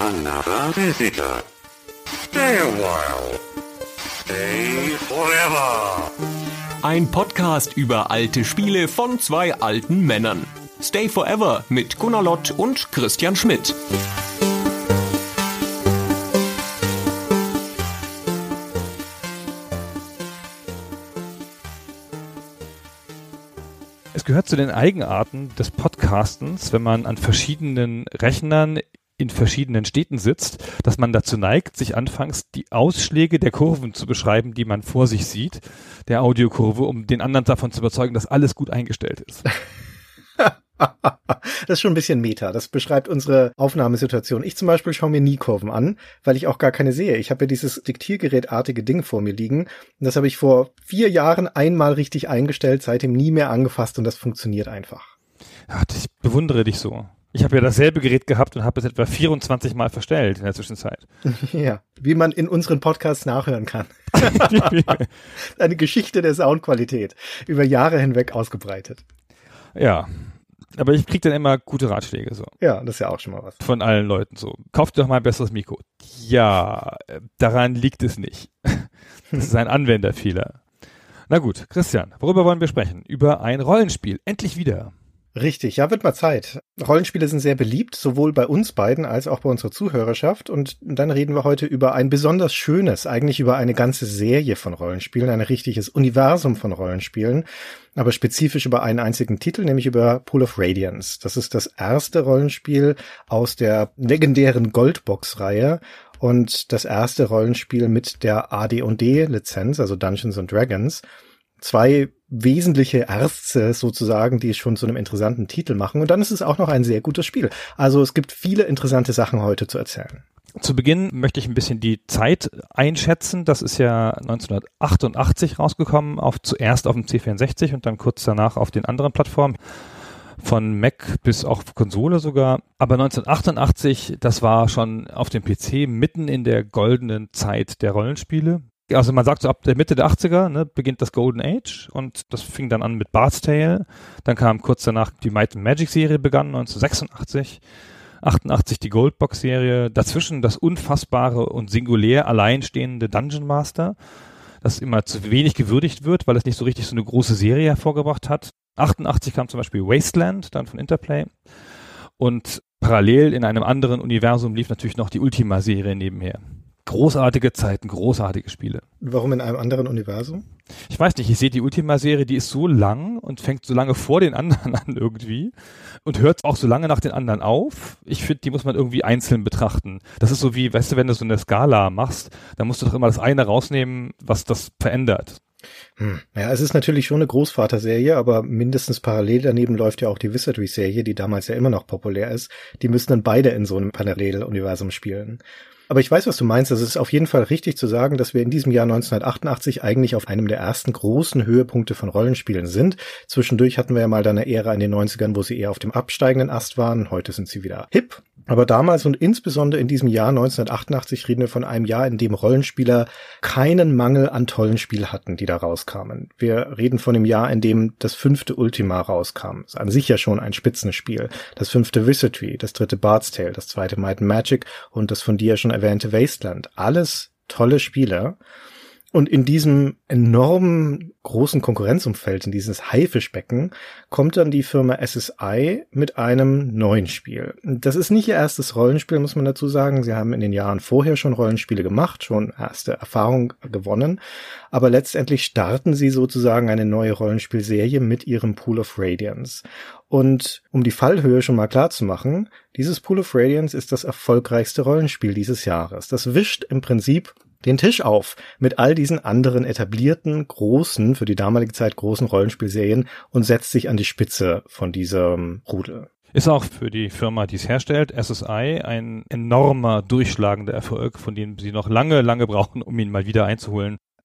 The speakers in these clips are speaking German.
another visitor. Stay a while. Stay forever. Ein Podcast über alte Spiele von zwei alten Männern. Stay Forever mit Gunnar Lott und Christian Schmidt. Es gehört zu den Eigenarten des Podcastens, wenn man an verschiedenen Rechnern in verschiedenen Städten sitzt, dass man dazu neigt, sich anfangs die Ausschläge der Kurven zu beschreiben, die man vor sich sieht, der Audiokurve, um den anderen davon zu überzeugen, dass alles gut eingestellt ist. Das ist schon ein bisschen Meta. Das beschreibt unsere Aufnahmesituation. Ich zum Beispiel schaue mir nie Kurven an, weil ich auch gar keine sehe. Ich habe ja dieses Diktiergerätartige Ding vor mir liegen. Und das habe ich vor 4 Jahren einmal richtig eingestellt, seitdem nie mehr angefasst und das funktioniert einfach. Ja, ich bewundere dich so. Ich habe ja dasselbe Gerät gehabt und habe es etwa 24 Mal verstellt in der Zwischenzeit. Ja, wie man in unseren Podcasts nachhören kann. Eine Geschichte der Soundqualität, über Jahre hinweg ausgebreitet. Ja, aber ich kriege dann immer gute Ratschläge so. Ja, das ist ja auch schon mal was. Von allen Leuten so. Kauft doch mal ein besseres Mikro. Ja, daran liegt es nicht. Das ist ein Anwenderfehler. Na gut, Christian, worüber wollen wir sprechen? Über ein Rollenspiel. Endlich wieder. Richtig, ja, wird mal Zeit. Rollenspiele sind sehr beliebt, sowohl bei uns beiden als auch bei unserer Zuhörerschaft. Und dann reden wir heute über ein besonders schönes, eigentlich über eine ganze Serie von Rollenspielen, ein richtiges Universum von Rollenspielen, aber spezifisch über einen einzigen Titel, nämlich über Pool of Radiance. Das ist das erste Rollenspiel aus der legendären Goldbox-Reihe und das erste Rollenspiel mit der AD&D-Lizenz, also Dungeons and Dragons. 2 wesentliche Ärzte sozusagen, die es schon zu einem interessanten Titel machen. Und dann ist es auch noch ein sehr gutes Spiel. Also es gibt viele interessante Sachen heute zu erzählen. Zu Beginn möchte ich ein bisschen die Zeit einschätzen. Das ist ja 1988 rausgekommen, zuerst auf dem C64 und dann kurz danach auf den anderen Plattformen. Von Mac bis auch Konsole sogar. Aber 1988, das war schon auf dem PC mitten in der goldenen Zeit der Rollenspiele. Also man sagt so ab der Mitte der 80er, beginnt das Golden Age und das fing dann an mit Bard's Tale. Dann kam kurz danach die Might & Magic Serie, begann 1986. 88 die Goldbox Serie. Dazwischen das unfassbare und singulär alleinstehende Dungeon Master, das immer zu wenig gewürdigt wird, weil es nicht so richtig so eine große Serie hervorgebracht hat. 88 kam zum Beispiel Wasteland, dann von Interplay. Und parallel in einem anderen Universum lief natürlich noch die Ultima-Serie nebenher. Großartige Zeiten, großartige Spiele. Warum in einem anderen Universum? Ich weiß nicht, ich sehe die Ultima-Serie, die ist so lang und fängt so lange vor den anderen an irgendwie und hört auch so lange nach den anderen auf. Ich finde, die muss man irgendwie einzeln betrachten. Das ist so wie, weißt du, wenn du so eine Skala machst, dann musst du doch immer das eine rausnehmen, was das verändert. Ja, es ist natürlich schon eine Großvaterserie, aber mindestens parallel daneben läuft ja auch die Wizardry-Serie, die damals ja immer noch populär ist. Die müssen dann beide in so einem Paralleluniversum spielen. Aber ich weiß, was du meinst. Es ist auf jeden Fall richtig zu sagen, dass wir in diesem Jahr 1988 eigentlich auf einem der ersten großen Höhepunkte von Rollenspielen sind. Zwischendurch hatten wir ja mal da eine Ära in den 90ern, wo sie eher auf dem absteigenden Ast waren. Heute sind sie wieder hip. Aber damals und insbesondere in diesem Jahr 1988 reden wir von einem Jahr, in dem Rollenspieler keinen Mangel an tollen Spielen hatten, die da rauskamen. Wir reden von dem Jahr, in dem das 5. Ultima rauskam. Das ist an sich ja schon ein Spitzenspiel. Das 5. Wizardry, das 3. Bard's Tale, das 2. Might & Magic und das von dir schon erwähnte Wasteland. Alles tolle Spiele. Und in diesem enormen großen Konkurrenzumfeld, in dieses Haifischbecken, kommt dann die Firma SSI mit einem neuen Spiel. Das ist nicht ihr erstes Rollenspiel, muss man dazu sagen. Sie haben in den Jahren vorher schon Rollenspiele gemacht, schon erste Erfahrung gewonnen. Aber letztendlich starten sie sozusagen eine neue Rollenspielserie mit ihrem Pool of Radiance. Und um die Fallhöhe schon mal klar zu machen, dieses Pool of Radiance ist das erfolgreichste Rollenspiel dieses Jahres. Das wischt im Prinzip den Tisch auf mit all diesen anderen etablierten, großen, für die damalige Zeit großen Rollenspielserien und setzt sich an die Spitze von diesem Rudel. Ist auch für die Firma, die es herstellt, SSI, ein enormer, durchschlagender Erfolg, von dem sie noch lange, lange brauchen, um ihn mal wieder einzuholen.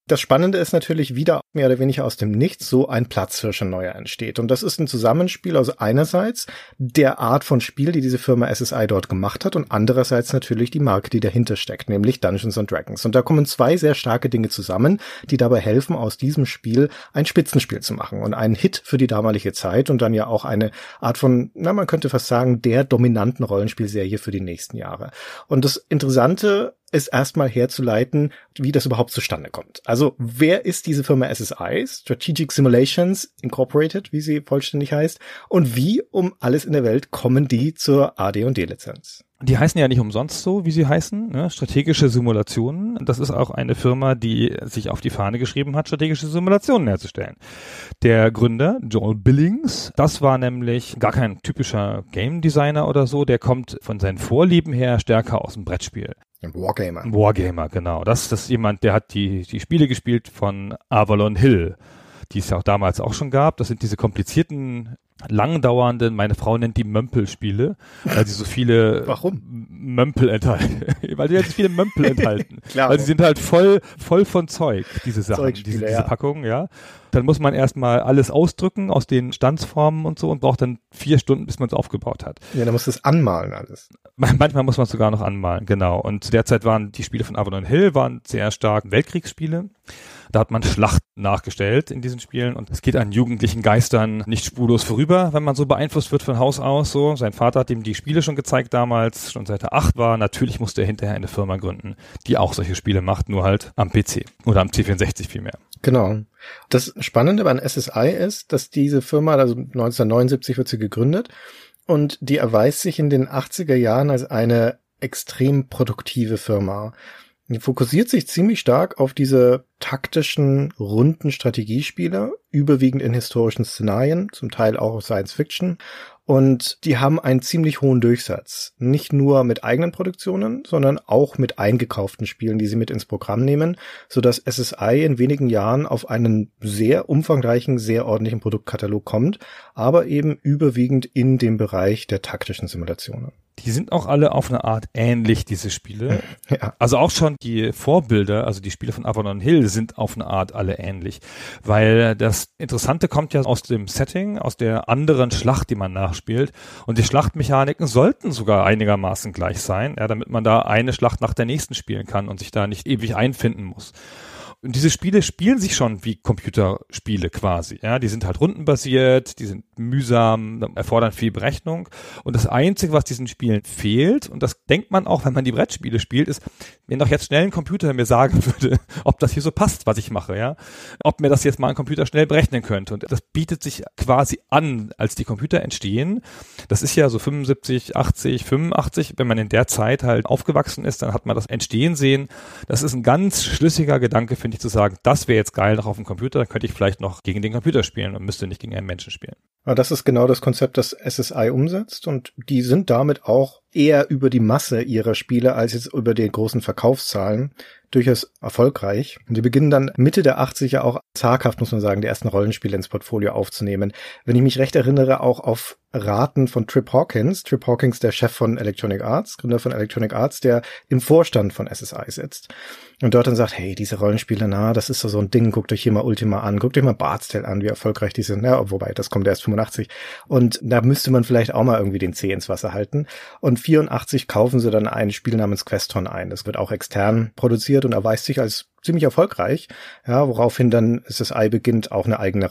Das Spannende ist natürlich wieder mehr oder weniger aus dem Nichts so ein Platzhirsch neuer entsteht. Und das ist ein Zusammenspiel aus einerseits der Art von Spiel, die diese Firma SSI dort gemacht hat und andererseits natürlich die Marke, die dahinter steckt, nämlich Dungeons & Dragons. Und da kommen zwei sehr starke Dinge zusammen, die dabei helfen, aus diesem Spiel ein Spitzenspiel zu machen und einen Hit für die damalige Zeit und dann ja auch eine Art von, man könnte fast sagen, der dominanten Rollenspielserie für die nächsten Jahre. Und das Interessante ist erstmal herzuleiten, wie das überhaupt zustande kommt. Also, wer ist diese Firma SSI? Strategic Simulations Incorporated, wie sie vollständig heißt. Und wie um alles in der Welt kommen die zur AD&D-Lizenz? Die heißen ja nicht umsonst so, wie sie heißen, ne? Strategische Simulationen. Das ist auch eine Firma, die sich auf die Fahne geschrieben hat, strategische Simulationen herzustellen. Der Gründer, Joel Billings, das war nämlich gar kein typischer Game Designer oder so, der kommt von seinen Vorlieben her stärker aus dem Brettspiel. Ein Wargamer. Ein Wargamer, genau. Das ist jemand, der hat die Spiele gespielt von Avalon Hill, die es ja auch damals auch schon gab. Das sind diese komplizierten, langdauernden, meine Frau nennt die Mömpel-Spiele, weil sie so viele Mömpel enthalten. Weil sie jetzt viele Mömpel enthalten. Klar. Weil sie sind halt voll von Zeug, diese Sachen, diese Packungen, ja. Dann muss man erstmal alles ausdrücken aus den Stanzformen und so und braucht dann 4 Stunden, bis man es aufgebaut hat. Ja, dann muss es anmalen alles. Manchmal muss man es sogar noch anmalen, genau. Und zu der Zeit waren die Spiele von Avalon Hill sehr stark Weltkriegsspiele. Da hat man Schlachten nachgestellt in diesen Spielen und es geht an jugendlichen Geistern nicht spurlos vorüber, wenn man so beeinflusst wird von Haus aus. So, sein Vater hat ihm die Spiele schon gezeigt damals, schon seit er 8 war. Natürlich musste er hinterher eine Firma gründen, die auch solche Spiele macht, nur halt am PC oder am C64 vielmehr. Genau. Das Spannende bei SSI ist, dass diese Firma, also 1979 wird sie gegründet und die erweist sich in den 80er Jahren als eine extrem produktive Firma. Die fokussiert sich ziemlich stark auf diese taktischen, runden Strategiespiele, überwiegend in historischen Szenarien, zum Teil auch auf Science Fiction. Und die haben einen ziemlich hohen Durchsatz. Nicht nur mit eigenen Produktionen, sondern auch mit eingekauften Spielen, die sie mit ins Programm nehmen, sodass SSI in wenigen Jahren auf einen sehr umfangreichen, sehr ordentlichen Produktkatalog kommt, aber eben überwiegend in dem Bereich der taktischen Simulationen. Die sind auch alle auf eine Art ähnlich, diese Spiele. Ja. Also auch schon die Vorbilder, also die Spiele von Avalon Hill sind auf eine Art alle ähnlich. Weil das Interessante kommt ja aus dem Setting, aus der anderen Schlacht, die man nachspielt. Und die Schlachtmechaniken sollten sogar einigermaßen gleich sein, ja, damit man da eine Schlacht nach der nächsten spielen kann und sich da nicht ewig einfinden muss. Und diese Spiele spielen sich schon wie Computerspiele quasi. Ja, die sind halt rundenbasiert, die sind mühsam, erfordern viel Berechnung. Und das Einzige, was diesen Spielen fehlt, und das denkt man auch, wenn man die Brettspiele spielt, ist, wenn doch jetzt schnell ein Computer mir sagen würde, ob das hier so passt, was ich mache, ja, ob mir das jetzt mal ein Computer schnell berechnen könnte. Und das bietet sich quasi an, als die Computer entstehen. Das ist ja so 75, 80, 85. Wenn man in der Zeit halt aufgewachsen ist, dann hat man das Entstehen sehen. Das ist ein ganz schlüssiger Gedanke, finde ich, zu sagen, das wäre jetzt geil noch auf dem Computer, dann könnte ich vielleicht noch gegen den Computer spielen und müsste nicht gegen einen Menschen spielen. Aber das ist genau das Konzept, das SSI umsetzt und die sind damit auch eher über die Masse ihrer Spiele als jetzt über die großen Verkaufszahlen durchaus erfolgreich. Und die beginnen dann Mitte der 80er auch zaghaft, muss man sagen, die ersten Rollenspiele ins Portfolio aufzunehmen. Wenn ich mich recht erinnere, auch auf Raten von Trip Hawkins. Trip Hawkins, der Chef von Electronic Arts, Gründer von Electronic Arts, der im Vorstand von SSI sitzt. Und dort dann sagt, hey, diese Rollenspiele, das ist so ein Ding, guckt euch hier mal Ultima an, guckt euch mal Bard's Tale an, wie erfolgreich die sind. Ja, wobei, das kommt erst 85. Und da müsste man vielleicht auch mal irgendwie den Zeh ins Wasser halten. Und 84 kaufen sie dann ein Spiel namens Queston ein. Das wird auch extern produziert und erweist sich als ziemlich erfolgreich, ja, woraufhin dann SSI beginnt, auch eine eigene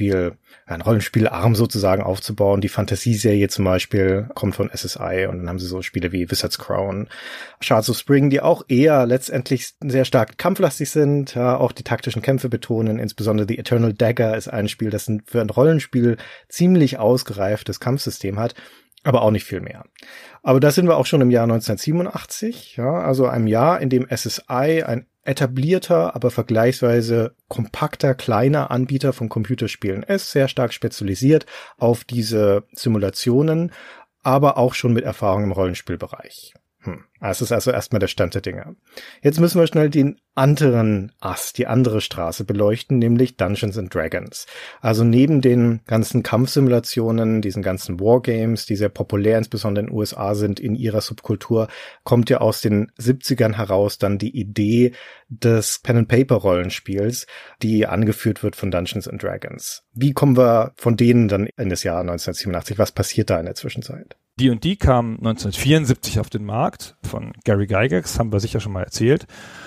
einen Rollenspielarm sozusagen aufzubauen. Die Fantasieserie zum Beispiel kommt von SSI und dann haben sie so Spiele wie Wizard's Crown, Shards of Spring, die auch eher letztendlich sehr stark kampflastig sind, ja, auch die taktischen Kämpfe betonen. Insbesondere The Eternal Dagger ist ein Spiel, das für ein Rollenspiel ziemlich ausgereiftes Kampfsystem hat, aber auch nicht viel mehr. Aber da sind wir auch schon im Jahr 1987, ja, also einem Jahr, in dem SSI ein etablierter, aber vergleichsweise kompakter, kleiner Anbieter von Computerspielen ist, sehr stark spezialisiert auf diese Simulationen, aber auch schon mit Erfahrung im Rollenspielbereich. Es ist also erstmal der Stand der Dinge. Jetzt müssen wir schnell den anderen Ast, die andere Straße beleuchten, nämlich Dungeons & Dragons. Also neben den ganzen Kampfsimulationen, diesen ganzen Wargames, die sehr populär insbesondere in den USA sind in ihrer Subkultur, kommt ja aus den 70ern heraus dann die Idee des Pen-and-Paper-Rollenspiels, die angeführt wird von Dungeons & Dragons. Wie kommen wir von denen dann in das Jahr 1987? Was passiert da in der Zwischenzeit? D&D kam 1974 auf den Markt von Gary Gygax, haben wir sicher schon mal erzählt.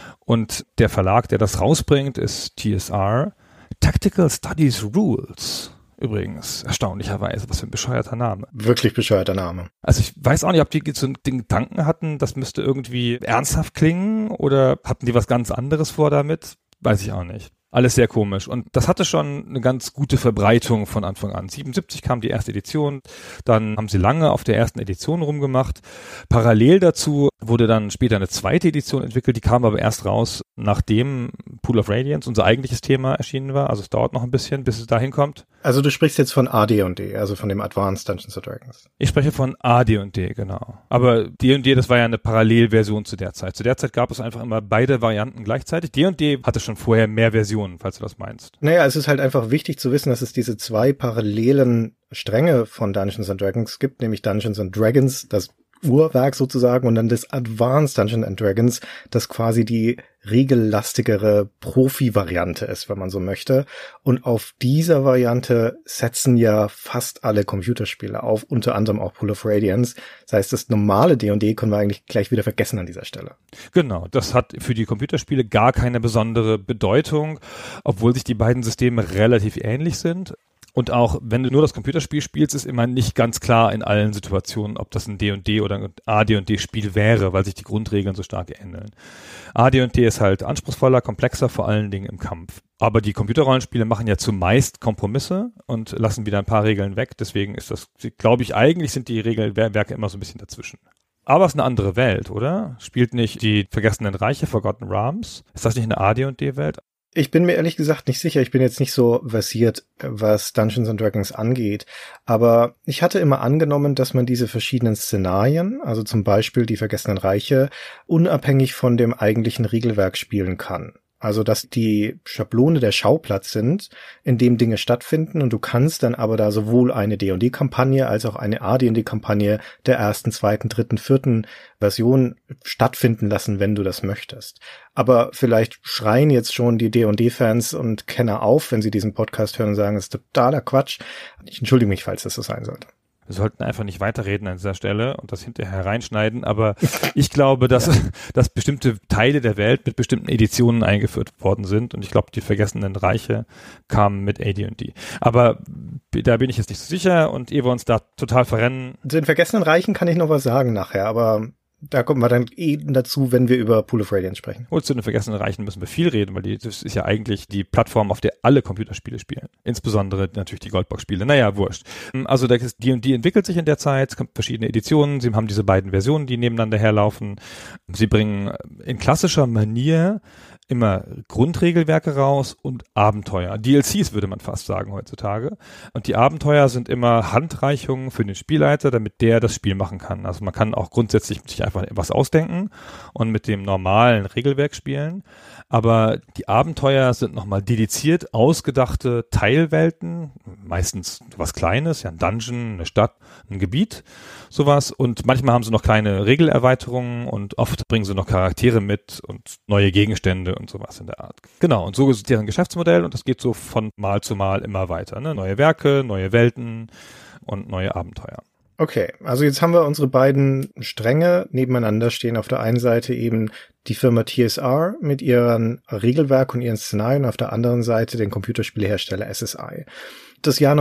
Und der Verlag, der das rausbringt, ist TSR. Tactical Studies Rules. Übrigens, erstaunlicherweise, was für ein bescheuerter Name. Wirklich bescheuerter Name. Also ich weiß auch nicht, ob die so den Gedanken hatten, das müsste irgendwie ernsthaft klingen oder hatten die was ganz anderes vor damit? Weiß ich auch nicht. Alles sehr komisch. Und das hatte schon eine ganz gute Verbreitung von Anfang an. 77 kam die erste Edition, dann haben sie lange auf der ersten Edition rumgemacht. Parallel dazu wurde dann später eine zweite Edition entwickelt, die kam aber erst raus, nachdem Pool of Radiance, unser eigentliches Thema, erschienen war. Also es dauert noch ein bisschen, bis es dahin kommt. Also du sprichst jetzt von AD&D, also von dem Advanced Dungeons & Dragons. Ich spreche von AD&D, genau. Aber D&D, das war ja eine Parallelversion zu der Zeit. Zu der Zeit gab es einfach immer beide Varianten gleichzeitig. D&D hatte schon vorher mehr Versionen, falls du das meinst. Naja, es ist halt einfach wichtig zu wissen, dass es diese zwei parallelen Stränge von Dungeons & Dragons gibt, nämlich Dungeons & Dragons, das Uhrwerk sozusagen, und dann das Advanced Dungeons & Dragons, das quasi die regellastigere Profi-Variante ist, wenn man so möchte. Und auf dieser Variante setzen ja fast alle Computerspiele auf, unter anderem auch Pool of Radiance. Das heißt, das normale D&D können wir eigentlich gleich wieder vergessen an dieser Stelle. Genau, das hat für die Computerspiele gar keine besondere Bedeutung, obwohl sich die beiden Systeme relativ ähnlich sind. Und auch, wenn du nur das Computerspiel spielst, ist immer nicht ganz klar in allen Situationen, ob das ein D&D oder ein AD&D-Spiel wäre, weil sich die Grundregeln so stark ändern. AD&D ist halt anspruchsvoller, komplexer, vor allen Dingen im Kampf. Aber die Computerrollenspiele machen ja zumeist Kompromisse und lassen wieder ein paar Regeln weg. Deswegen ist das, glaube ich, eigentlich sind die Regelwerke immer so ein bisschen dazwischen. Aber es ist eine andere Welt, oder? Spielt nicht die Vergessenen Reiche, Forgotten Realms? Ist das nicht eine AD&D-Welt? Ich bin mir ehrlich gesagt nicht sicher. Ich bin jetzt nicht so versiert, was Dungeons & Dragons angeht. Aber ich hatte immer angenommen, dass man diese verschiedenen Szenarien, also zum Beispiel die Vergessenen Reiche, unabhängig von dem eigentlichen Regelwerk spielen kann. Also, dass die Schablone der Schauplatz sind, in dem Dinge stattfinden, und du kannst dann aber da sowohl eine D&D-Kampagne als auch eine AD&D-Kampagne der ersten, zweiten, dritten, vierten Version stattfinden lassen, wenn du das möchtest. Aber vielleicht schreien jetzt schon die D&D-Fans und Kenner auf, wenn sie diesen Podcast hören und sagen, es ist totaler Quatsch. Ich entschuldige mich, falls das so sein sollte. Wir sollten einfach nicht weiterreden an dieser Stelle und das hinterher reinschneiden, aber ich glaube, dass bestimmte Teile der Welt mit bestimmten Editionen eingeführt worden sind und ich glaube, die Vergessenen Reiche kamen mit AD&D. Aber da bin ich jetzt nicht so sicher und ehe wir uns da total verrennen. Zu den Vergessenen Reichen kann ich noch was sagen nachher, aber da kommen wir dann eben dazu, wenn wir über Pool of Radiance sprechen. Und zu den Vergessenen Reichen müssen wir viel reden, weil das ist ja eigentlich die Plattform, auf der alle Computerspiele spielen. Insbesondere natürlich die Goldbox-Spiele. Naja, wurscht. Also das D&D entwickelt sich in der Zeit, es gibt verschiedene Editionen, sie haben diese beiden Versionen, die nebeneinander herlaufen. Sie bringen in klassischer Manier immer Grundregelwerke raus und Abenteuer. DLCs würde man fast sagen heutzutage. Und die Abenteuer sind immer Handreichungen für den Spielleiter, damit der das Spiel machen kann. Also man kann auch grundsätzlich sich einfach etwas ausdenken und mit dem normalen Regelwerk spielen. Aber die Abenteuer sind nochmal dediziert ausgedachte Teilwelten, meistens was Kleines, ja ein Dungeon, eine Stadt, ein Gebiet, sowas. Und manchmal haben sie noch kleine Regelerweiterungen und oft bringen sie noch Charaktere mit und neue Gegenstände und sowas in der Art. Genau, und so ist deren Geschäftsmodell und das geht so von Mal zu Mal immer weiter. Ne? Neue Werke, neue Welten und neue Abenteuer. Okay, also jetzt haben wir unsere beiden Stränge nebeneinander stehen. Auf der einen Seite eben die Firma TSR mit ihren Regelwerk und ihren Szenarien, auf der anderen Seite den Computerspielehersteller SSI. Das Jahr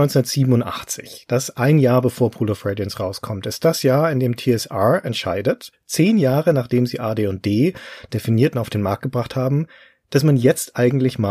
1987, das ein Jahr bevor Pool of Radiance rauskommt, ist das Jahr, in dem TSR entscheidet, 10 Jahre nachdem sie AD&D definiert und auf den Markt gebracht haben, dass man jetzt eigentlich mal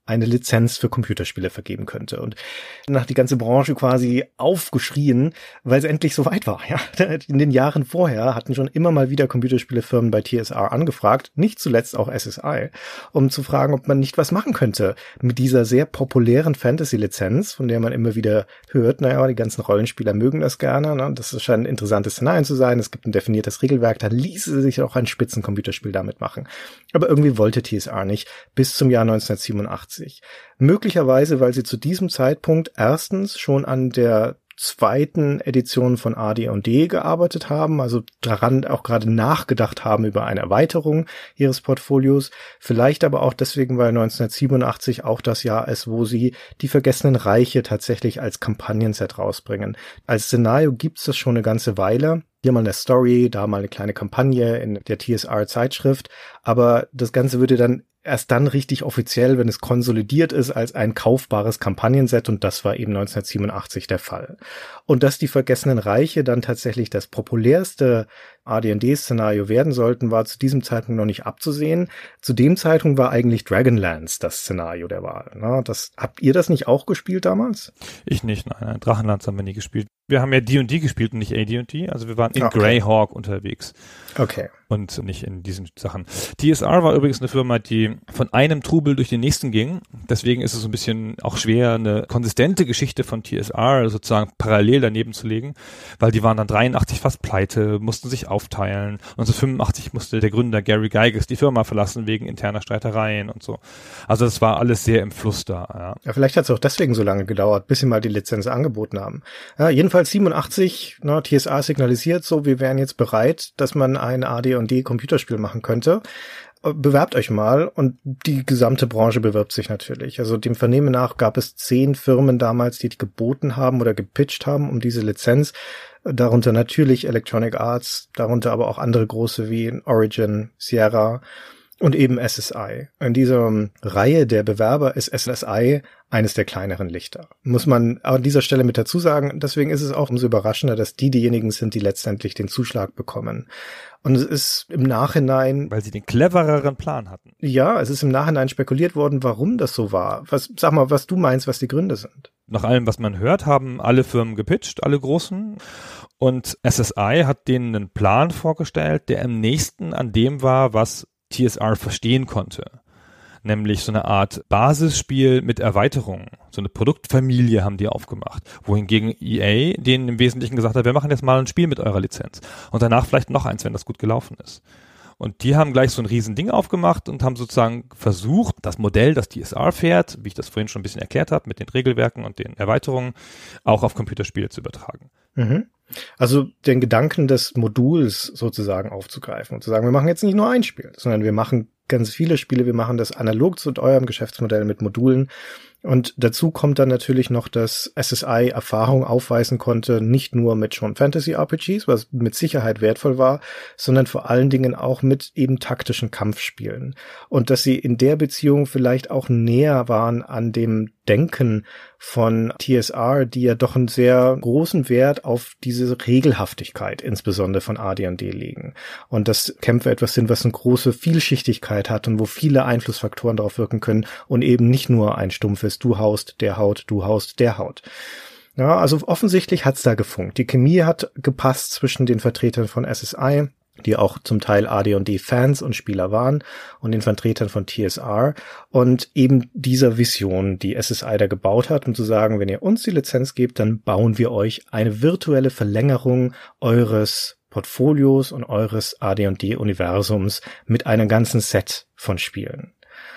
eine Lizenz für Computerspiele vergeben könnte. Und dann hat die ganze Branche quasi aufgeschrien, weil es endlich so weit war. Ja, in den Jahren vorher hatten schon immer mal wieder Computerspielefirmen bei TSR angefragt, nicht zuletzt auch SSI, um zu fragen, ob man nicht was machen könnte mit dieser sehr populären Fantasy-Lizenz, von der man immer wieder hört, naja, die ganzen Rollenspieler mögen das gerne, ne? Das scheinen interessante Szenarien zu sein, es gibt ein definiertes Regelwerk, da ließe sich auch ein Spitzencomputerspiel damit machen. Aber irgendwie wollte TSR nicht, bis zum Jahr 1987. Möglicherweise, weil sie zu diesem Zeitpunkt erstens schon an der zweiten Edition von AD&D gearbeitet haben, also daran auch gerade nachgedacht haben über eine Erweiterung ihres Portfolios, vielleicht aber auch deswegen, weil 1987 auch das Jahr ist, wo sie die Vergessenen Reiche tatsächlich als Kampagnenset rausbringen. Als Szenario gibt's das schon eine ganze Weile. Hier mal eine Story, da mal eine kleine Kampagne in der TSR-Zeitschrift, aber das Ganze würde dann erst dann richtig offiziell, wenn es konsolidiert ist als ein kaufbares Kampagnenset, und das war eben 1987 der Fall. Und dass die Vergessenen Reiche dann tatsächlich das populärste AD&D-Szenario werden sollten, war zu diesem Zeitpunkt noch nicht abzusehen. Zu dem Zeitpunkt war eigentlich Dragonlance das Szenario der Wahl. Habt ihr das nicht auch gespielt damals? Ich nicht, nein. Drachenlance haben wir nie gespielt. Wir haben ja D&D gespielt und nicht AD&D, also wir waren in Greyhawk unterwegs. Okay. Und nicht in diesen Sachen. TSR war übrigens eine Firma, die von einem Trubel durch den nächsten ging. Deswegen ist es so ein bisschen auch schwer, eine konsistente Geschichte von TSR sozusagen parallel daneben zu legen, weil die waren dann 83 fast pleite, mussten sich aufteilen. 1985 musste der Gründer Gary Gygax die Firma verlassen wegen interner Streitereien und so. Also das war alles sehr im Fluss da. Ja, vielleicht hat es auch deswegen so lange gedauert, bis sie mal die Lizenz angeboten haben. Ja, jedenfalls 87, TSR signalisiert so, wir wären jetzt bereit, dass man ein AD&D-Computerspiel machen könnte. Bewerbt euch mal, und die gesamte Branche bewirbt sich natürlich. Also dem Vernehmen nach gab es 10 Firmen damals, die geboten haben oder gepitcht haben um diese Lizenz. Darunter natürlich Electronic Arts, darunter aber auch andere große wie Origin, Sierra und eben SSI. In dieser Reihe der Bewerber ist SSI eines der kleineren Lichter. Muss man an dieser Stelle mit dazu sagen. Deswegen ist es auch umso überraschender, dass diejenigen sind, die letztendlich den Zuschlag bekommen. Und es ist im Nachhinein... Weil sie den clevereren Plan hatten. Ja, es ist im Nachhinein spekuliert worden, warum das so war. Sag mal, was du meinst, was die Gründe sind. Nach allem, was man hört, haben alle Firmen gepitcht, alle großen. Und SSI hat denen einen Plan vorgestellt, der am nächsten an dem war, was TSR verstehen konnte. Nämlich so eine Art Basisspiel mit Erweiterungen. So eine Produktfamilie haben die aufgemacht. Wohingegen EA denen im Wesentlichen gesagt hat, wir machen jetzt mal ein Spiel mit eurer Lizenz. Und danach vielleicht noch eins, wenn das gut gelaufen ist. Und die haben gleich so ein Riesending aufgemacht und haben sozusagen versucht, das Modell, das TSR fährt, wie ich das vorhin schon ein bisschen erklärt habe, mit den Regelwerken und den Erweiterungen, auch auf Computerspiele zu übertragen. Mhm. Also den Gedanken des Moduls sozusagen aufzugreifen und zu sagen, wir machen jetzt nicht nur ein Spiel, sondern wir machen ganz viele Spiele, wir machen das analog zu eurem Geschäftsmodell mit Modulen. Und dazu kommt dann natürlich noch, dass SSI Erfahrung aufweisen konnte, nicht nur mit schon Fantasy-RPGs, was mit Sicherheit wertvoll war, sondern vor allen Dingen auch mit eben taktischen Kampfspielen. Und dass sie in der Beziehung vielleicht auch näher waren an dem Denken von TSR, die ja doch einen sehr großen Wert auf diese Regelhaftigkeit, insbesondere von AD&D legen. Und dass Kämpfe etwas sind, was eine große Vielschichtigkeit hat und wo viele Einflussfaktoren darauf wirken können und eben nicht nur ein stumpfes du haust, der haut, du haust, der haut. Ja, also offensichtlich hat's da gefunkt. Die Chemie hat gepasst zwischen den Vertretern von SSI, die auch zum Teil AD&D-Fans und Spieler waren, und den Vertretern von TSR und eben dieser Vision, die SSI da gebaut hat, um zu sagen, wenn ihr uns die Lizenz gebt, dann bauen wir euch eine virtuelle Verlängerung eures Portfolios und eures AD&D-Universums mit einem ganzen Set von Spielen.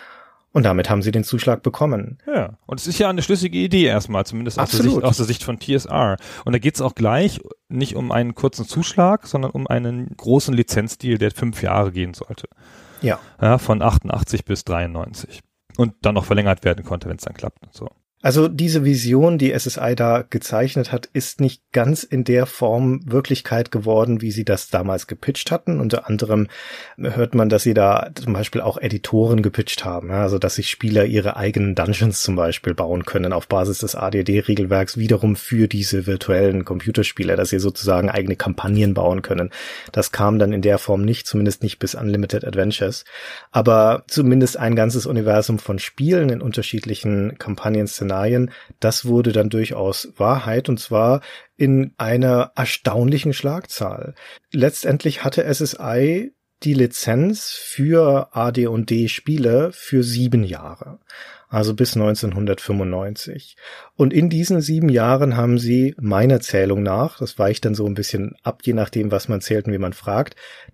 Und damit haben sie den Zuschlag bekommen. Ja, und es ist ja eine schlüssige Idee erstmal, zumindest aus der Sicht von TSR. Und da geht es auch gleich nicht um einen kurzen Zuschlag, sondern um einen großen Lizenzdeal, der 5 Jahre gehen sollte. Ja. Ja, von 88 bis 93. Und dann noch verlängert werden konnte, wenn es dann klappt und so. Also diese Vision, die SSI da gezeichnet hat, ist nicht ganz in der Form Wirklichkeit geworden, wie sie das damals gepitcht hatten. Unter anderem hört man, dass sie da zum Beispiel auch Editoren gepitcht haben. Also dass sich Spieler ihre eigenen Dungeons zum Beispiel bauen können auf Basis des AD&D-Regelwerks wiederum für diese virtuellen Computerspiele, dass sie sozusagen eigene Kampagnen bauen können. Das kam dann in der Form nicht, zumindest nicht bis Unlimited Adventures. Aber zumindest ein ganzes Universum von Spielen in unterschiedlichen Kampagnen-Szenarien, das wurde dann durchaus Wahrheit, und zwar in einer erstaunlichen Schlagzahl. Letztendlich hatte SSI die Lizenz für AD&D-Spiele für 7 Jahre. Also bis 1995. Und in diesen 7 Jahren haben sie, meiner Zählung nach, das weicht dann so ein bisschen ab, je nachdem, was man zählt und wie man fragt,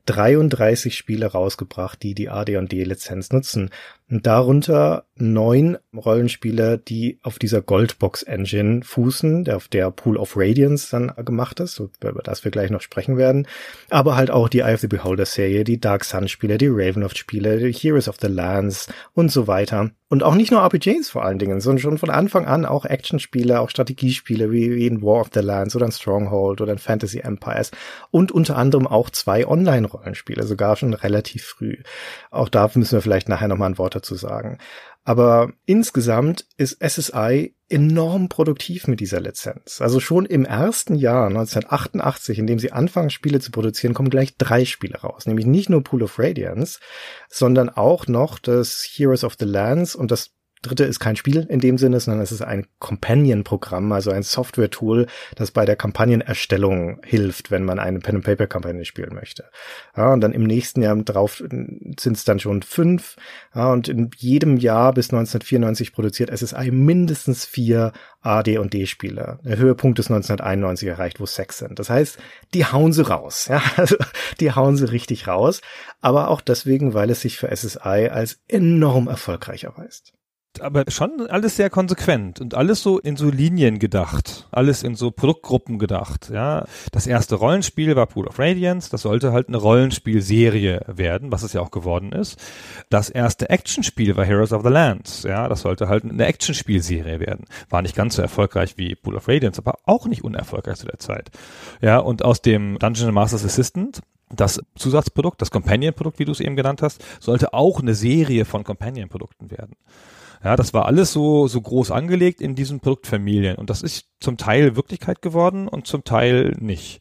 33 Spiele rausgebracht, die die AD&D-Lizenz nutzen. Und darunter 9 Rollenspiele, die auf dieser Goldbox-Engine fußen, auf der Pool of Radiance dann gemacht ist, über das wir gleich noch sprechen werden. Aber halt auch die Eye of the Beholder-Serie, die Dark Sun-Spiele, die Ravenloft-Spiele, die Heroes of the Lands und so weiter. Und auch nicht nur RPGs vor allen Dingen, sondern schon von Anfang an auch Actionspiele, auch Strategiespiele wie in War of the Lands oder in Stronghold oder in Fantasy Empires und unter anderem auch 2 Online-Rollenspiele, sogar schon relativ früh. Auch da müssen wir vielleicht nachher nochmal ein Wort dazu sagen. Aber insgesamt ist SSI enorm produktiv mit dieser Lizenz. Also schon im ersten Jahr 1988, in dem sie anfangen, Spiele zu produzieren, kommen gleich 3 Spiele raus. Nämlich nicht nur Pool of Radiance, sondern auch noch das Heroes of the Lands, und das dritte ist kein Spiel in dem Sinne, sondern es ist ein Companion-Programm, also ein Software-Tool, das bei der Kampagnenerstellung hilft, wenn man eine Pen-and-Paper-Kampagne spielen möchte. Ja, und dann im nächsten Jahr drauf sind es dann schon 5. Ja, und in jedem Jahr bis 1994 produziert SSI mindestens 4 AD&D-Spiele. Der Höhepunkt ist 1991 erreicht, wo 6 sind. Das heißt, die hauen sie raus. Ja, also die hauen sie richtig raus. Aber auch deswegen, weil es sich für SSI als enorm erfolgreich erweist. Aber schon alles sehr konsequent und alles so in so Linien gedacht, alles in so Produktgruppen gedacht, ja. Das erste Rollenspiel war Pool of Radiance, das sollte halt eine Rollenspielserie werden, was es ja auch geworden ist. Das erste Actionspiel war Heroes of the Lands, ja, das sollte halt eine Actionspielserie werden. War nicht ganz so erfolgreich wie Pool of Radiance, aber auch nicht unerfolgreich zu der Zeit. Ja, und aus dem Dungeon Master's Assistant, das Zusatzprodukt, das Companion-Produkt, wie du es eben genannt hast, sollte auch eine Serie von Companion-Produkten werden. Ja, das war alles so groß angelegt in diesen Produktfamilien, und das ist zum Teil Wirklichkeit geworden und zum Teil nicht.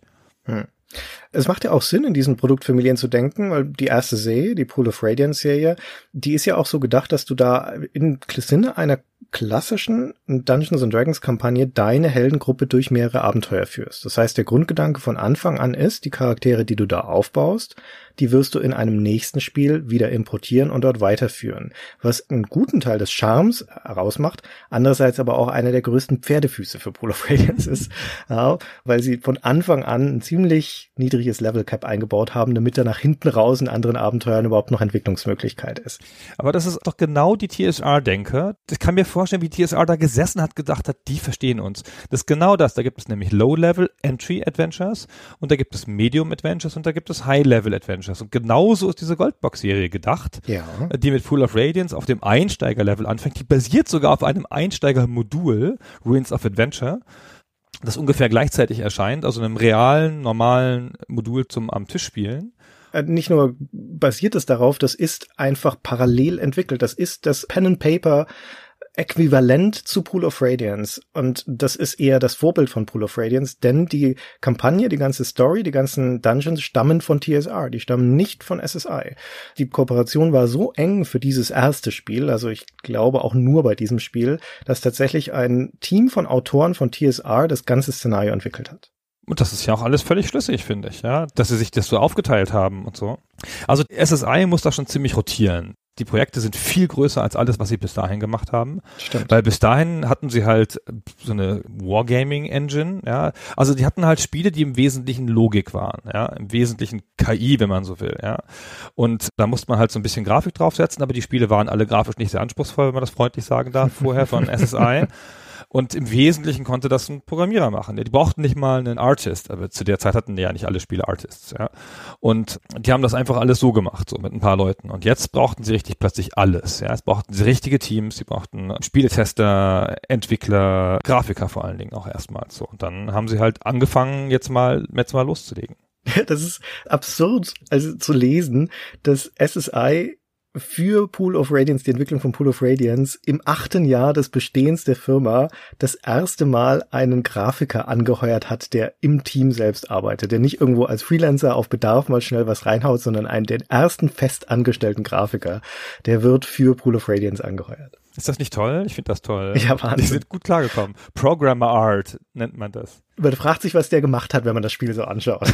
Es macht ja auch Sinn, in diesen Produktfamilien zu denken, weil die erste Serie, die Pool of Radiance Serie, die ist ja auch so gedacht, dass du da im Sinne einer klassischen Dungeons & Dragons Kampagne deine Heldengruppe durch mehrere Abenteuer führst. Das heißt, der Grundgedanke von Anfang an ist, die Charaktere, die du da aufbaust, die wirst du in einem nächsten Spiel wieder importieren und dort weiterführen. Was einen guten Teil des Charmes herausmacht, andererseits aber auch einer der größten Pferdefüße für Pool of Radiance ist, ja, weil sie von Anfang an ein ziemlich niedriges Level Cap eingebaut haben, damit da nach hinten raus in anderen Abenteuern überhaupt noch Entwicklungsmöglichkeit ist. Aber das ist doch genau die TSR-Denke. Ich kann mir vorstellen, wie TSR da gesessen hat, gedacht hat, die verstehen uns. Das ist genau das. Da gibt es nämlich Low-Level Entry Adventures und da gibt es Medium Adventures und da gibt es High-Level Adventures. Und genauso ist diese Goldbox-Serie gedacht, ja, die mit Pool of Radiance auf dem Einsteiger-Level anfängt. Die basiert sogar auf einem Einsteiger-Modul, Ruins of Adventure, das ungefähr gleichzeitig erscheint, also einem realen, normalen Modul zum am Tisch spielen. Nicht nur basiert es darauf, das ist einfach parallel entwickelt. Das ist das Pen-and-Paper äquivalent zu Pool of Radiance, und das ist eher das Vorbild von Pool of Radiance, denn die Kampagne, die ganze Story, die ganzen Dungeons stammen von TSR, die stammen nicht von SSI. Die Kooperation war so eng für dieses erste Spiel, also ich glaube auch nur bei diesem Spiel, dass tatsächlich ein Team von Autoren von TSR das ganze Szenario entwickelt hat. Und das ist ja auch alles völlig schlüssig, finde ich, ja, dass sie sich das so aufgeteilt haben und so. Also SSI muss da schon ziemlich rotieren. Die Projekte sind viel größer als alles, was sie bis dahin gemacht haben. Stimmt. Weil bis dahin hatten sie halt so eine Wargaming-Engine, ja. Also die hatten halt Spiele, die im Wesentlichen Logik waren, ja. Im Wesentlichen KI, wenn man so will, ja. Und da musste man halt so ein bisschen Grafik draufsetzen, aber die Spiele waren alle grafisch nicht sehr anspruchsvoll, wenn man das freundlich sagen darf, vorher von SSI. Und im Wesentlichen konnte das ein Programmierer machen. Die brauchten nicht mal einen Artist, aber zu der Zeit hatten ja nicht alle Spiele Artists. Ja. Und die haben das einfach alles so gemacht, so mit ein paar Leuten. Und jetzt brauchten sie richtig plötzlich alles. Ja. Es brauchten sie richtige Teams, sie brauchten Spieletester, Entwickler, Grafiker vor allen Dingen auch erstmals. So. Und dann haben sie halt angefangen, jetzt mal loszulegen. Das ist absurd, also zu lesen, dass SSI für Pool of Radiance, die Entwicklung von Pool of Radiance, im 8. Jahr des Bestehens der Firma das erste Mal einen Grafiker angeheuert hat, der im Team selbst arbeitet, der nicht irgendwo als Freelancer auf Bedarf mal schnell was reinhaut, sondern den ersten fest angestellten Grafiker, der wird für Pool of Radiance angeheuert. Ist das nicht toll? Ich finde das toll. Ja, Wahnsinn. Die sind gut klargekommen. Programmer Art nennt man das. Man fragt sich, was der gemacht hat, wenn man das Spiel so anschaut.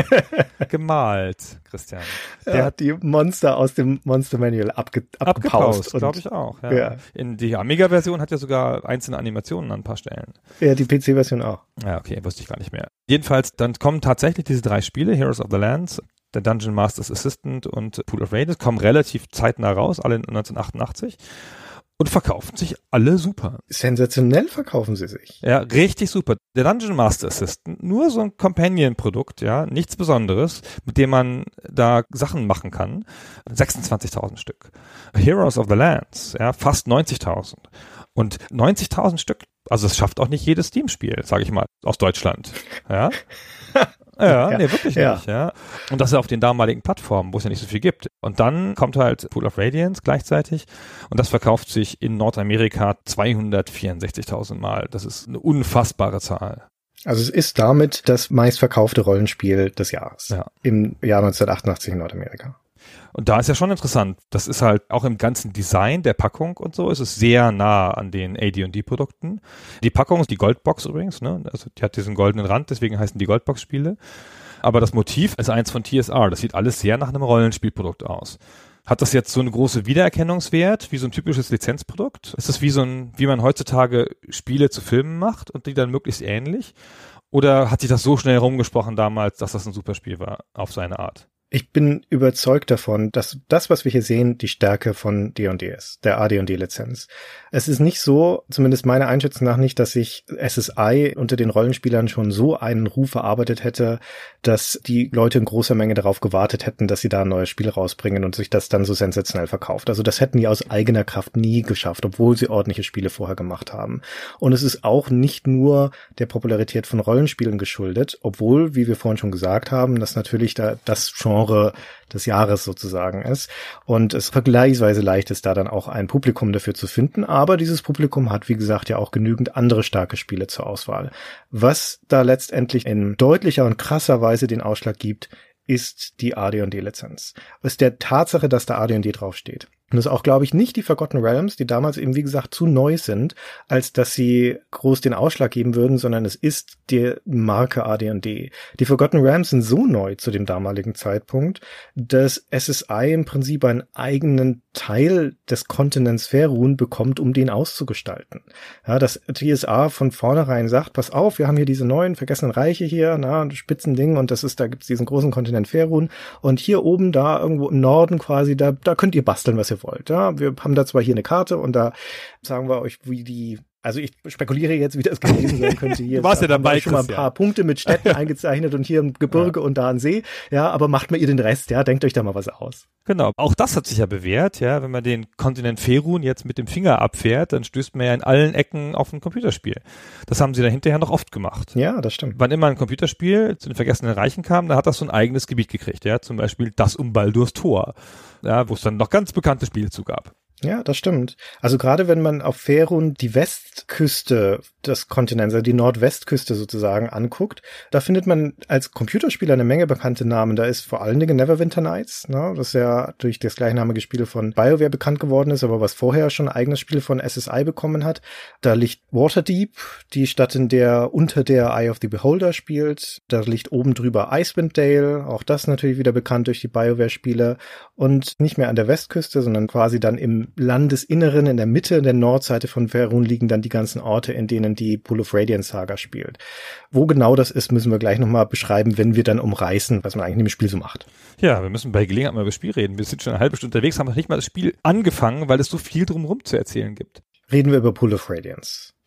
Gemalt, Christian. Der hat die Monster aus dem Monster Manual abgepaust. Glaube ich auch. Ja. Ja. In die Amiga-Version hat ja sogar einzelne Animationen an ein paar Stellen. Ja, die PC-Version auch. Ja, okay, wusste ich gar nicht mehr. Jedenfalls, dann kommen tatsächlich diese 3 Spiele, Heroes of the Lands, der Dungeon Master's Assistant und Pool of Radiance, kommen relativ zeitnah raus, alle 1988. Und verkaufen sich alle super. Sensationell verkaufen sie sich. Ja, richtig super. Der Dungeon Master Assistant, nur so ein Companion-Produkt, ja, nichts Besonderes, mit dem man da Sachen machen kann. 26.000 Stück. Heroes of the Lands, ja, fast 90.000. Und 90.000 Stück, also das schafft auch nicht jedes Steam-Spiel, sage ich mal, aus Deutschland. Ja. Ja, nee, wirklich nicht, ja. Und das ist auf den damaligen Plattformen, wo es ja nicht so viel gibt. Und dann kommt halt Pool of Radiance gleichzeitig und das verkauft sich in Nordamerika 264.000 Mal. Das ist eine unfassbare Zahl. Also es ist damit das meistverkaufte Rollenspiel des Jahres. Ja. Im Jahr 1988 in Nordamerika. Und da ist ja schon interessant, das ist halt auch im ganzen Design der Packung und so, ist es sehr nah an den AD&D-Produkten. Die Packung ist die Goldbox übrigens, ne? Also die hat diesen goldenen Rand, deswegen heißen die Goldbox-Spiele. Aber das Motiv ist eins von TSR, das sieht alles sehr nach einem Rollenspielprodukt aus. Hat das jetzt so eine große Wiedererkennungswert, wie so ein typisches Lizenzprodukt? Ist das wie man heutzutage Spiele zu Filmen macht und die dann möglichst ähnlich? Oder hat sich das so schnell rumgesprochen damals, dass das ein super Spiel war, auf seine Art? Ich bin überzeugt davon, dass das, was wir hier sehen, die Stärke von D&D ist, der AD&D-Lizenz. Es ist nicht so, zumindest meiner Einschätzung nach nicht, dass sich SSI unter den Rollenspielern schon so einen Ruf erarbeitet hätte, dass die Leute in großer Menge darauf gewartet hätten, dass sie da ein neues Spiel rausbringen und sich das dann so sensationell verkauft. Also das hätten die aus eigener Kraft nie geschafft, obwohl sie ordentliche Spiele vorher gemacht haben. Und es ist auch nicht nur der Popularität von Rollenspielen geschuldet, obwohl, wie wir vorhin schon gesagt haben, dass natürlich da das Genre des Jahres sozusagen ist und es vergleichsweise leicht ist, da dann auch ein Publikum dafür zu finden, aber dieses Publikum hat, wie gesagt, ja auch genügend andere starke Spiele zur Auswahl. Was da letztendlich in deutlicher und krasser Weise den Ausschlag gibt, ist die AD&D-Lizenz. Ist der Tatsache, dass da AD&D draufsteht. Und das ist auch, glaube ich, nicht die Forgotten Realms, die damals eben, wie gesagt, zu neu sind, als dass sie groß den Ausschlag geben würden, sondern es ist die Marke AD&D. Die Forgotten Realms sind so neu zu dem damaligen Zeitpunkt, dass SSI im Prinzip einen eigenen Teil des Kontinents Faerûn bekommt, um den auszugestalten. Ja, dass TSA von vornherein sagt, pass auf, wir haben hier diese neuen vergessenen Reiche hier, Spitzending, und da gibt's diesen großen Kontinent Faerûn, und hier oben, da irgendwo im Norden quasi, da könnt ihr basteln, was ihr wollt. Ja, wir haben da zwar hier eine Karte und da sagen wir euch, also ich spekuliere jetzt, wie das gewesen sein könnte. Hier du warst ja dabei, schon mal ein paar Punkte mit Städten eingezeichnet und hier ein Gebirge und da ein See. Ja, aber macht mal ihr den Rest, ja, denkt euch da mal was aus. Genau, auch das hat sich ja bewährt, ja, wenn man den Kontinent Faerûn jetzt mit dem Finger abfährt, dann stößt man ja in allen Ecken auf ein Computerspiel. Das haben sie dann hinterher noch oft gemacht. Ja, das stimmt. Wann immer ein Computerspiel zu den vergessenen Reichen kam, da hat das so ein eigenes Gebiet gekriegt, ja, zum Beispiel das Baldur's Tor, ja, wo es dann noch ganz bekannte Spiele zu gab. Ja, das stimmt. Also gerade wenn man auf Faerûn die Westküste des Kontinents, also die Nordwestküste sozusagen anguckt, da findet man als Computerspieler eine Menge bekannte Namen. Da ist vor allen Dingen Neverwinter Nights, ne, das ja durch das gleichnamige Spiel von BioWare bekannt geworden ist, aber was vorher schon ein eigenes Spiel von SSI bekommen hat. Da liegt Waterdeep, die Stadt, in der unter der Eye of the Beholder spielt. Da liegt oben drüber Icewind Dale, auch das natürlich wieder bekannt durch die BioWare-Spiele. Und nicht mehr an der Westküste, sondern quasi dann im Landesinneren, in der Mitte der Nordseite von Faerûn liegen dann die ganzen Orte, in denen die Pool of Radiance Saga spielt. Wo genau das ist, müssen wir gleich nochmal beschreiben, wenn wir dann umreißen, was man eigentlich in dem Spiel so macht. Ja, wir müssen bei Gelegenheit mal über das Spiel reden. Wir sind schon eine halbe Stunde unterwegs, haben noch nicht mal das Spiel angefangen, weil es so viel drumherum zu erzählen gibt. Reden wir über Pool of Radiance.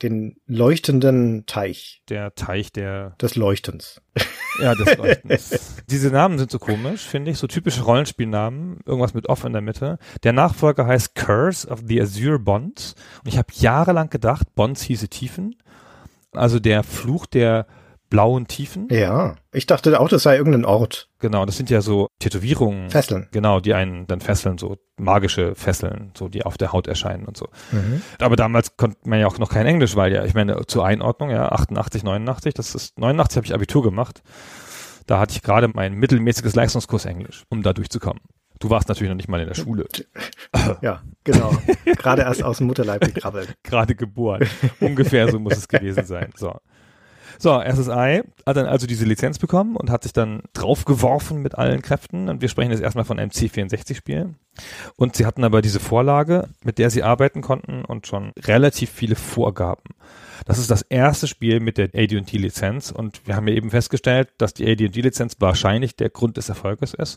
den leuchtenden Teich. Der Teich des Leuchtens. Ja, des Leuchtens. Diese Namen sind so komisch, finde ich, so typische Rollenspielnamen, irgendwas mit Off in der Mitte. Der Nachfolger heißt Curse of the Azure Bonds und ich habe jahrelang gedacht, Bonds hieße Tiefen, also der Fluch der blauen Tiefen. Ja, ich dachte auch, das sei irgendein Ort. Genau, das sind ja so Tätowierungen. Fesseln. Genau, die einen dann fesseln, so magische Fesseln, so die auf der Haut erscheinen und so. Mhm. Aber damals konnte man ja auch noch kein Englisch, weil ja, ich meine, zur Einordnung, ja, 88, 89, 89 habe ich Abitur gemacht. Da hatte ich gerade mein mittelmäßiges Leistungskurs Englisch, um da durchzukommen. Du warst natürlich noch nicht mal in der Schule. Ja, genau. Gerade erst aus dem Mutterleib gekrabbelt. Gerade geboren. Ungefähr so muss es gewesen sein. So, SSI hat dann also diese Lizenz bekommen und hat sich dann draufgeworfen mit allen Kräften. Und wir sprechen jetzt erstmal von einem C64-Spiel. Und sie hatten aber diese Vorlage, mit der sie arbeiten konnten und schon relativ viele Vorgaben. Das ist das erste Spiel mit der AD&D-Lizenz und wir haben ja eben festgestellt, dass die AD&D-Lizenz wahrscheinlich der Grund des Erfolges ist.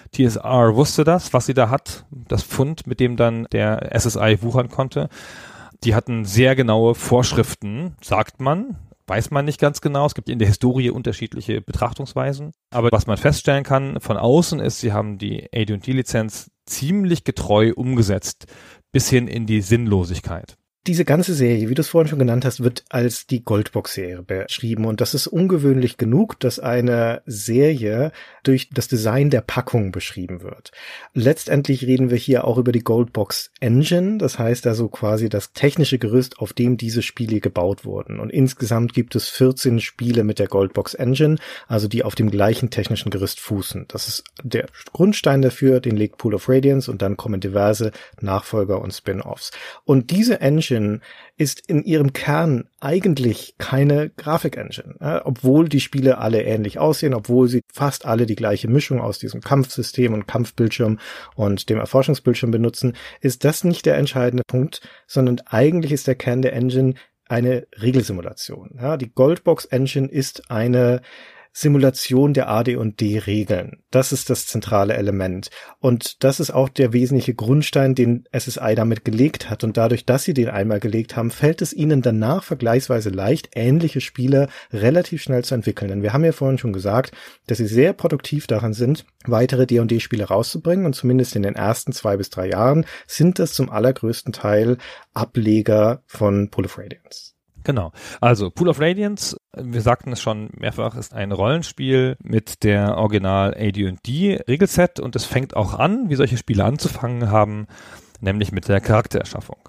TSR wusste das, was sie da hat, das Pfund, mit dem dann der SSI wuchern konnte. Die hatten sehr genaue Vorschriften, sagt man. Weiß man nicht ganz genau. Es gibt in der Historie unterschiedliche Betrachtungsweisen. Aber was man feststellen kann von außen ist, sie haben die AD&D-Lizenz ziemlich getreu umgesetzt, bis hin in die Sinnlosigkeit. Diese ganze Serie, wie du es vorhin schon genannt hast, wird als die Goldbox-Serie beschrieben. Und das ist ungewöhnlich genug, dass eine Serie durch das Design der Packung beschrieben wird. Letztendlich reden wir hier auch über die Goldbox Engine. Das heißt also quasi das technische Gerüst, auf dem diese Spiele gebaut wurden. Und insgesamt gibt es 14 Spiele mit der Goldbox Engine, also die auf dem gleichen technischen Gerüst fußen. Das ist der Grundstein dafür, den legt Pool of Radiance und dann kommen diverse Nachfolger und Spin-offs. Und diese Engine ist in ihrem Kern eigentlich keine Grafik-Engine. Ja, obwohl die Spiele alle ähnlich aussehen, obwohl sie fast alle die gleiche Mischung aus diesem Kampfsystem und Kampfbildschirm und dem Erforschungsbildschirm benutzen, ist das nicht der entscheidende Punkt, sondern eigentlich ist der Kern der Engine eine Regelsimulation. Ja, die Goldbox Engine ist eine Simulation der AD&D-Regeln. Das ist das zentrale Element. Und das ist auch der wesentliche Grundstein, den SSI damit gelegt hat. Und dadurch, dass sie den einmal gelegt haben, fällt es ihnen danach vergleichsweise leicht, ähnliche Spiele relativ schnell zu entwickeln. Denn wir haben ja vorhin schon gesagt, dass sie sehr produktiv daran sind, weitere D&D-Spiele rauszubringen. Und zumindest in den ersten 2 bis 3 Jahren sind das zum allergrößten Teil Ableger von Pool of Radiance. Genau. Also Pool of Radiance, wir sagten es schon mehrfach, ist ein Rollenspiel mit der Original AD&D-Regelset und es fängt auch an, wie solche Spiele anzufangen haben, nämlich mit der Charaktererschaffung.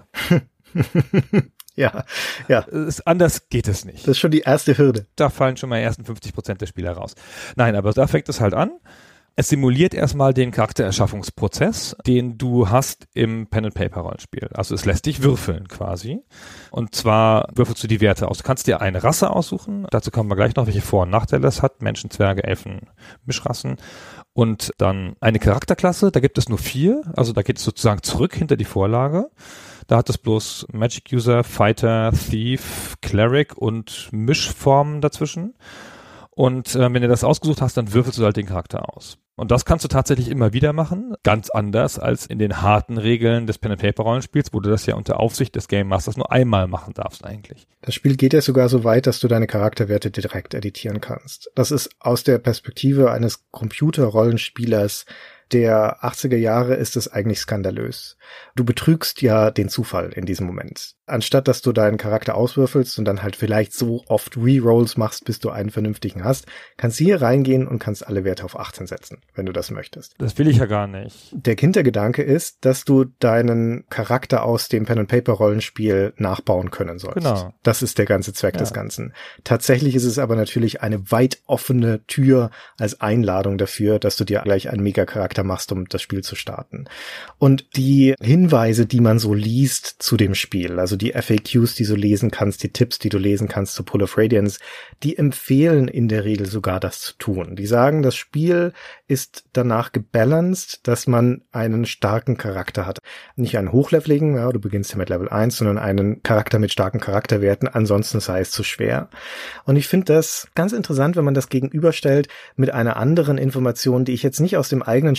Ja. Anders geht es nicht. Das ist schon die erste Hürde. Da fallen schon mal die ersten 50% der Spieler raus. Nein, aber da fängt es halt an. Es simuliert erstmal den Charaktererschaffungsprozess, den du hast im Pen-and-Paper-Rollenspiel. Also es lässt dich würfeln quasi. Und zwar würfelst du die Werte aus. Du kannst dir eine Rasse aussuchen. Dazu kommen wir gleich noch, welche Vor- und Nachteile es hat. Menschen, Zwerge, Elfen, Mischrassen. Und dann eine Charakterklasse. Da gibt es nur 4. Also da geht es sozusagen zurück hinter die Vorlage. Da hat es bloß Magic User, Fighter, Thief, Cleric und Mischformen dazwischen. Und wenn du das ausgesucht hast, dann würfelst du halt den Charakter aus. Und das kannst du tatsächlich immer wieder machen, ganz anders als in den harten Regeln des Pen-and-Paper-Rollenspiels, wo du das ja unter Aufsicht des Game Masters nur einmal machen darfst eigentlich. Das Spiel geht ja sogar so weit, dass du deine Charakterwerte direkt editieren kannst. Das ist aus der Perspektive eines Computerrollenspielers der 80er Jahre ist es eigentlich skandalös. Du betrügst ja den Zufall in diesem Moment. Anstatt, dass du deinen Charakter auswürfelst und dann halt vielleicht so oft Rerolls machst, bis du einen vernünftigen hast, kannst du hier reingehen und kannst alle Werte auf 18 setzen, wenn du das möchtest. Das will ich ja gar nicht. Der Hintergedanke ist, dass du deinen Charakter aus dem Pen-and-Paper-Rollenspiel nachbauen können sollst. Genau. Das ist der ganze Zweck des Ganzen. Tatsächlich ist es aber natürlich eine weit offene Tür als Einladung dafür, dass du dir gleich einen Mega-Charakter machst, um das Spiel zu starten. Und die Hinweise, die man so liest zu dem Spiel, also die FAQs, die du lesen kannst, die Tipps, die du lesen kannst zu Pool of Radiance, die empfehlen in der Regel sogar das zu tun. Die sagen, das Spiel ist danach gebalanced, dass man einen starken Charakter hat. Nicht einen hochleveligen, ja, du beginnst ja mit Level 1, sondern einen Charakter mit starken Charakterwerten, ansonsten sei es zu schwer. Und ich finde das ganz interessant, wenn man das gegenüberstellt mit einer anderen Information, die ich jetzt nicht aus dem eigenen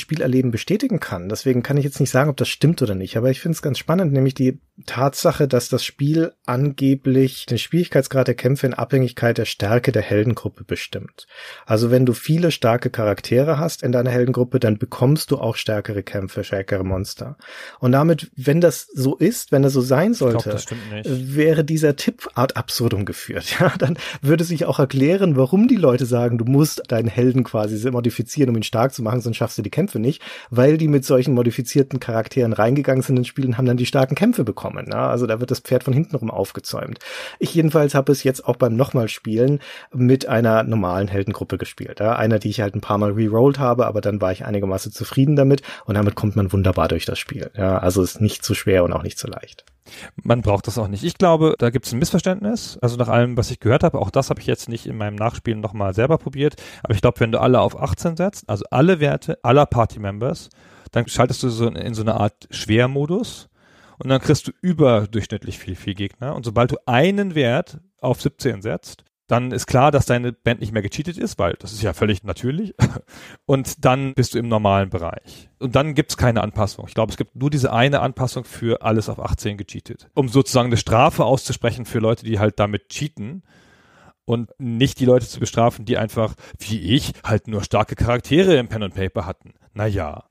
Spielerleben bestätigen kann. Deswegen kann ich jetzt nicht sagen, ob das stimmt oder nicht, aber ich finde es ganz spannend, nämlich die Tatsache, dass das Spiel angeblich den Schwierigkeitsgrad der Kämpfe in Abhängigkeit der Stärke der Heldengruppe bestimmt. Also wenn du viele starke Charaktere hast in deiner Heldengruppe, dann bekommst du auch stärkere Kämpfe, stärkere Monster. Und damit, wenn das so ist, wenn das so sein sollte, wäre dieser Tipp ad absurdum geführt. Ja, dann würde sich auch erklären, warum die Leute sagen, du musst deinen Helden quasi modifizieren, um ihn stark zu machen, sonst schaffst du die Kämpfe nicht, weil die mit solchen modifizierten Charakteren reingegangen sind ins Spiel und haben dann die starken Kämpfe bekommen. Ja, also da wird das Pferd von hinten rum aufgezäumt. Ich jedenfalls habe es jetzt auch beim nochmal Spielen mit einer normalen Heldengruppe gespielt. Ja, einer, die ich halt ein paar Mal rerollt habe, aber dann war ich einigermaßen zufrieden damit und damit kommt man wunderbar durch das Spiel. Ja, also ist nicht zu schwer und auch nicht zu leicht. Man braucht das auch nicht. Ich glaube, da gibt es ein Missverständnis. Also nach allem, was ich gehört habe, auch das habe ich jetzt nicht in meinem Nachspielen nochmal selber probiert. Aber ich glaube, wenn du alle auf 18 setzt, also alle Werte aller Party-Members, dann schaltest du so in so eine Art Schwermodus und dann kriegst du überdurchschnittlich viel Gegner. Und sobald du einen Wert auf 17 setzt, dann ist klar, dass deine Band nicht mehr gecheatet ist, weil das ist ja völlig natürlich. Und dann bist du im normalen Bereich. Und dann gibt's keine Anpassung. Ich glaube, es gibt nur diese eine Anpassung für alles auf 18 gecheatet. Um sozusagen eine Strafe auszusprechen für Leute, die halt damit cheaten. Und nicht die Leute zu bestrafen, die einfach, wie ich, halt nur starke Charaktere im Pen and Paper hatten. Naja.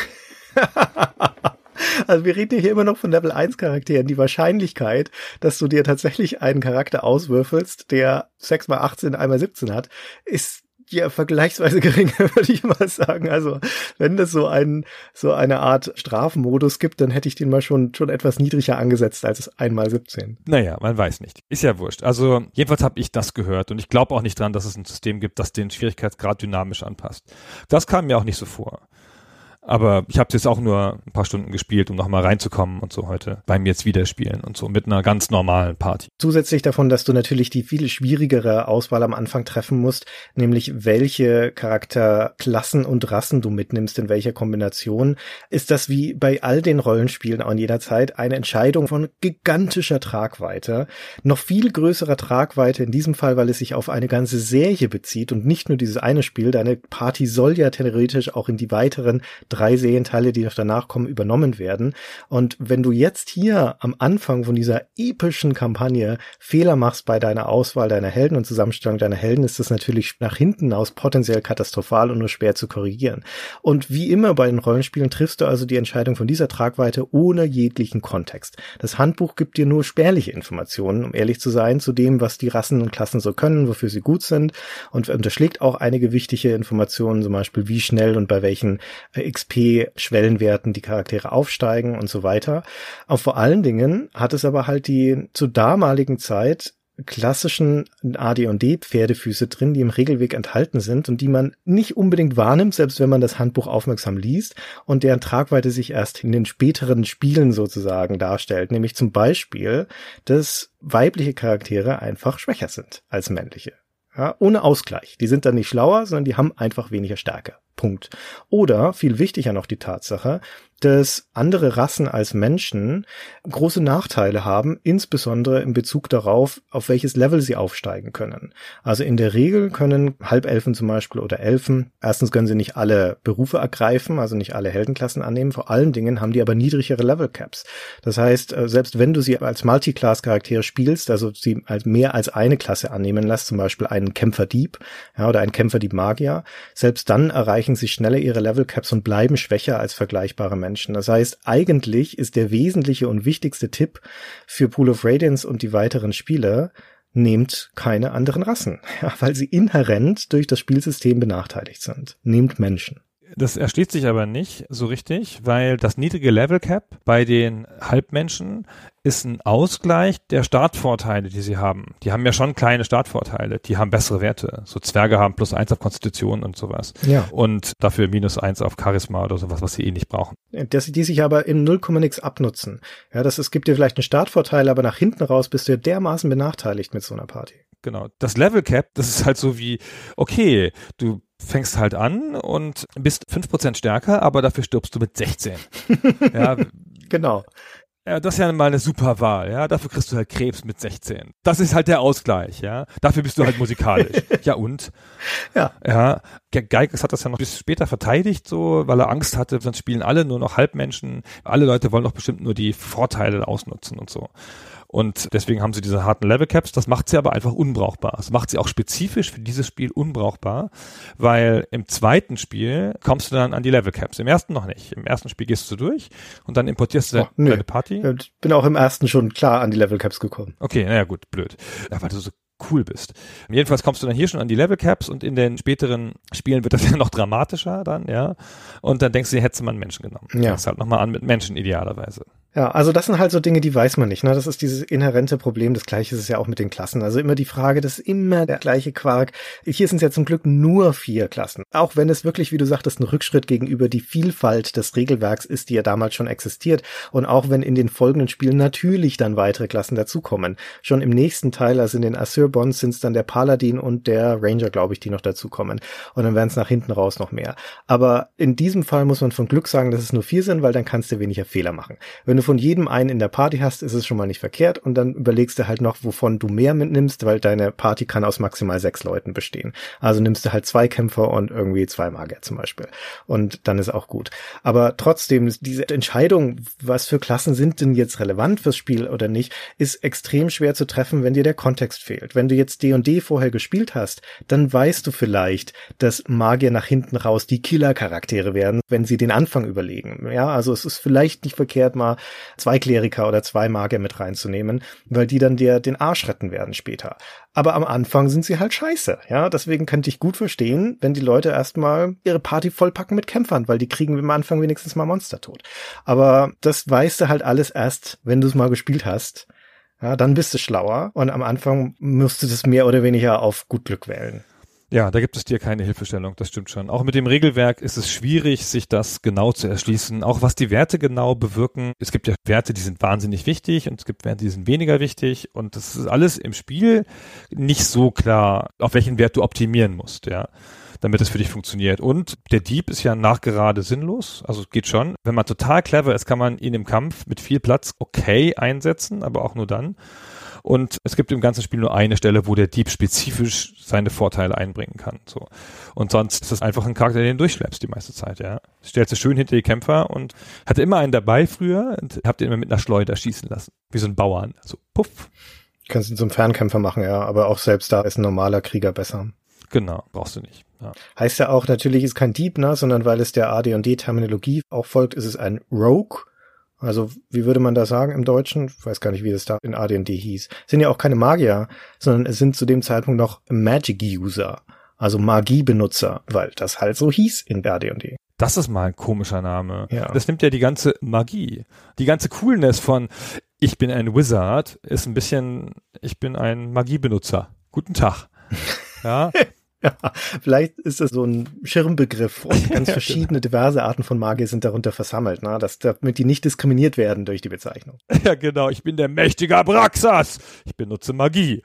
Also wir reden hier immer noch von Level 1 Charakteren. Die Wahrscheinlichkeit, dass du dir tatsächlich einen Charakter auswürfelst, der 6x18, 1x17 hat, ist ja vergleichsweise gering, würde ich mal sagen. Also wenn es so eine Art Strafmodus gibt, dann hätte ich den mal schon etwas niedriger angesetzt als 1x17. Naja, man weiß nicht. Ist ja wurscht. Also jedenfalls habe ich das gehört und ich glaube auch nicht dran, dass es ein System gibt, das den Schwierigkeitsgrad dynamisch anpasst. Das kam mir auch nicht so vor. Aber ich habe es jetzt auch nur ein paar Stunden gespielt, um nochmal reinzukommen und so heute beim jetzt wieder spielen und so mit einer ganz normalen Party. Zusätzlich davon, dass du natürlich die viel schwierigere Auswahl am Anfang treffen musst, nämlich welche Charakterklassen und Rassen du mitnimmst, in welcher Kombination, ist das wie bei all den Rollenspielen auch in jeder Zeit eine Entscheidung von gigantischer Tragweite, noch viel größerer Tragweite in diesem Fall, weil es sich auf eine ganze Serie bezieht und nicht nur dieses eine Spiel. Deine Party soll ja theoretisch auch in die weiteren 3 Serienteile, die noch danach kommen, übernommen werden. Und wenn du jetzt hier am Anfang von dieser epischen Kampagne Fehler machst bei deiner Auswahl deiner Helden und Zusammenstellung deiner Helden, ist das natürlich nach hinten aus potenziell katastrophal und nur schwer zu korrigieren. Und wie immer bei den Rollenspielen triffst du also die Entscheidung von dieser Tragweite ohne jeglichen Kontext. Das Handbuch gibt dir nur spärliche Informationen, um ehrlich zu sein, zu dem, was die Rassen und Klassen so können, wofür sie gut und unterschlägt auch einige wichtige Informationen, zum Beispiel wie schnell und bei welchen XP-Schwellenwerten die Charaktere aufsteigen und so weiter. Auch vor allen Dingen hat es aber halt die zur damaligen Zeit klassischen AD&D-Pferdefüße drin, die im Regelweg enthalten sind und die man nicht unbedingt wahrnimmt, selbst wenn man das Handbuch aufmerksam liest und deren Tragweite sich erst in den späteren Spielen sozusagen darstellt, nämlich zum Beispiel, dass weibliche Charaktere einfach schwächer sind als männliche. Ja, ohne Ausgleich. Die sind dann nicht schlauer, sondern die haben einfach weniger Stärke. Punkt. Oder, viel wichtiger noch die Tatsache, dass andere Rassen als Menschen große Nachteile haben, insbesondere in Bezug darauf, auf welches Level sie aufsteigen können. Also in der Regel können Halbelfen zum Beispiel oder Elfen, erstens können sie nicht alle Berufe ergreifen, also nicht alle Heldenklassen annehmen, vor allen Dingen haben die aber niedrigere Level-Caps. Das heißt, selbst wenn du sie als Multiclass-Charaktere spielst, also sie als mehr als eine Klasse annehmen lässt, zum Beispiel einen Kämpfer-Dieb, ja, oder einen Kämpfer-Dieb-Magier, selbst dann erreichen sie schneller ihre Level-Caps und bleiben schwächer als vergleichbare Menschen. Das heißt, eigentlich ist der wesentliche und wichtigste Tipp für Pool of Radiance und die weiteren Spiele, nehmt keine anderen Rassen, ja, weil sie inhärent durch das Spielsystem benachteiligt sind. Nehmt Menschen. Das erschließt sich aber nicht so richtig, weil das niedrige Level Cap bei den Halbmenschen ist ein Ausgleich der Startvorteile, die sie haben. Die haben ja schon kleine Startvorteile, die haben bessere Werte. So Zwerge haben +1 auf Konstitution und sowas. Ja. Und dafür -1 auf Charisma oder sowas, was sie eh nicht brauchen. Die sich aber in 0,nix abnutzen. Ja, es gibt dir vielleicht einen Startvorteil, aber nach hinten raus bist du ja dermaßen benachteiligt mit so einer Party. Genau. Das Level Cap, das ist halt so wie, okay, du fängst halt an und bist 5% stärker, aber dafür stirbst du mit 16. Ja, genau. Ja, das ist ja mal eine super Wahl, ja. Dafür kriegst du halt Krebs mit 16. Das ist halt der Ausgleich, ja. Dafür bist du halt musikalisch. Ja, und? Ja. Ja. Gygax hat das ja noch bis später verteidigt, so, weil er Angst hatte, sonst spielen alle nur noch Halbmenschen. Alle Leute wollen doch bestimmt nur die Vorteile ausnutzen und so. Und deswegen haben sie diese harten Level-Caps. Das macht sie aber einfach unbrauchbar. Das macht sie auch spezifisch für dieses Spiel unbrauchbar, weil im zweiten Spiel kommst du dann an die Level-Caps. Im ersten noch nicht. Im ersten Spiel gehst du durch und dann importierst du deine Party. Ich bin auch im ersten schon klar an die Level-Caps gekommen. Okay, naja gut, blöd. Ja, weil du so cool bist. Jedenfalls kommst du dann hier schon an die Level-Caps und in den späteren Spielen wird das ja noch dramatischer dann, ja. Und dann denkst du, hättest du mal einen Menschen genommen. Ja. Fängst halt nochmal an mit Menschen idealerweise. Ja, also das sind halt so Dinge, die weiß man nicht, ne? Das ist dieses inhärente Problem. Das Gleiche ist es ja auch mit den Klassen. Also immer die Frage, das ist immer der gleiche Quark. Hier sind es ja zum Glück nur 4 Klassen. Auch wenn es wirklich, wie du sagtest, ein Rückschritt gegenüber die Vielfalt des Regelwerks ist, die ja damals schon existiert. Und auch wenn in den folgenden Spielen natürlich dann weitere Klassen dazukommen. Schon im nächsten Teil, also in den Assurbons, sind es dann der Paladin und der Ranger, glaube ich, die noch dazukommen. Und dann werden es nach hinten raus noch mehr. Aber in diesem Fall muss man von Glück sagen, dass es nur 4 sind, weil dann kannst du weniger Fehler machen. Wenn du von jedem einen in der Party hast, ist es schon mal nicht verkehrt und dann überlegst du halt noch, wovon du mehr mitnimmst, weil deine Party kann aus maximal 6 Leuten bestehen. Also nimmst du halt 2 Kämpfer und irgendwie 2 Magier zum Beispiel und dann ist auch gut. Aber trotzdem, diese Entscheidung, was für Klassen sind denn jetzt relevant fürs Spiel oder nicht, ist extrem schwer zu treffen, wenn dir der Kontext fehlt. Wenn du jetzt D&D vorher gespielt hast, dann weißt du vielleicht, dass Magier nach hinten raus die Killer-Charaktere werden, wenn sie den Anfang überlegen. Ja, also es ist vielleicht nicht verkehrt, mal 2 Kleriker oder 2 Magier mit reinzunehmen, weil die dann dir den Arsch retten werden später. Aber am Anfang sind sie halt scheiße, ja, deswegen könnte ich gut verstehen, wenn die Leute erstmal ihre Party vollpacken mit Kämpfern, weil die kriegen am Anfang wenigstens mal Monster tot. Aber das weißt du halt alles erst, wenn du es mal gespielt hast. Ja, dann bist du schlauer und am Anfang musst du das mehr oder weniger auf gut Glück wählen. Ja, da gibt es dir keine Hilfestellung, das stimmt schon. Auch mit dem Regelwerk ist es schwierig, sich das genau zu erschließen, auch was die Werte genau bewirken. Es gibt ja Werte, die sind wahnsinnig wichtig und es gibt Werte, die sind weniger wichtig und das ist alles im Spiel nicht so klar, auf welchen Wert du optimieren musst, ja, damit es für dich funktioniert. Und der Dieb ist ja nachgerade sinnlos, also geht schon. Wenn man total clever ist, kann man ihn im Kampf mit viel Platz okay einsetzen, aber auch nur dann. Und es gibt im ganzen Spiel nur eine Stelle, wo der Dieb spezifisch seine Vorteile einbringen kann. So. Und sonst ist das einfach ein Charakter, den du durchschleppst die meiste Zeit, ja. Stellst du schön hinter die Kämpfer und hatte immer einen dabei früher und habt den immer mit einer Schleuder schießen lassen. Wie so ein Bauern. So, puff. Kannst ihn zum Fernkämpfer machen, ja, aber auch selbst da ist ein normaler Krieger besser. Genau, brauchst du nicht. Ja. Heißt ja auch, natürlich ist kein Dieb, ne, sondern weil es der AD&D-Terminologie auch folgt, ist es ein Rogue. Also, wie würde man das sagen im Deutschen? Ich weiß gar nicht, wie das da in AD&D hieß. Es sind ja auch keine Magier, sondern es sind zu dem Zeitpunkt noch Magic-User, also Magiebenutzer, weil das halt so hieß in AD&D. Das ist mal ein komischer Name. Ja. Das nimmt ja die ganze Magie. Die ganze Coolness von ich bin ein Wizard ist ein bisschen ich bin ein Magiebenutzer. Guten Tag. Ja. Ja, vielleicht ist das so ein Schirmbegriff und ganz verschiedene, diverse Arten von Magier sind darunter versammelt, ne? Damit die nicht diskriminiert werden durch die Bezeichnung. Ja, genau. Ich bin der mächtige Abraxas. Ich benutze Magie.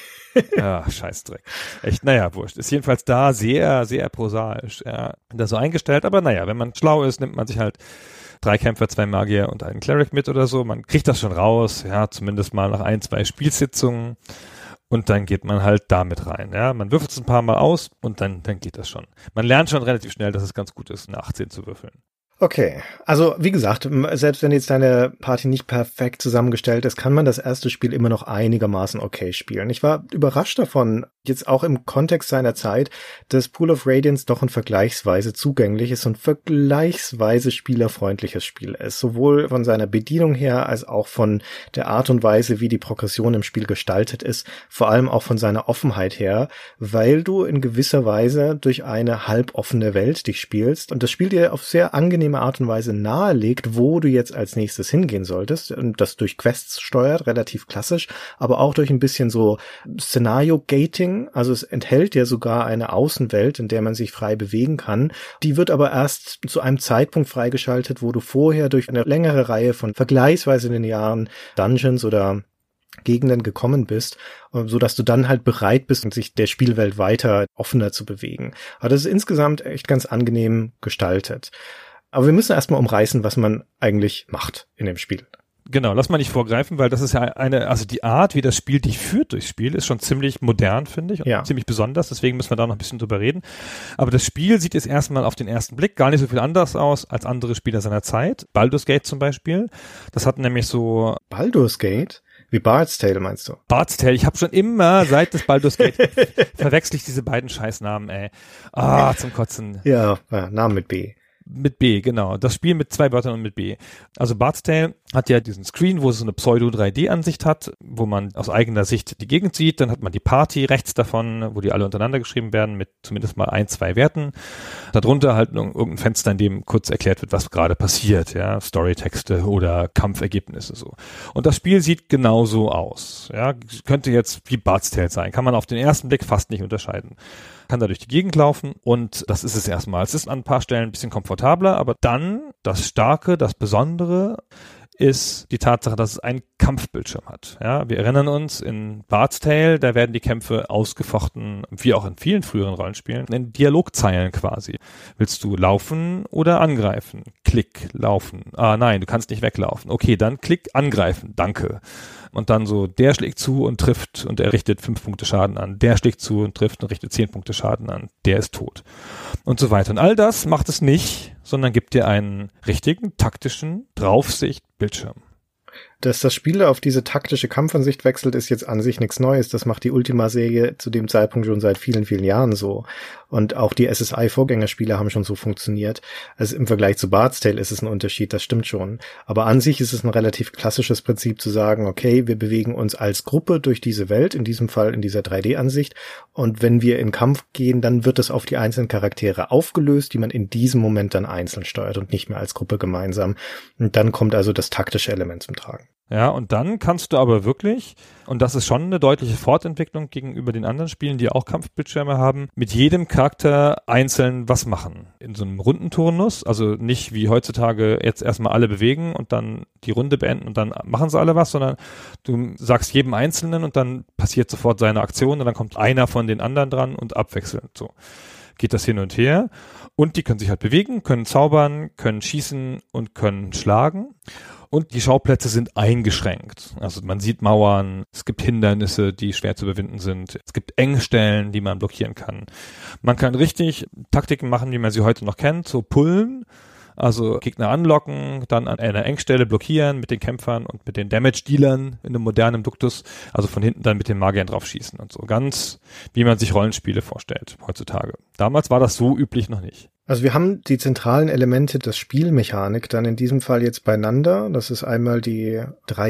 Ja, Scheißdreck. Echt, naja, wurscht. Ist jedenfalls da sehr, sehr prosaisch. Ja, da so eingestellt. Aber naja, wenn man schlau ist, nimmt man sich halt 3 Kämpfer, 2 Magier und einen Cleric mit oder so. Man kriegt das schon raus. Ja, zumindest mal nach 1, 2 Spielsitzungen. Und dann geht man halt damit rein, ja. Man würfelt es ein paar Mal aus und dann geht das schon. Man lernt schon relativ schnell, dass es ganz gut ist, eine 18 zu würfeln. Okay, also wie gesagt, selbst wenn jetzt deine Party nicht perfekt zusammengestellt ist, kann man das erste Spiel immer noch einigermaßen okay spielen. Ich war überrascht davon, jetzt auch im Kontext seiner Zeit, dass Pool of Radiance doch ein vergleichsweise zugängliches und vergleichsweise spielerfreundliches Spiel ist. Sowohl von seiner Bedienung her, als auch von der Art und Weise, wie die Progression im Spiel gestaltet ist. Vor allem auch von seiner Offenheit her, weil du in gewisser Weise durch eine halboffene Welt dich spielst. Und das Spiel dir auf sehr angenehme Art und Weise nahelegt, wo du jetzt als nächstes hingehen solltest. Und das durch Quests steuert, relativ klassisch, aber auch durch ein bisschen so Szenario-Gating. Also es enthält ja sogar eine Außenwelt, in der man sich frei bewegen kann. Die wird aber erst zu einem Zeitpunkt freigeschaltet, wo du vorher durch eine längere Reihe von vergleichsweise linearen Dungeons oder Gegenden gekommen bist, so dass du dann halt bereit bist, sich der Spielwelt weiter offener zu bewegen. Aber das ist insgesamt echt ganz angenehm gestaltet. Aber wir müssen erstmal umreißen, was man eigentlich macht in dem Spiel. Genau, lass mal nicht vorgreifen, weil das ist ja also die Art, wie das Spiel dich führt durchs Spiel, ist schon ziemlich modern, finde ich, und ziemlich besonders, deswegen müssen wir da noch ein bisschen drüber reden. Aber das Spiel sieht jetzt erstmal auf den ersten Blick gar nicht so viel anders aus als andere Spiele seiner Zeit. Baldur's Gate zum Beispiel, das hat nämlich so... Baldur's Gate? Wie Bard's Tale meinst du? Bard's Tale, ich habe schon immer, seit des Baldur's Gate, verwechsel ich diese beiden Scheißnamen, ey. Zum Kotzen. Ja, Namen mit B. Mit B, genau. Das Spiel mit 2 Wörtern und mit B. Also Bard's Tale hat ja diesen Screen, wo es so eine Pseudo-3D-Ansicht hat, wo man aus eigener Sicht die Gegend sieht. Dann hat man die Party rechts davon, wo die alle untereinander geschrieben werden mit zumindest mal 1, 2 Werten. Darunter halt irgendein Fenster, in dem kurz erklärt wird, was gerade passiert. Ja, Storytexte oder Kampfergebnisse so. Und das Spiel sieht genauso aus. Ja, könnte jetzt wie Bard's Tale sein. Kann man auf den ersten Blick fast nicht unterscheiden. Kann da durch die Gegend laufen und das ist es erstmal. Es ist an ein paar Stellen ein bisschen komfortabler, aber dann das Starke, das Besondere ist die Tatsache, dass es einen Kampfbildschirm hat. Ja, wir erinnern uns, in Bard's Tale, da werden die Kämpfe ausgefochten, wie auch in vielen früheren Rollenspielen, in Dialogzeilen quasi. Willst du laufen oder angreifen? Klick, laufen. Nein, du kannst nicht weglaufen. Okay, dann Klick, angreifen. Danke. Und dann so, der schlägt zu und trifft und er richtet 5 Punkte Schaden an. Der schlägt zu und trifft und richtet 10 Punkte Schaden an. Der ist tot. Und so weiter. Und all das macht es nicht, sondern gibt dir einen richtigen, taktischen Draufsicht-Bildschirm. Dass das Spiel auf diese taktische Kampfansicht wechselt, ist jetzt an sich nichts Neues. Das macht die Ultima-Serie zu dem Zeitpunkt schon seit vielen, vielen Jahren so. Und auch die SSI-Vorgängerspiele haben schon so funktioniert. Also im Vergleich zu Bard's Tale ist es ein Unterschied, das stimmt schon. Aber an sich ist es ein relativ klassisches Prinzip zu sagen, okay, wir bewegen uns als Gruppe durch diese Welt, in diesem Fall in dieser 3D-Ansicht. Und wenn wir in Kampf gehen, dann wird das auf die einzelnen Charaktere aufgelöst, die man in diesem Moment dann einzeln steuert und nicht mehr als Gruppe gemeinsam. Und dann kommt also das taktische Element zum Tragen. Ja, und dann kannst du aber wirklich, und das ist schon eine deutliche Fortentwicklung gegenüber den anderen Spielen, die auch Kampfbildschirme haben, mit jedem Charakter einzeln was machen. In so einem Rundenturnus, also nicht wie heutzutage jetzt erstmal alle bewegen und dann die Runde beenden und dann machen sie alle was, sondern du sagst jedem Einzelnen und dann passiert sofort seine Aktion und dann kommt einer von den anderen dran und abwechselnd so. Geht das hin und her und die können sich halt bewegen, können zaubern, können schießen und können schlagen. Und die Schauplätze sind eingeschränkt. Also man sieht Mauern, es gibt Hindernisse, die schwer zu überwinden sind. Es gibt Engstellen, die man blockieren kann. Man kann richtig Taktiken machen, wie man sie heute noch kennt, so pullen. Also Gegner anlocken, dann an einer Engstelle blockieren mit den Kämpfern und mit den Damage-Dealern in einem modernen Duktus. Also von hinten dann mit den Magiern draufschießen und so. Ganz wie man sich Rollenspiele vorstellt heutzutage. Damals war das so üblich noch nicht. Also wir haben die zentralen Elemente der Spielmechanik dann in diesem Fall jetzt beieinander. Das ist einmal die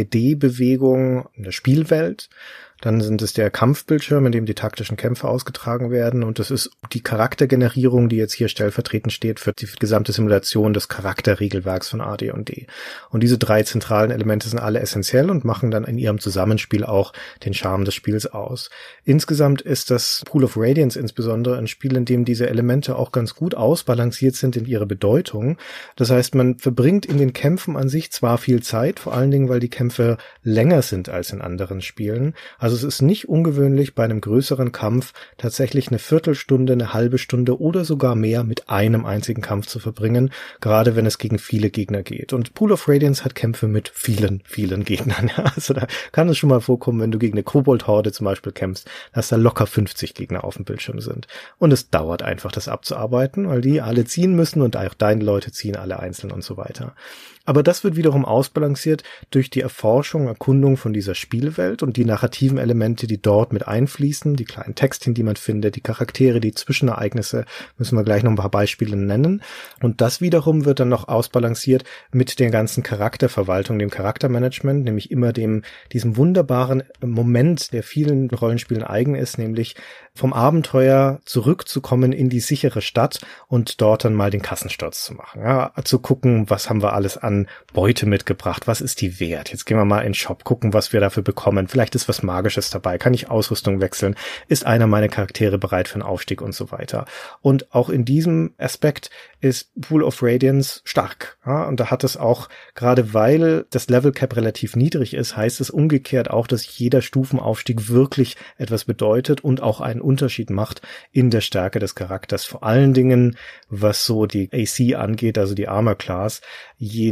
3D-Bewegung in der Spielwelt. Dann sind es der Kampfbildschirm, in dem die taktischen Kämpfe ausgetragen werden. Und das ist die Charaktergenerierung, die jetzt hier stellvertretend steht für die gesamte Simulation des Charakterregelwerks von AD&D. Und diese 3 zentralen Elemente sind alle essentiell und machen dann in ihrem Zusammenspiel auch den Charme des Spiels aus. Insgesamt ist das Pool of Radiance insbesondere ein Spiel, in dem diese Elemente auch ganz gut ausbalanciert sind in ihrer Bedeutung. Das heißt, man verbringt in den Kämpfen an sich zwar viel Zeit, vor allen Dingen, weil die Kämpfe länger sind als in anderen Spielen. Also es ist nicht ungewöhnlich, bei einem größeren Kampf tatsächlich eine Viertelstunde, eine halbe Stunde oder sogar mehr mit einem einzigen Kampf zu verbringen, gerade wenn es gegen viele Gegner geht. Und Pool of Radiance hat Kämpfe mit vielen, vielen Gegnern. Also da kann es schon mal vorkommen, wenn du gegen eine Kobold-Horde zum Beispiel kämpfst, dass da locker 50 Gegner auf dem Bildschirm sind. Und es dauert einfach, das abzuarbeiten, weil die alle ziehen müssen und auch deine Leute ziehen alle einzeln und so weiter. Aber das wird wiederum ausbalanciert durch die Erforschung, Erkundung von dieser Spielwelt und die narrativen Elemente, die dort mit einfließen, die kleinen Textchen, die man findet, die Charaktere, die Zwischenereignisse, müssen wir gleich noch ein paar Beispiele nennen. Und das wiederum wird dann noch ausbalanciert mit der ganzen Charakterverwaltung, dem Charaktermanagement, nämlich immer diesem wunderbaren Moment, der vielen Rollenspielen eigen ist, nämlich vom Abenteuer zurückzukommen in die sichere Stadt und dort dann mal den Kassensturz zu machen. Ja, zu gucken, was haben wir alles an Beute mitgebracht, was ist die wert? Jetzt gehen wir mal in den Shop, gucken, was wir dafür bekommen. Vielleicht ist was Magisches dabei, kann ich Ausrüstung wechseln? Ist einer meiner Charaktere bereit für einen Aufstieg und so weiter? Und auch in diesem Aspekt ist Pool of Radiance stark. Ja, und da hat es auch, gerade weil das Level Cap relativ niedrig ist, heißt es umgekehrt auch, dass jeder Stufenaufstieg wirklich etwas bedeutet und auch einen Unterschied macht in der Stärke des Charakters. Vor allen Dingen, was so die AC angeht, also die Armor Class. Je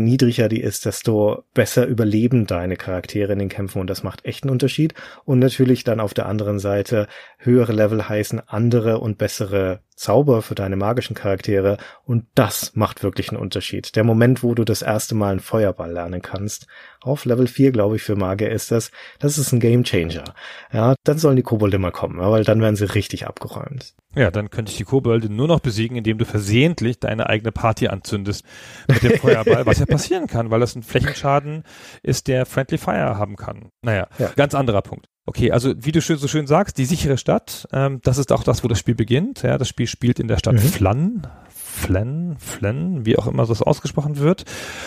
niedriger die ist, desto besser überleben deine Charaktere in den Kämpfen und das macht echt einen Unterschied. Und natürlich dann auf der anderen Seite höhere Level heißen andere und bessere Zauber für deine magischen Charaktere und das macht wirklich einen Unterschied. Der Moment, wo du das erste Mal einen Feuerball lernen kannst, auf Level 4, glaube ich, für Magier ist das ist ein Gamechanger. Ja, dann sollen die Kobolde mal kommen, weil dann werden sie richtig abgeräumt. Ja, dann könnte ich die Kobolde nur noch besiegen, indem du versehentlich deine eigene Party anzündest mit dem Feuerball, was ja passieren kann, weil das ein Flächenschaden ist, der Friendly Fire haben kann. Naja, Ganz anderer Punkt. Okay, also wie du so schön sagst, die sichere Stadt, das ist auch das, wo das Spiel beginnt. Ja, das Spiel spielt in der Stadt Flann, wie auch immer das ausgesprochen wird.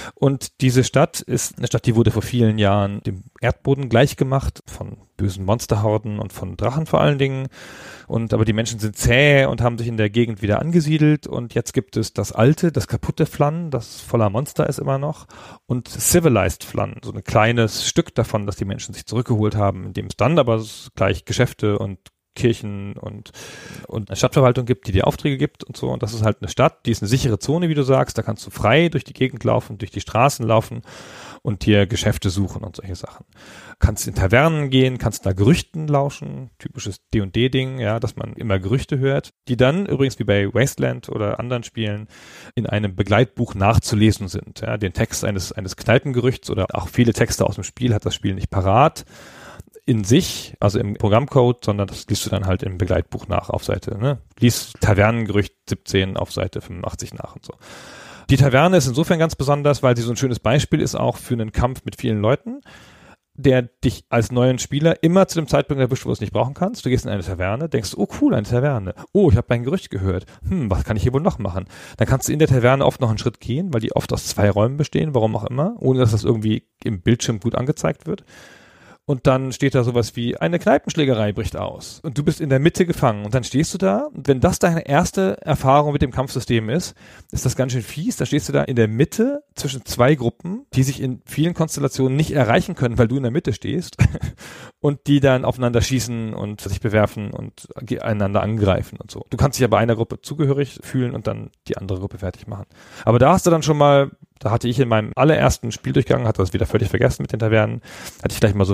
Und diese Stadt ist eine Stadt, die wurde vor vielen Jahren dem Erdboden gleichgemacht, von bösen Monsterhorden und von Drachen vor allen Dingen. Aber die Menschen sind zäh und haben sich in der Gegend wieder angesiedelt. Und jetzt gibt es das alte, das kaputte Flann, das voller Monster ist immer noch. Und Civilized Flann, so ein kleines Stück davon, das die Menschen sich zurückgeholt haben, in dem es dann aber gleich Geschäfte und Kirchen und eine Stadtverwaltung gibt, die dir Aufträge gibt und so. Und das ist halt eine Stadt, die ist eine sichere Zone, wie du sagst. Da kannst du frei durch die Gegend laufen, durch die Straßen laufen und dir Geschäfte suchen und solche Sachen. Kannst in Tavernen gehen, kannst da Gerüchten lauschen, typisches D&D-Ding, ja, dass man immer Gerüchte hört, die dann übrigens wie bei Wasteland oder anderen Spielen in einem Begleitbuch nachzulesen sind. Ja, den Text eines Kneipengerüchts oder auch viele Texte aus dem Spiel hat das Spiel nicht parat in sich, also im Programmcode, sondern das liest du dann halt im Begleitbuch nach auf Seite, Lies Tavernengerücht 17 auf Seite 85 nach und so. Die Taverne ist insofern ganz besonders, weil sie so ein schönes Beispiel ist auch für einen Kampf mit vielen Leuten, der dich als neuen Spieler immer zu dem Zeitpunkt erwischt, wo du es nicht brauchen kannst. Du gehst in eine Taverne, denkst, oh cool, eine Taverne. Oh, ich habe ein Gerücht gehört. Was kann ich hier wohl noch machen? Dann kannst du in der Taverne oft noch einen Schritt gehen, weil die oft aus 2 Räumen bestehen, warum auch immer, ohne dass das irgendwie im Bildschirm gut angezeigt wird. Und dann steht da sowas wie, eine Kneipenschlägerei bricht aus. Und du bist in der Mitte gefangen. Und dann stehst du da. Und wenn das deine erste Erfahrung mit dem Kampfsystem ist das ganz schön fies. Da stehst du da in der Mitte zwischen 2 Gruppen, die sich in vielen Konstellationen nicht erreichen können, weil du in der Mitte stehst. Und die dann aufeinander schießen und sich bewerfen und einander angreifen und so. Du kannst dich aber einer Gruppe zugehörig fühlen und dann die andere Gruppe fertig machen. Aber da hast du dann schon mal, da hatte ich in meinem allerersten Spieldurchgang, hatte das wieder völlig vergessen mit den Tavernen, hatte ich vielleicht mal so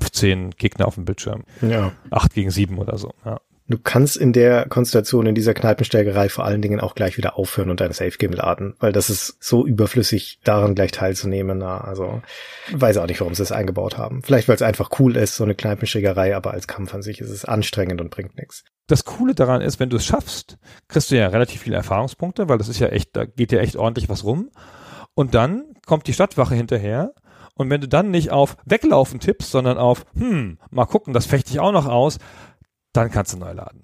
15 Gegner auf dem Bildschirm. Ja. 8 gegen 7 oder so, ja. Du kannst in der Konstellation, in dieser Kneipenstärkerei vor allen Dingen auch gleich wieder aufhören und dein Safe-Game laden, weil das ist so überflüssig, daran gleich teilzunehmen. Also weiß auch nicht, warum sie es eingebaut haben. Vielleicht, weil es einfach cool ist, so eine Kneipenstärkerei, aber als Kampf an sich ist es anstrengend und bringt nichts. Das Coole daran ist, wenn du es schaffst, kriegst du ja relativ viele Erfahrungspunkte, weil das ist ja echt, da geht ja echt ordentlich was rum. Und dann kommt die Stadtwache hinterher. Und wenn du dann nicht auf Weglaufen tippst, sondern auf, mal gucken, das fechte ich auch noch aus, dann kannst du neu laden.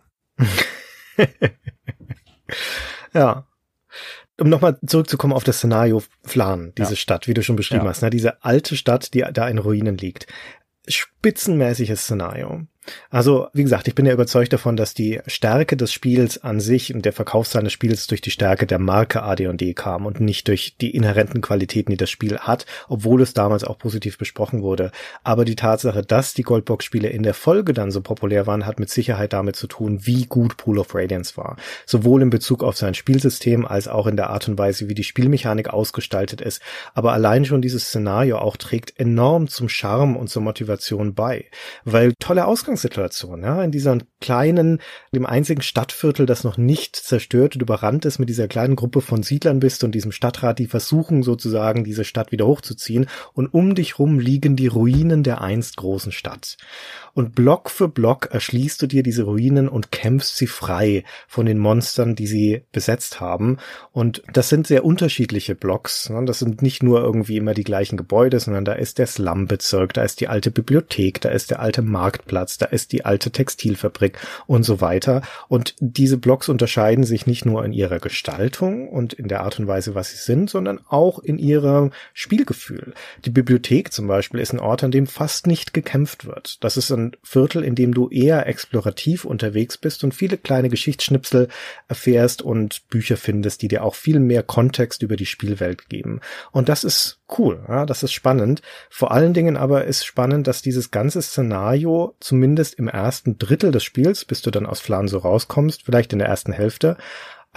Ja. Um nochmal zurückzukommen auf das Szenario Flann, diese Stadt, wie du schon beschrieben hast, diese alte Stadt, die da in Ruinen liegt. Spitzenmäßiges Szenario. Also, wie gesagt, ich bin ja überzeugt davon, dass die Stärke des Spiels an sich und der Verkaufszahl des Spiels durch die Stärke der Marke AD&D kam und nicht durch die inhärenten Qualitäten, die das Spiel hat, obwohl es damals auch positiv besprochen wurde. Aber die Tatsache, dass die Goldbox-Spiele in der Folge dann so populär waren, hat mit Sicherheit damit zu tun, wie gut Pool of Radiance war. Sowohl in Bezug auf sein Spielsystem als auch in der Art und Weise, wie die Spielmechanik ausgestaltet ist. Aber allein schon dieses Szenario auch trägt enorm zum Charme und zur Motivation bei. Weil tolle Ausgangssituation, in dieser kleinen, dem einzigen Stadtviertel, das noch nicht zerstört und überrannt ist, mit dieser kleinen Gruppe von Siedlern bist und diesem Stadtrat, die versuchen sozusagen, diese Stadt wieder hochzuziehen und um dich rum liegen die Ruinen der einst großen Stadt. Und Block für Block erschließt du dir diese Ruinen und kämpfst sie frei von den Monstern, die sie besetzt haben. Und das sind sehr unterschiedliche Blocks. Das sind nicht nur irgendwie immer die gleichen Gebäude, sondern da ist der Slumbezirk, da ist die alte Bibliothek, da ist der alte Marktplatz, da ist die alte Textilfabrik und so weiter. Und diese Blocks unterscheiden sich nicht nur in ihrer Gestaltung und in der Art und Weise, was sie sind, sondern auch in ihrem Spielgefühl. Die Bibliothek zum Beispiel ist ein Ort, an dem fast nicht gekämpft wird. Das ist ein Viertel, in dem du eher explorativ unterwegs bist und viele kleine Geschichtsschnipsel erfährst und Bücher findest, die dir auch viel mehr Kontext über die Spielwelt geben. Und das ist cool, das ist spannend. Vor allen Dingen aber ist spannend, dass dieses ganze Szenario zumindest im ersten Drittel des Spiels, bis du dann aus Flann so rauskommst, vielleicht in der ersten Hälfte, ein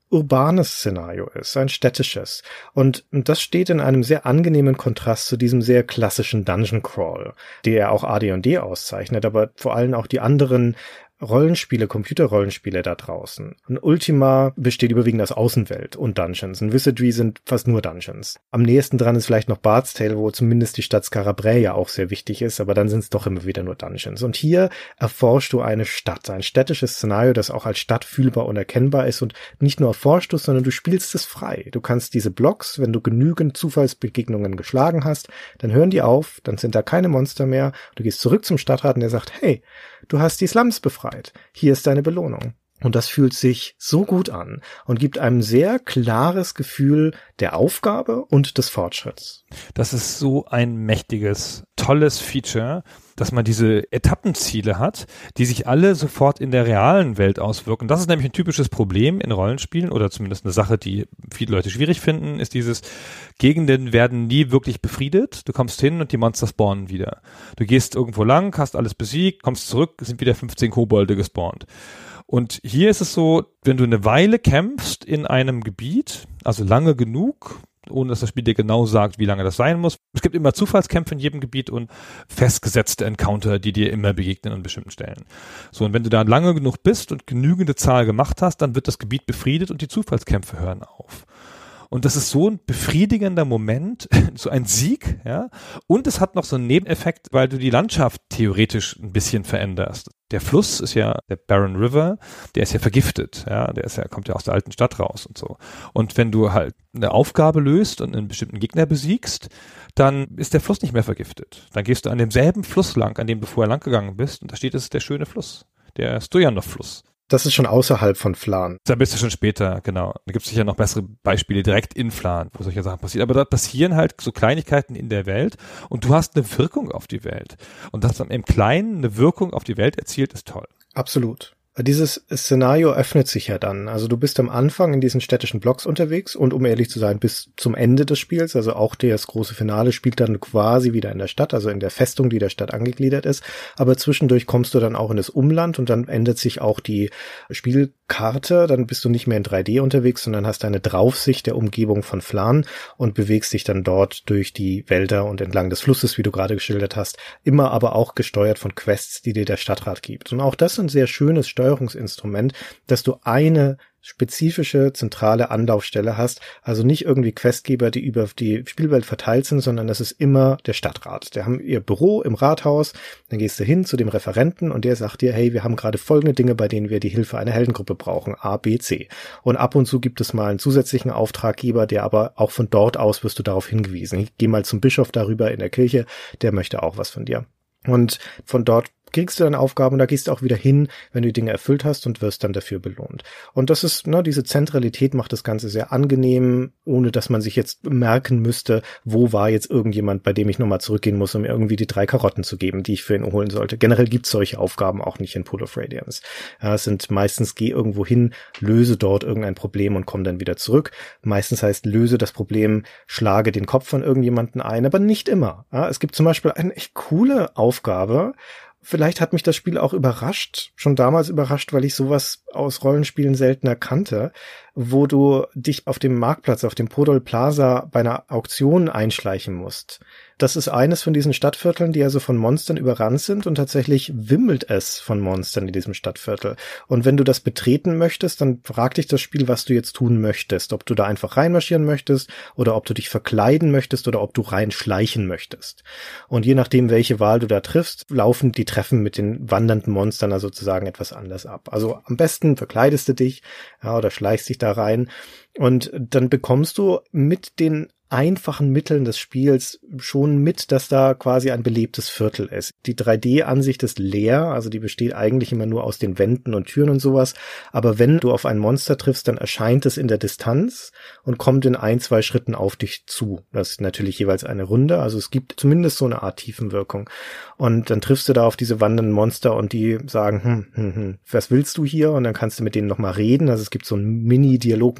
urbanes Szenario ist, ein städtisches. Und das steht in einem sehr angenehmen Kontrast zu diesem sehr klassischen Dungeon Crawl, der auch AD&D auszeichnet, aber vor allem auch die anderen Rollenspiele, Computerrollenspiele da draußen. Ein Ultima besteht überwiegend aus Außenwelt und Dungeons. Ein Wizardry sind fast nur Dungeons. Am nächsten dran ist vielleicht noch Bard's Tale, wo zumindest die Stadt Skarabrae ja auch sehr wichtig ist, aber dann sind es doch immer wieder nur Dungeons. Und hier erforschst du eine Stadt, ein städtisches Szenario, das auch als Stadt fühlbar und erkennbar ist, und nicht nur erforschst du es, sondern du spielst es frei. Du kannst diese Blocks, wenn du genügend Zufallsbegegnungen geschlagen hast, dann hören die auf, dann sind da keine Monster mehr. Du gehst zurück zum Stadtrat und der sagt, hey, du hast die Slums befreit. Hier ist deine Belohnung. Und das fühlt sich so gut an und gibt einem sehr klares Gefühl der Aufgabe und des Fortschritts. Das ist so ein mächtiges, tolles Feature, dass man diese Etappenziele hat, die sich alle sofort in der realen Welt auswirken. Das ist nämlich ein typisches Problem in Rollenspielen, oder zumindest eine Sache, die viele Leute schwierig finden, ist dieses: Gegenden werden nie wirklich befriedet. Du kommst hin und die Monster spawnen wieder. Du gehst irgendwo lang, hast alles besiegt, kommst zurück, sind wieder 15 Kobolde gespawnt. Und hier ist es so, wenn du eine Weile kämpfst in einem Gebiet, also lange genug, ohne dass das Spiel dir genau sagt, wie lange das sein muss. Es gibt immer Zufallskämpfe in jedem Gebiet und festgesetzte Encounter, die dir immer begegnen an bestimmten Stellen. So, und wenn du da lange genug bist und genügende Zahl gemacht hast, dann wird das Gebiet befriedet und die Zufallskämpfe hören auf. Und das ist so ein befriedigender Moment, so ein Sieg, ja. Und es hat noch so einen Nebeneffekt, weil du die Landschaft theoretisch ein bisschen veränderst. Der Fluss ist ja, der Barren River, der ist ja vergiftet, ja. Kommt ja aus der alten Stadt raus und so. Und wenn du halt eine Aufgabe löst und einen bestimmten Gegner besiegst, dann ist der Fluss nicht mehr vergiftet. Dann gehst du an demselben Fluss lang, an dem du vorher lang gegangen bist, und da steht es, der schöne Fluss, der Stojanov-Fluss. Das ist schon außerhalb von Flan. Da bist du schon später, genau. Da gibt es sicher noch bessere Beispiele direkt in Flan, wo solche Sachen passieren. Aber da passieren halt so Kleinigkeiten in der Welt und du hast eine Wirkung auf die Welt. Und dass man im Kleinen eine Wirkung auf die Welt erzielt, ist toll. Absolut. Dieses Szenario öffnet sich ja dann. Also du bist am Anfang in diesen städtischen Blocks unterwegs und, um ehrlich zu sein, bis zum Ende des Spiels, also auch das große Finale spielt dann quasi wieder in der Stadt, also in der Festung, die der Stadt angegliedert ist. Aber zwischendurch kommst du dann auch in das Umland und dann ändert sich auch die Spielkarte. Dann bist du nicht mehr in 3D unterwegs, sondern hast eine Draufsicht der Umgebung von Flan und bewegst dich dann dort durch die Wälder und entlang des Flusses, wie du gerade geschildert hast. Immer aber auch gesteuert von Quests, die dir der Stadtrat gibt. Und auch das ist ein sehr schönes Steuerungsinstrument, dass du eine spezifische zentrale Anlaufstelle hast, also nicht irgendwie Questgeber, die über die Spielwelt verteilt sind, sondern das ist immer der Stadtrat. Die haben ihr Büro im Rathaus, dann gehst du hin zu dem Referenten und der sagt dir, hey, wir haben gerade folgende Dinge, bei denen wir die Hilfe einer Heldengruppe brauchen, A, B, C. Und ab und zu gibt es mal einen zusätzlichen Auftraggeber, der aber auch von dort aus wirst du darauf hingewiesen. Ich geh mal zum Bischof darüber in der Kirche, der möchte auch was von dir. Und von dort kriegst du dann Aufgaben und da gehst du auch wieder hin, wenn du die Dinge erfüllt hast und wirst dann dafür belohnt. Und das ist, diese Zentralität macht das Ganze sehr angenehm, ohne dass man sich jetzt merken müsste, wo war jetzt irgendjemand, bei dem ich nochmal zurückgehen muss, um mir irgendwie die 3 Karotten zu geben, die ich für ihn holen sollte. Generell gibt's solche Aufgaben auch nicht in Pool of Radiance. Ja, es sind meistens, geh irgendwo hin, löse dort irgendein Problem und komm dann wieder zurück. Meistens heißt, löse das Problem, schlage den Kopf von irgendjemanden ein, aber nicht immer. Ja, es gibt zum Beispiel eine echt coole Aufgabe. Vielleicht hat mich das Spiel auch überrascht, schon damals überrascht, weil ich sowas aus Rollenspielen seltener kannte, wo du dich auf dem Marktplatz, auf dem Podol Plaza bei einer Auktion einschleichen musst. Das ist eines von diesen Stadtvierteln, die also von Monstern überrannt sind und tatsächlich wimmelt es von Monstern in diesem Stadtviertel. Und wenn du das betreten möchtest, dann fragt dich das Spiel, was du jetzt tun möchtest. Ob du da einfach reinmarschieren möchtest oder ob du dich verkleiden möchtest oder ob du reinschleichen möchtest. Und je nachdem, welche Wahl du da triffst, laufen die Treffen mit den wandernden Monstern also sozusagen etwas anders ab. Also am besten verkleidest du dich, oder schleichst dich da rein und dann bekommst du mit den einfachen Mitteln des Spiels schon mit, dass da quasi ein belebtes Viertel ist. Die 3D-Ansicht ist leer, also die besteht eigentlich immer nur aus den Wänden und Türen und sowas, aber wenn du auf ein Monster triffst, dann erscheint es in der Distanz und kommt in 1-2 Schritten auf dich zu. Das ist natürlich jeweils eine Runde, also es gibt zumindest so eine Art Tiefenwirkung. Und dann triffst du da auf diese wandernden Monster und die sagen, was willst du hier? Und dann kannst du mit denen nochmal reden, also es gibt so ein Mini-Dialogmenü, wo du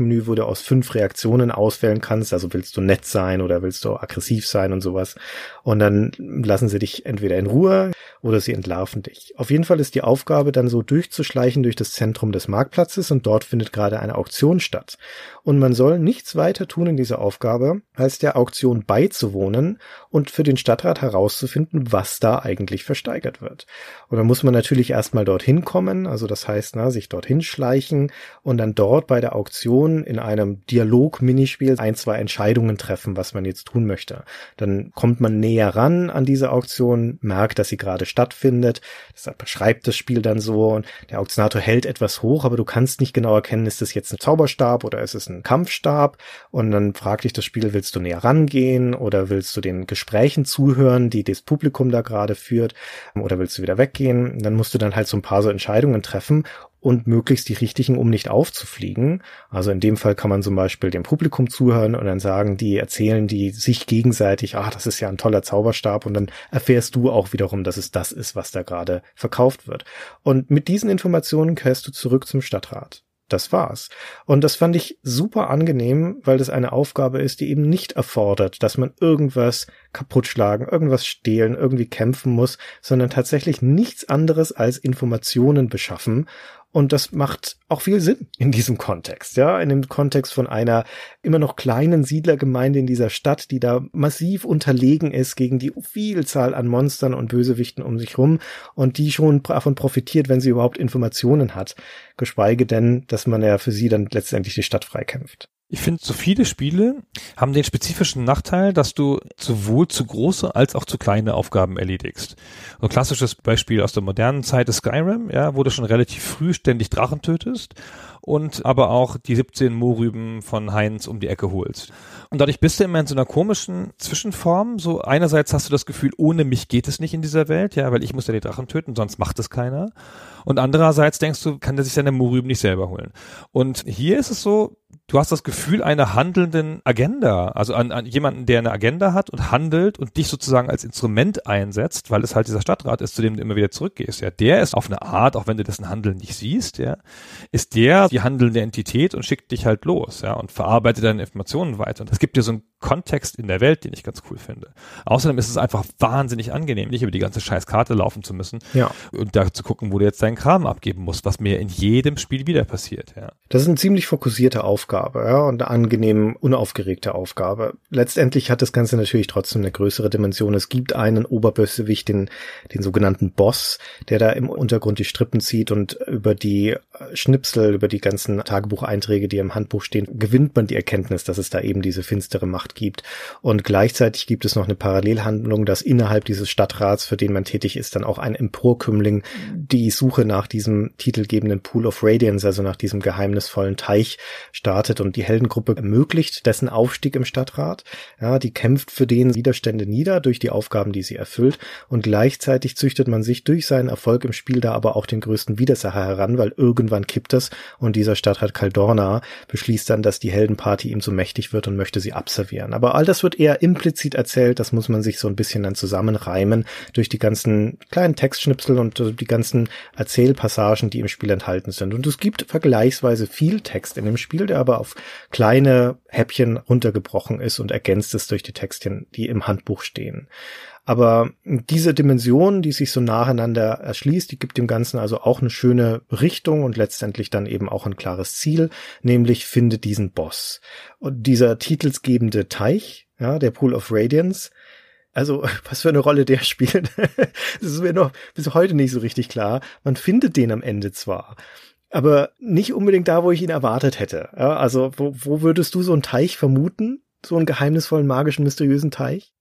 aus 5 Reaktionen auswählen kannst. Also willst du nett sein oder willst du aggressiv sein und sowas. Und dann lassen sie dich entweder in Ruhe oder sie entlarven dich. Auf jeden Fall ist die Aufgabe dann so durchzuschleichen durch das Zentrum des Marktplatzes und dort findet gerade eine Auktion statt. Und man soll nichts weiter tun in dieser Aufgabe, als der Auktion beizuwohnen und für den Stadtrat herauszufinden, was da eigentlich versteigert wird. Und dann muss man natürlich erstmal dorthin kommen, also das heißt, sich dorthin schleichen und dann dort bei der Auktion in einem Dialog-Minispiel 1-2 Entscheidungen treffen, was man jetzt tun möchte. Dann kommt man näher ran an diese Auktion, merkt, dass sie gerade stattfindet, das beschreibt das Spiel dann so und der Auktionator hält etwas hoch, aber du kannst nicht genau erkennen, ist das jetzt ein Zauberstab oder ist es ein Kampfstab, und dann fragt dich das Spiel, willst du näher rangehen oder willst du den Gesprächen zuhören, die das Publikum da gerade führt, oder willst du wieder weggehen? Dann musst du dann halt so ein paar so Entscheidungen treffen und möglichst die richtigen, um nicht aufzufliegen. Also in dem Fall kann man zum Beispiel dem Publikum zuhören und dann erzählen die sich gegenseitig, das ist ja ein toller Zauberstab, und dann erfährst du auch wiederum, dass es das ist, was da gerade verkauft wird. Und mit diesen Informationen kehrst du zurück zum Stadtrat. Das war's. Und das fand ich super angenehm, weil das eine Aufgabe ist, die eben nicht erfordert, dass man irgendwas kaputt schlagen, irgendwas stehlen, irgendwie kämpfen muss, sondern tatsächlich nichts anderes als Informationen beschaffen. Und das macht auch viel Sinn in diesem Kontext, ja, in dem Kontext von einer immer noch kleinen Siedlergemeinde in dieser Stadt, die da massiv unterlegen ist gegen die Vielzahl an Monstern und Bösewichten um sich rum und die schon davon profitiert, wenn sie überhaupt Informationen hat, geschweige denn, dass man ja für sie dann letztendlich die Stadt freikämpft. Ich finde, so viele Spiele haben den spezifischen Nachteil, dass du sowohl zu große als auch zu kleine Aufgaben erledigst. So ein klassisches Beispiel aus der modernen Zeit ist Skyrim, ja, wo du schon relativ früh ständig Drachen tötest und aber auch die 17 Mohrrüben von Heinz um die Ecke holst. Und dadurch bist du immer in so einer komischen Zwischenform. So einerseits hast du das Gefühl, ohne mich geht es nicht in dieser Welt, ja, weil ich muss ja die Drachen töten, sonst macht es keiner. Und andererseits denkst du, kann der sich seine Mohrrüben nicht selber holen. Und hier ist es so, du hast das Gefühl einer handelnden Agenda, also an jemanden, der eine Agenda hat und handelt und dich sozusagen als Instrument einsetzt, weil es halt dieser Stadtrat ist, zu dem du immer wieder zurückgehst. Ja, der ist auf eine Art, auch wenn du dessen Handeln nicht siehst, ja, ist der die handelnde Entität und schickt dich halt los, ja, und verarbeitet deine Informationen weiter. Und das gibt dir so einen Kontext in der Welt, den ich ganz cool finde. Außerdem ist es einfach wahnsinnig angenehm, nicht über die ganze scheiß Karte laufen zu müssen, ja, und da zu gucken, wo du jetzt deinen Kram abgeben musst, was mir in jedem Spiel wieder passiert, ja. Das ist eine ziemlich fokussierte Aufgabe, ja, und eine angenehm unaufgeregte Aufgabe. Letztendlich hat das Ganze natürlich trotzdem eine größere Dimension. Es gibt einen Oberbösewicht, den sogenannten Boss, der da im Untergrund die Strippen zieht und über die Schnipsel, über die ganzen Tagebucheinträge, die im Handbuch stehen, gewinnt man die Erkenntnis, dass es da eben diese finstere Macht gibt. Und gleichzeitig gibt es noch eine Parallelhandlung, dass innerhalb dieses Stadtrats, für den man tätig ist, dann auch ein Emporkömmling die Suche nach diesem titelgebenden Pool of Radiance, also nach diesem geheimnisvollen Teich, startet und die Heldengruppe ermöglicht dessen Aufstieg im Stadtrat. Ja, die kämpft für den Widerstände nieder durch die Aufgaben, die sie erfüllt, und gleichzeitig züchtet man sich durch seinen Erfolg im Spiel da aber auch den größten Widersacher heran, weil irgendwann kippt es und dieser Stadtrat Kaldorna beschließt dann, dass die Heldenparty ihm so mächtig wird und möchte sie abservieren. Aber all das wird eher implizit erzählt, das muss man sich so ein bisschen dann zusammenreimen durch die ganzen kleinen Textschnipsel und die ganzen Erzählpassagen, die im Spiel enthalten sind. Und es gibt vergleichsweise viel Text in dem Spiel, der aber auf kleine Häppchen runtergebrochen ist und ergänzt ist durch die Textchen, die im Handbuch stehen. Aber diese Dimension, die sich so nacheinander erschließt, die gibt dem Ganzen also auch eine schöne Richtung und letztendlich dann eben auch ein klares Ziel, nämlich finde diesen Boss. Und dieser titelsgebende Teich, ja, der Pool of Radiance, also was für eine Rolle der spielt, das ist mir noch bis heute nicht so richtig klar. Man findet den am Ende zwar, aber nicht unbedingt da, wo ich ihn erwartet hätte. Ja, also wo würdest du so einen Teich vermuten? So einen geheimnisvollen, magischen, mysteriösen Teich?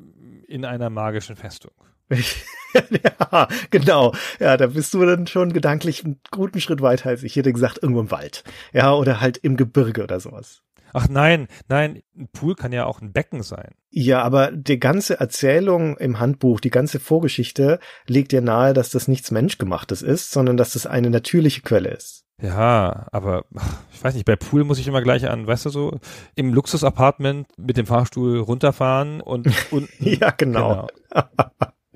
In einer magischen Festung. Ja, genau. Ja, da bist du dann schon gedanklich einen guten Schritt weiter als ich. Ich hätte gesagt, irgendwo im Wald. Ja, oder halt im Gebirge oder sowas. Ach nein, ein Pool kann ja auch ein Becken sein. Ja, aber die ganze Erzählung im Handbuch, die ganze Vorgeschichte legt dir nahe, dass das nichts Menschgemachtes ist, sondern dass das eine natürliche Quelle ist. Ja, aber ich weiß nicht, bei Pool muss ich immer gleich an, weißt du, so im Luxus-Apartment mit dem Fahrstuhl runterfahren und ja, genau.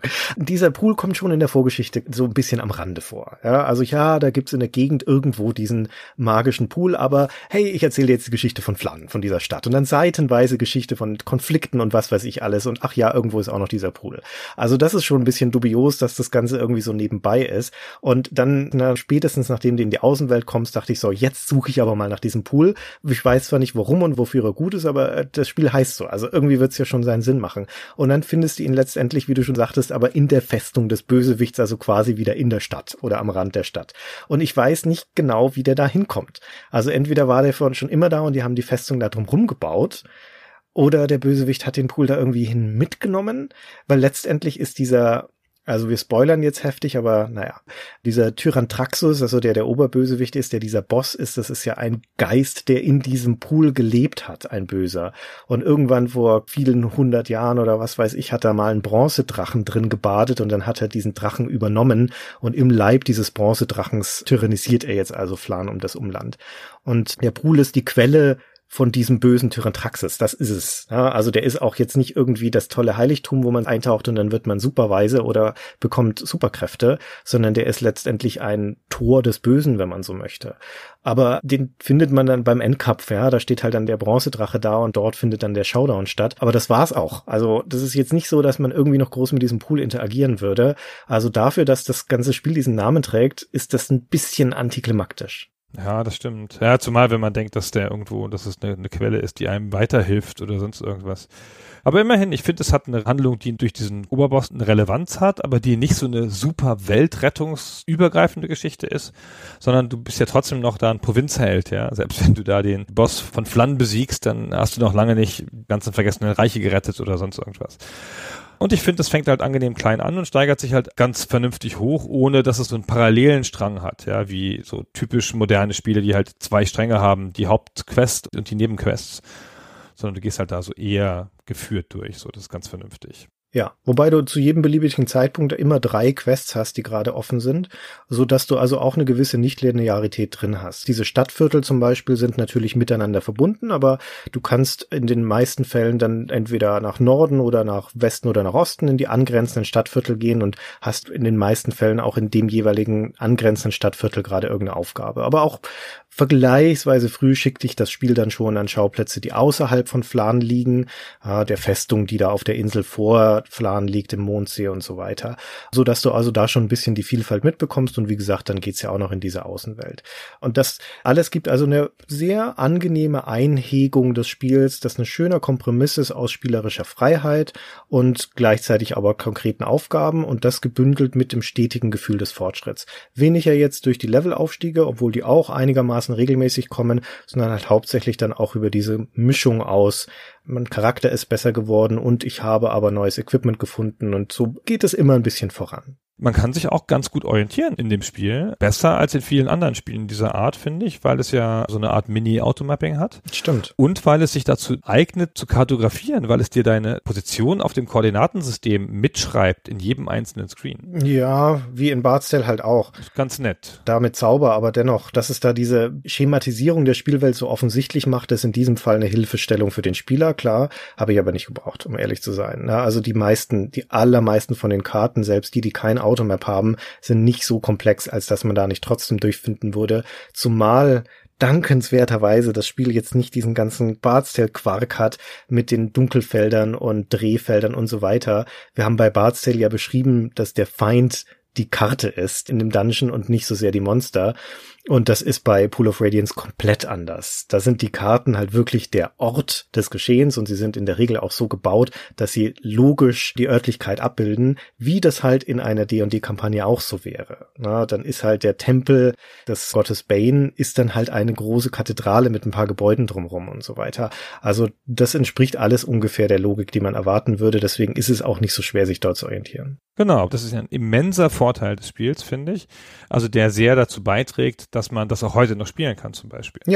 Dieser Pool kommt schon in der Vorgeschichte so ein bisschen am Rande vor. Ja, also da gibt's in der Gegend irgendwo diesen magischen Pool, aber hey, ich erzähle jetzt die Geschichte von Flan, von dieser Stadt und dann seitenweise Geschichte von Konflikten und was weiß ich alles und ach ja, irgendwo ist auch noch dieser Pool. Also das ist schon ein bisschen dubios, dass das Ganze irgendwie so nebenbei ist und dann spätestens nachdem du in die Außenwelt kommst, dachte ich so, jetzt suche ich aber mal nach diesem Pool. Ich weiß zwar nicht warum und wofür er gut ist, aber das Spiel heißt so, also irgendwie wird's ja schon seinen Sinn machen und dann findest du ihn letztendlich, wie du schon sagtest, aber in der Festung des Bösewichts, also quasi wieder in der Stadt oder am Rand der Stadt. Und ich weiß nicht genau, wie der da hinkommt. Also entweder war der schon immer da und die haben die Festung da drum rumgebaut oder der Bösewicht hat den Pool da irgendwie hin mitgenommen, weil letztendlich ist also wir spoilern jetzt heftig, aber naja, dieser Tyrantraxus, also der Oberbösewicht ist, der dieser Boss ist, das ist ja ein Geist, der in diesem Pool gelebt hat, ein Böser. Und irgendwann vor vielen 100 Jahren oder was weiß ich, hat er mal einen Bronzedrachen drin gebadet und dann hat er diesen Drachen übernommen und im Leib dieses Bronzedrachens tyrannisiert er jetzt also Flan um das Umland. Und der Pool ist die Quelle von diesem bösen Tyrantraxus, das ist es. Ja, also der ist auch jetzt nicht irgendwie das tolle Heiligtum, wo man eintaucht und dann wird man superweise oder bekommt Superkräfte, sondern der ist letztendlich ein Tor des Bösen, wenn man so möchte. Aber den findet man dann beim Endkampf, ja, da steht halt dann der Bronzedrache da und dort findet dann der Showdown statt. Aber das war's auch. Also das ist jetzt nicht so, dass man irgendwie noch groß mit diesem Pool interagieren würde. Also dafür, dass das ganze Spiel diesen Namen trägt, ist das ein bisschen antiklimaktisch. Ja, das stimmt. Ja, zumal wenn man denkt, dass es eine Quelle ist, die einem weiterhilft oder sonst irgendwas. Aber immerhin, ich finde, es hat eine Handlung, die durch diesen Oberboss eine Relevanz hat, aber die nicht so eine super weltrettungsübergreifende Geschichte ist, sondern du bist ja trotzdem noch da ein Provinzheld, ja. Selbst wenn du da den Boss von Flan besiegst, dann hast du noch lange nicht ganzen vergessenen Reiche gerettet oder sonst irgendwas. Und ich finde, es fängt halt angenehm klein an und steigert sich halt ganz vernünftig hoch, ohne dass es so einen parallelen Strang hat, ja, wie so typisch moderne Spiele, die halt 2 Stränge haben, die Hauptquest und die Nebenquests. Sondern du gehst halt da so eher geführt durch, so, das ist ganz vernünftig. Ja, wobei du zu jedem beliebigen Zeitpunkt immer 3 Quests hast, die gerade offen sind, so dass du also auch eine gewisse Nichtlinearität drin hast. Diese Stadtviertel zum Beispiel sind natürlich miteinander verbunden, aber du kannst in den meisten Fällen dann entweder nach Norden oder nach Westen oder nach Osten in die angrenzenden Stadtviertel gehen und hast in den meisten Fällen auch in dem jeweiligen angrenzenden Stadtviertel gerade irgendeine Aufgabe. Aber auch vergleichsweise früh schickt dich das Spiel dann schon an Schauplätze, die außerhalb von Flan liegen, der Festung, die da auf der Insel vor Flan liegt, im Mondsee und so weiter, so dass du also da schon ein bisschen die Vielfalt mitbekommst und wie gesagt, dann geht's ja auch noch in diese Außenwelt. Und das alles gibt also eine sehr angenehme Einhegung des Spiels, das ein schöner Kompromiss ist aus spielerischer Freiheit und gleichzeitig aber konkreten Aufgaben und das gebündelt mit dem stetigen Gefühl des Fortschritts. Weniger jetzt durch die Levelaufstiege, obwohl die auch einigermaßen regelmäßig kommen, sondern halt hauptsächlich dann auch über diese Mischung aus mein Charakter ist besser geworden und ich habe aber neues Equipment gefunden und so geht es immer ein bisschen voran. Man kann sich auch ganz gut orientieren in dem Spiel. Besser als in vielen anderen Spielen dieser Art, finde ich, weil es ja so eine Art Mini-Automapping hat. Stimmt. Und weil es sich dazu eignet, zu kartografieren, weil es dir deine Position auf dem Koordinatensystem mitschreibt in jedem einzelnen Screen. Ja, wie in Bard's Tale halt auch. Ganz nett. Damit Zauber, aber dennoch, dass es da diese Schematisierung der Spielwelt so offensichtlich macht, ist in diesem Fall eine Hilfestellung für den Spieler, klar, habe ich aber nicht gebraucht, um ehrlich zu sein. Ja, also die allermeisten von den Karten, selbst die kein Automap haben, sind nicht so komplex, als dass man da nicht trotzdem durchfinden würde. Zumal dankenswerterweise das Spiel jetzt nicht diesen ganzen Bard's Tale Quark hat mit den Dunkelfeldern und Drehfeldern und so weiter. Wir haben bei Bard's Tale ja beschrieben, dass der Feind die Karte ist in dem Dungeon und nicht so sehr die Monster. Und das ist bei Pool of Radiance komplett anders. Da sind die Karten halt wirklich der Ort des Geschehens und sie sind in der Regel auch so gebaut, dass sie logisch die Örtlichkeit abbilden, wie das halt in einer D&D-Kampagne auch so wäre. Na, dann ist halt der Tempel des Gottes Bane ist dann halt eine große Kathedrale mit ein paar Gebäuden drumherum und so weiter. Also das entspricht alles ungefähr der Logik, die man erwarten würde. Deswegen ist es auch nicht so schwer, sich dort zu orientieren. Genau, das ist ja ein immenser Vorteil des Spiels, finde ich. Also der sehr dazu beiträgt, dass man das auch heute noch spielen kann zum Beispiel. Ja,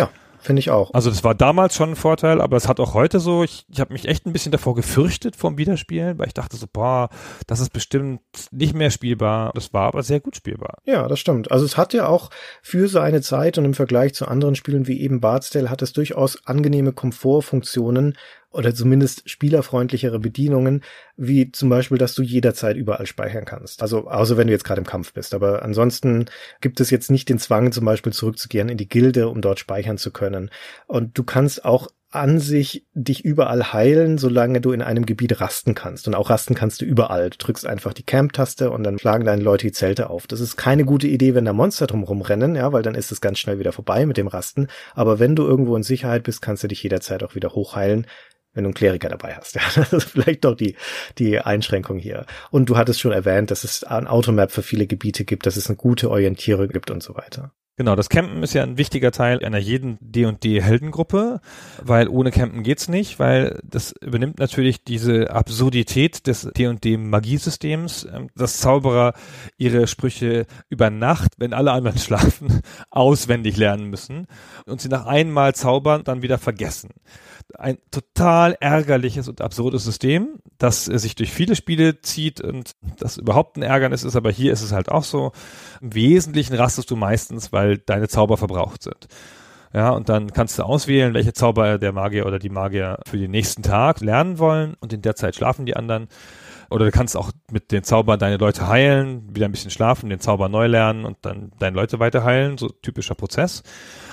finde ich auch. Also das war damals schon ein Vorteil, aber es hat auch heute so, ich habe mich echt ein bisschen davor gefürchtet vom Wiederspielen, weil ich dachte so, das ist bestimmt nicht mehr spielbar. Das war aber sehr gut spielbar. Ja, das stimmt. Also es hat ja auch für seine Zeit und im Vergleich zu anderen Spielen wie eben Bard's Tale hat es durchaus angenehme Komfortfunktionen oder zumindest spielerfreundlichere Bedienungen, wie zum Beispiel, dass du jederzeit überall speichern kannst. Also außer wenn du jetzt gerade im Kampf bist. Aber ansonsten gibt es jetzt nicht den Zwang, zum Beispiel zurückzukehren in die Gilde, um dort speichern zu können. Und du kannst auch an sich dich überall heilen, solange du in einem Gebiet rasten kannst. Und auch rasten kannst du überall. Du drückst einfach die Camp-Taste und dann schlagen deine Leute die Zelte auf. Das ist keine gute Idee, wenn da Monster drumherum rennen, ja, weil dann ist es ganz schnell wieder vorbei mit dem Rasten. Aber wenn du irgendwo in Sicherheit bist, kannst du dich jederzeit auch wieder hochheilen, wenn du einen Kleriker dabei hast. Ja, das ist vielleicht doch die Einschränkung hier. Und du hattest schon erwähnt, dass es ein Automap für viele Gebiete gibt, dass es eine gute Orientierung gibt und so weiter. Genau, das Campen ist ja ein wichtiger Teil einer jeden D&D-Heldengruppe, weil ohne Campen geht's nicht, weil das übernimmt natürlich diese Absurdität des D&D-Magiesystems, dass Zauberer ihre Sprüche über Nacht, wenn alle anderen schlafen, auswendig lernen müssen und sie nach einmal zaubern dann wieder vergessen. Ein total ärgerliches und absurdes System, das sich durch viele Spiele zieht und das überhaupt ein Ärgernis ist, aber hier ist es halt auch so. Im Wesentlichen rastest du meistens, weil deine Zauber verbraucht sind. Ja, und dann kannst du auswählen, welche Zauber der Magier oder die Magier für den nächsten Tag lernen wollen und in der Zeit schlafen die anderen. Oder du kannst auch mit den Zaubern deine Leute heilen, wieder ein bisschen schlafen, den Zauber neu lernen und dann deine Leute weiter heilen, so typischer Prozess.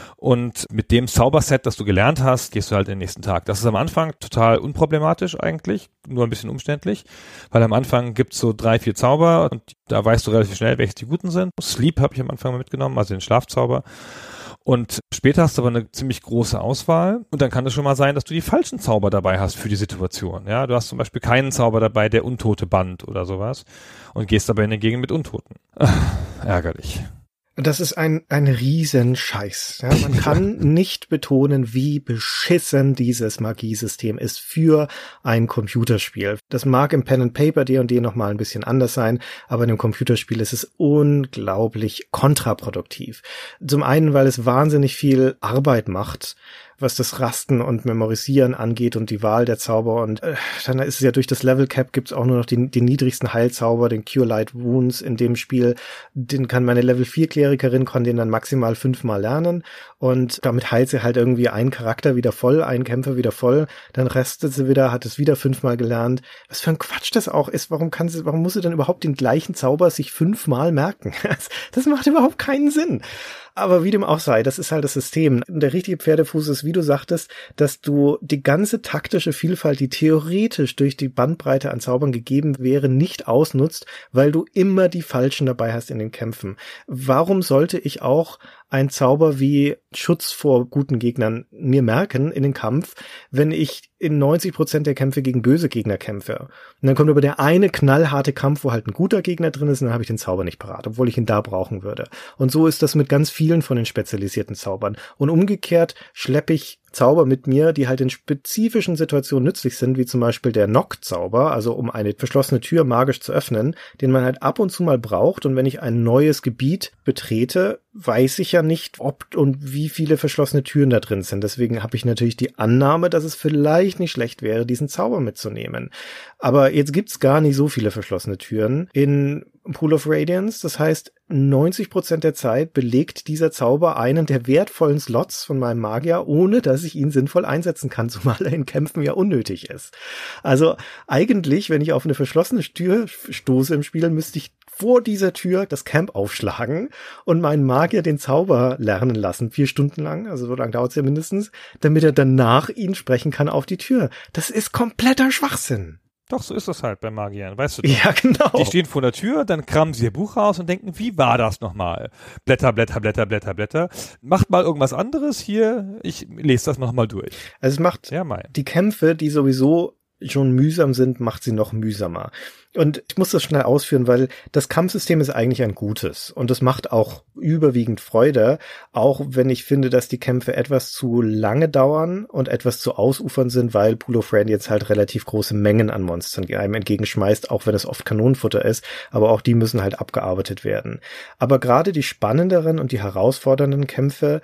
Und mit dem Zauberset, das du gelernt hast, gehst du halt in den nächsten Tag. Das ist am Anfang total unproblematisch eigentlich, nur ein bisschen umständlich, weil am Anfang gibt's so 3-4 Zauber und da weißt du relativ schnell, welche die guten sind. Sleep habe ich am Anfang mal mitgenommen, also den Schlafzauber. Und später hast du aber eine ziemlich große Auswahl und dann kann es schon mal sein, dass du die falschen Zauber dabei hast für die Situation. Ja, du hast zum Beispiel keinen Zauber dabei, der Untote bannt oder sowas und gehst dabei in eine Gegend mit Untoten. Ärgerlich. Das ist ein Riesenscheiß. Ja, man kann nicht betonen, wie beschissen dieses Magiesystem ist für ein Computerspiel. Das mag im Pen-and-Paper D&D noch mal ein bisschen anders sein, aber in einem Computerspiel ist es unglaublich kontraproduktiv. Zum einen, weil es wahnsinnig viel Arbeit macht, was das Rasten und Memorisieren angeht und die Wahl der Zauber und dann ist es ja durch das Level Cap gibt's auch nur noch den niedrigsten Heilzauber, den Cure Light Wounds in dem Spiel. Den kann meine Level 4 Klerikerin, kann den dann maximal 5-mal lernen und damit heilt sie halt irgendwie einen Charakter wieder voll, einen Kämpfer wieder voll, dann restet sie wieder, hat es wieder 5-mal gelernt. Was für ein Quatsch das auch ist, warum muss sie denn überhaupt den gleichen Zauber sich 5-mal merken? Das macht überhaupt keinen Sinn. Aber wie dem auch sei, das ist halt das System. Der richtige Pferdefuß ist, wie du sagtest, dass du die ganze taktische Vielfalt, die theoretisch durch die Bandbreite an Zaubern gegeben wäre, nicht ausnutzt, weil du immer die Falschen dabei hast in den Kämpfen. Warum sollte ich auch ein Zauber wie Schutz vor guten Gegnern mir merken in den Kampf, wenn ich in 90% der Kämpfe gegen böse Gegner kämpfe? Und dann kommt aber der eine knallharte Kampf, wo halt ein guter Gegner drin ist, und dann habe ich den Zauber nicht parat, obwohl ich ihn da brauchen würde. Und so ist das mit ganz vielen von den spezialisierten Zaubern. Und umgekehrt schleppe ich Zauber mit mir, die halt in spezifischen Situationen nützlich sind, wie zum Beispiel der Knock-Zauber, also um eine verschlossene Tür magisch zu öffnen, den man halt ab und zu mal braucht. Und wenn ich ein neues Gebiet betrete, weiß ich ja nicht, ob und wie viele verschlossene Türen da drin sind. Deswegen habe ich natürlich die Annahme, dass es vielleicht nicht schlecht wäre, diesen Zauber mitzunehmen. Aber jetzt gibt's gar nicht so viele verschlossene Türen in Pool of Radiance. Das heißt, 90% der Zeit belegt dieser Zauber einen der wertvollen Slots von meinem Magier, ohne dass ich ihn sinnvoll einsetzen kann, zumal er in Kämpfen ja unnötig ist. Also eigentlich, wenn ich auf eine verschlossene Tür stoße im Spiel, müsste ich vor dieser Tür das Camp aufschlagen und meinen Magier den Zauber lernen lassen, 4 Stunden lang, also so lange dauert es ja mindestens, damit er danach ihn sprechen kann auf die Tür. Das ist kompletter Schwachsinn. Doch, so ist das halt bei Magiern, weißt du doch. Ja, genau. Die stehen vor der Tür, dann kramen sie ihr Buch raus und denken, wie war das nochmal? Blätter, Blätter, Blätter, Blätter, Blätter. Macht mal irgendwas anderes hier, ich lese das nochmal durch. Also es macht die Kämpfe, die sowieso schon mühsam sind, macht sie noch mühsamer. Und ich muss das schnell ausführen, weil das Kampfsystem ist eigentlich ein gutes und es macht auch überwiegend Freude, auch wenn ich finde, dass die Kämpfe etwas zu lange dauern und etwas zu ausufern sind, weil Pool of Radiance jetzt halt relativ große Mengen an Monstern einem entgegenschmeißt, auch wenn es oft Kanonenfutter ist, aber auch die müssen halt abgearbeitet werden. Aber gerade die spannenderen und die herausfordernden Kämpfe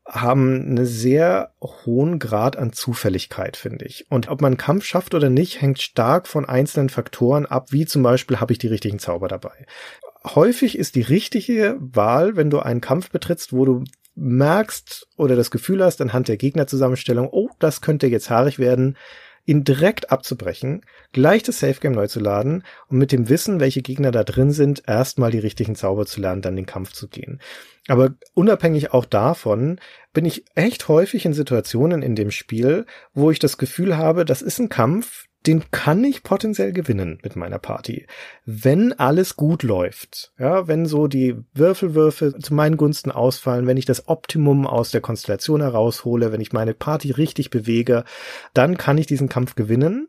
haben einen sehr hohen Grad an Zufälligkeit, finde ich. Und ob man einen Kampf schafft oder nicht, hängt stark von einzelnen Faktoren ab, wie zum Beispiel, habe ich die richtigen Zauber dabei. Häufig ist die richtige Wahl, wenn du einen Kampf betrittst, wo du merkst oder das Gefühl hast, anhand der Gegnerzusammenstellung, oh, das könnte jetzt haarig werden, ihn direkt abzubrechen, gleich das Safe Game neu zu laden und mit dem Wissen, welche Gegner da drin sind, erstmal die richtigen Zauber zu lernen, dann den Kampf zu gehen. Aber unabhängig auch davon bin ich echt häufig in Situationen in dem Spiel, wo ich das Gefühl habe, das ist ein Kampf, den kann ich potenziell gewinnen mit meiner Party. Wenn alles gut läuft, ja, wenn so die Würfelwürfe zu meinen Gunsten ausfallen, wenn ich das Optimum aus der Konstellation heraushole, wenn ich meine Party richtig bewege, dann kann ich diesen Kampf gewinnen,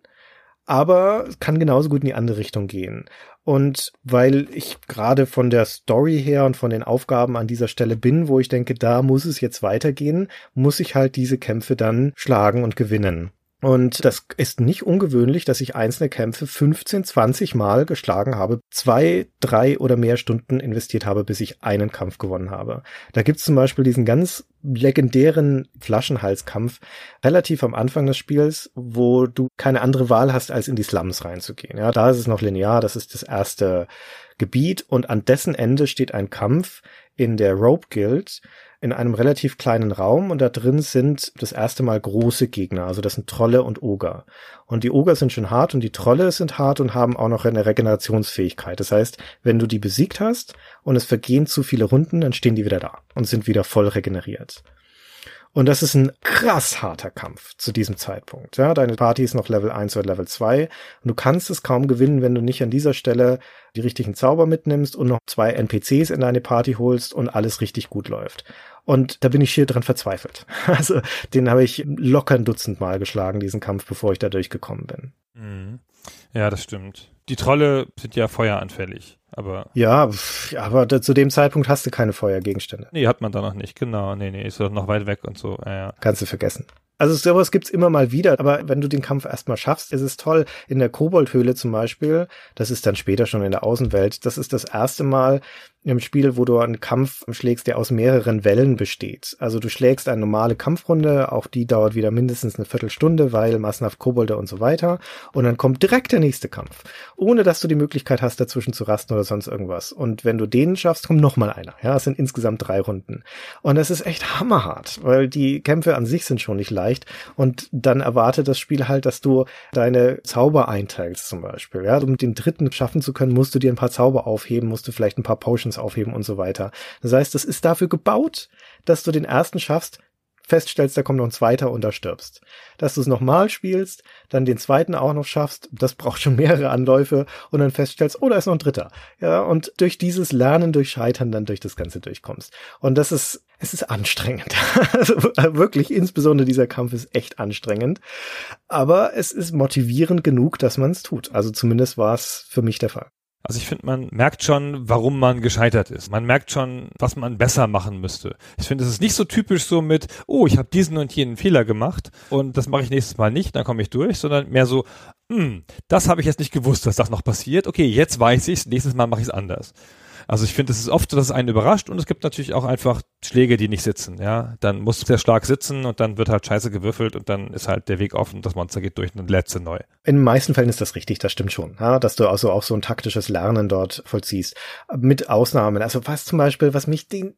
aber es kann genauso gut in die andere Richtung gehen. Und weil ich gerade von der Story her und von den Aufgaben an dieser Stelle bin, wo ich denke, da muss es jetzt weitergehen, muss ich halt diese Kämpfe dann schlagen und gewinnen. Und das ist nicht ungewöhnlich, dass ich einzelne Kämpfe 15, 20 Mal geschlagen habe, 2, 3 oder mehr Stunden investiert habe, bis ich einen Kampf gewonnen habe. Da gibt's zum Beispiel diesen ganz legendären Flaschenhalskampf relativ am Anfang des Spiels, wo du keine andere Wahl hast, als in die Slums reinzugehen. Ja, da ist es noch linear, das ist das erste Gebiet und an dessen Ende steht ein Kampf in der Rope Guild, in einem relativ kleinen Raum und da drin sind das erste Mal große Gegner, also das sind Trolle und Oger. Und die Oger sind schon hart und die Trolle sind hart und haben auch noch eine Regenerationsfähigkeit. Das heißt, wenn du die besiegt hast und es vergehen zu viele Runden, dann stehen die wieder da und sind wieder voll regeneriert. Und das ist ein krass harter Kampf zu diesem Zeitpunkt. Ja, deine Party ist noch Level 1 oder Level 2 und du kannst es kaum gewinnen, wenn du nicht an dieser Stelle die richtigen Zauber mitnimmst und noch 2 NPCs in deine Party holst und alles richtig gut läuft. Und da bin ich schier dran verzweifelt. Also den habe ich locker ein Dutzend Mal geschlagen, diesen Kampf, bevor ich da durchgekommen bin. Mhm. Ja, das stimmt. Die Trolle sind ja feueranfällig, aber... Ja, aber zu dem Zeitpunkt hast du keine Feuergegenstände. Nee, hat man da noch nicht, genau. Nee, ist doch noch weit weg und so. Ja. Kannst du vergessen. Also sowas gibt's immer mal wieder, aber wenn du den Kampf erstmal schaffst, ist es toll. In der Koboldhöhle zum Beispiel, das ist dann später schon in der Außenwelt, das ist das erste Mal im Spiel, wo du einen Kampf schlägst, der aus mehreren Wellen besteht. Also du schlägst eine normale Kampfrunde, auch die dauert wieder mindestens eine Viertelstunde, weil massenhaft Kobolde und so weiter. Und dann kommt direkt der nächste Kampf, ohne dass du die Möglichkeit hast, dazwischen zu rasten oder sonst irgendwas. Und wenn du den schaffst, kommt noch mal einer. Ja, es sind insgesamt 3 Runden. Und das ist echt hammerhart, weil die Kämpfe an sich sind schon nicht leicht. Und dann erwartet das Spiel halt, dass du deine Zauber einteilst zum Beispiel. Ja, um den dritten schaffen zu können, musst du dir ein paar Zauber aufheben, musst du vielleicht ein paar Potions aufheben und so weiter. Das heißt, das ist dafür gebaut, dass du den ersten schaffst, feststellst, da kommt noch ein zweiter und da stirbst. Dass du es nochmal spielst, dann den zweiten auch noch schaffst, das braucht schon mehrere Anläufe und dann feststellst, oh, da ist noch ein dritter. Ja, und durch dieses Lernen, durch Scheitern dann durch das Ganze durchkommst. Und es ist anstrengend. Also wirklich, insbesondere dieser Kampf ist echt anstrengend. Aber es ist motivierend genug, dass man es tut. Also zumindest war es für mich der Fall. Also ich finde, man merkt schon, warum man gescheitert ist. Man merkt schon, was man besser machen müsste. Ich finde, es ist nicht so typisch so mit, oh, ich habe diesen und jenen Fehler gemacht und das mache ich nächstes Mal nicht, dann komme ich durch, sondern mehr so, das habe ich jetzt nicht gewusst, dass das noch passiert. Okay, jetzt weiß ich's, nächstes Mal mache ich es anders. Also ich finde, es ist oft so, dass es einen überrascht und es gibt natürlich auch einfach Schläge, die nicht sitzen, ja. Dann muss der Schlag sitzen und dann wird halt scheiße gewürfelt und dann ist halt der Weg offen, das Monster geht durch und lädt sie neu. In den meisten Fällen ist das richtig, das stimmt schon, ja, dass du also auch so ein taktisches Lernen dort vollziehst. Mit Ausnahmen, also was zum Beispiel, was mich in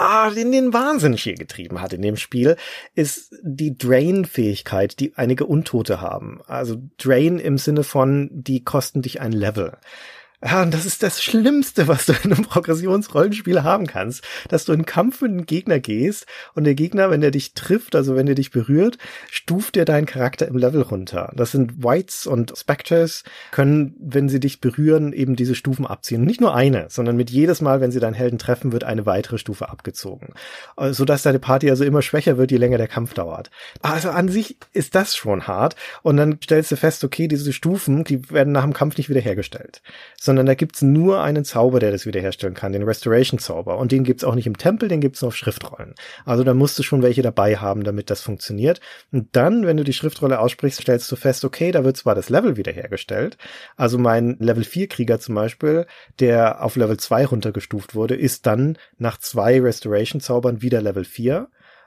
den Wahnsinn hier getrieben hat in dem Spiel, ist die Drain-Fähigkeit, die einige Untote haben. Also Drain im Sinne von, die kosten dich ein Level. Ja, und das ist das Schlimmste, was du in einem Progressionsrollenspiel haben kannst, dass du in Kampf mit einem Gegner gehst und der Gegner, wenn er dich trifft, also wenn er dich berührt, stuft dir deinen Charakter im Level runter. Das sind Wights und Spectres, können, wenn sie dich berühren, eben diese Stufen abziehen. Nicht nur eine, sondern mit jedes Mal, wenn sie deinen Helden treffen, wird eine weitere Stufe abgezogen. Sodass deine Party also immer schwächer wird, je länger der Kampf dauert. Also an sich ist das schon hart und dann stellst du fest, okay, diese Stufen, die werden nach dem Kampf nicht wiederhergestellt, sondern da gibt's nur einen Zauber, der das wiederherstellen kann, den Restoration-Zauber. Und den gibt's auch nicht im Tempel, den gibt's nur auf Schriftrollen. Also da musst du schon welche dabei haben, damit das funktioniert. Und dann, wenn du die Schriftrolle aussprichst, stellst du fest, okay, da wird zwar das Level wiederhergestellt. Also mein Level 4 Krieger zum Beispiel, der auf Level 2 runtergestuft wurde, ist dann nach 2 Restoration-Zaubern wieder Level 4.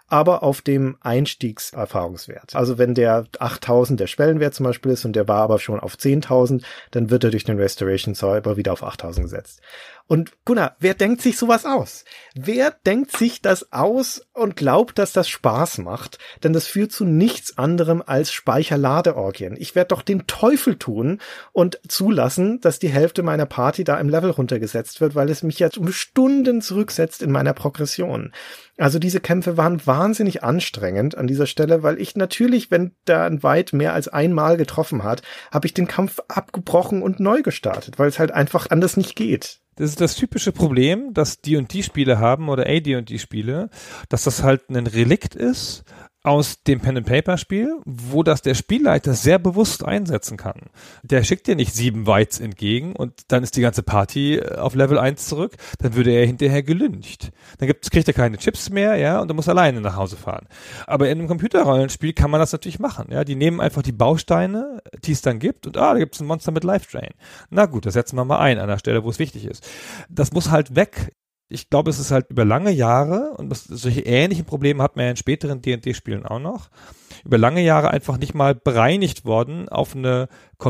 aber auf dem Einstiegserfahrungswert. Also wenn der 8.000 der Schwellenwert zum Beispiel ist und der war aber schon auf 10.000, dann wird er durch den Restoration Zauber wieder auf 8.000 gesetzt. Und Gunnar, wer denkt sich sowas aus? Wer denkt sich das aus und glaubt, dass das Spaß macht? Denn das führt zu nichts anderem als Speicherladeorgien. Ich werde doch den Teufel tun und zulassen, dass die Hälfte meiner Party da im Level runtergesetzt wird, weil es mich jetzt um Stunden zurücksetzt in meiner Progression. Also diese Kämpfe waren wahnsinnig anstrengend an dieser Stelle, weil ich natürlich, wenn da ein Weit mehr als einmal getroffen hat, habe ich den Kampf abgebrochen und neu gestartet, weil es halt einfach anders nicht geht. Das ist das typische Problem, dass D&D-Spiele haben oder AD&D-Spiele, dass das halt ein Relikt ist aus dem Pen-and-Paper-Spiel, wo das der Spielleiter sehr bewusst einsetzen kann. Der schickt dir nicht 7 Wights entgegen und dann ist die ganze Party auf Level 1 zurück, dann würde er hinterher gelyncht. Dann kriegt er keine Chips mehr, ja, und er muss alleine nach Hause fahren. Aber in einem Computerrollenspiel kann man das natürlich machen, ja. Die nehmen einfach die Bausteine, die es dann gibt, und da gibt es ein Monster mit Life Drain. Na gut, das setzen wir mal ein an der Stelle, wo es wichtig ist. Das muss halt weg. Ich glaube, es ist halt über lange Jahre, und solche ähnlichen Probleme hat man ja in späteren D&D-Spielen auch noch, über lange Jahre einfach nicht mal bereinigt worden auf eine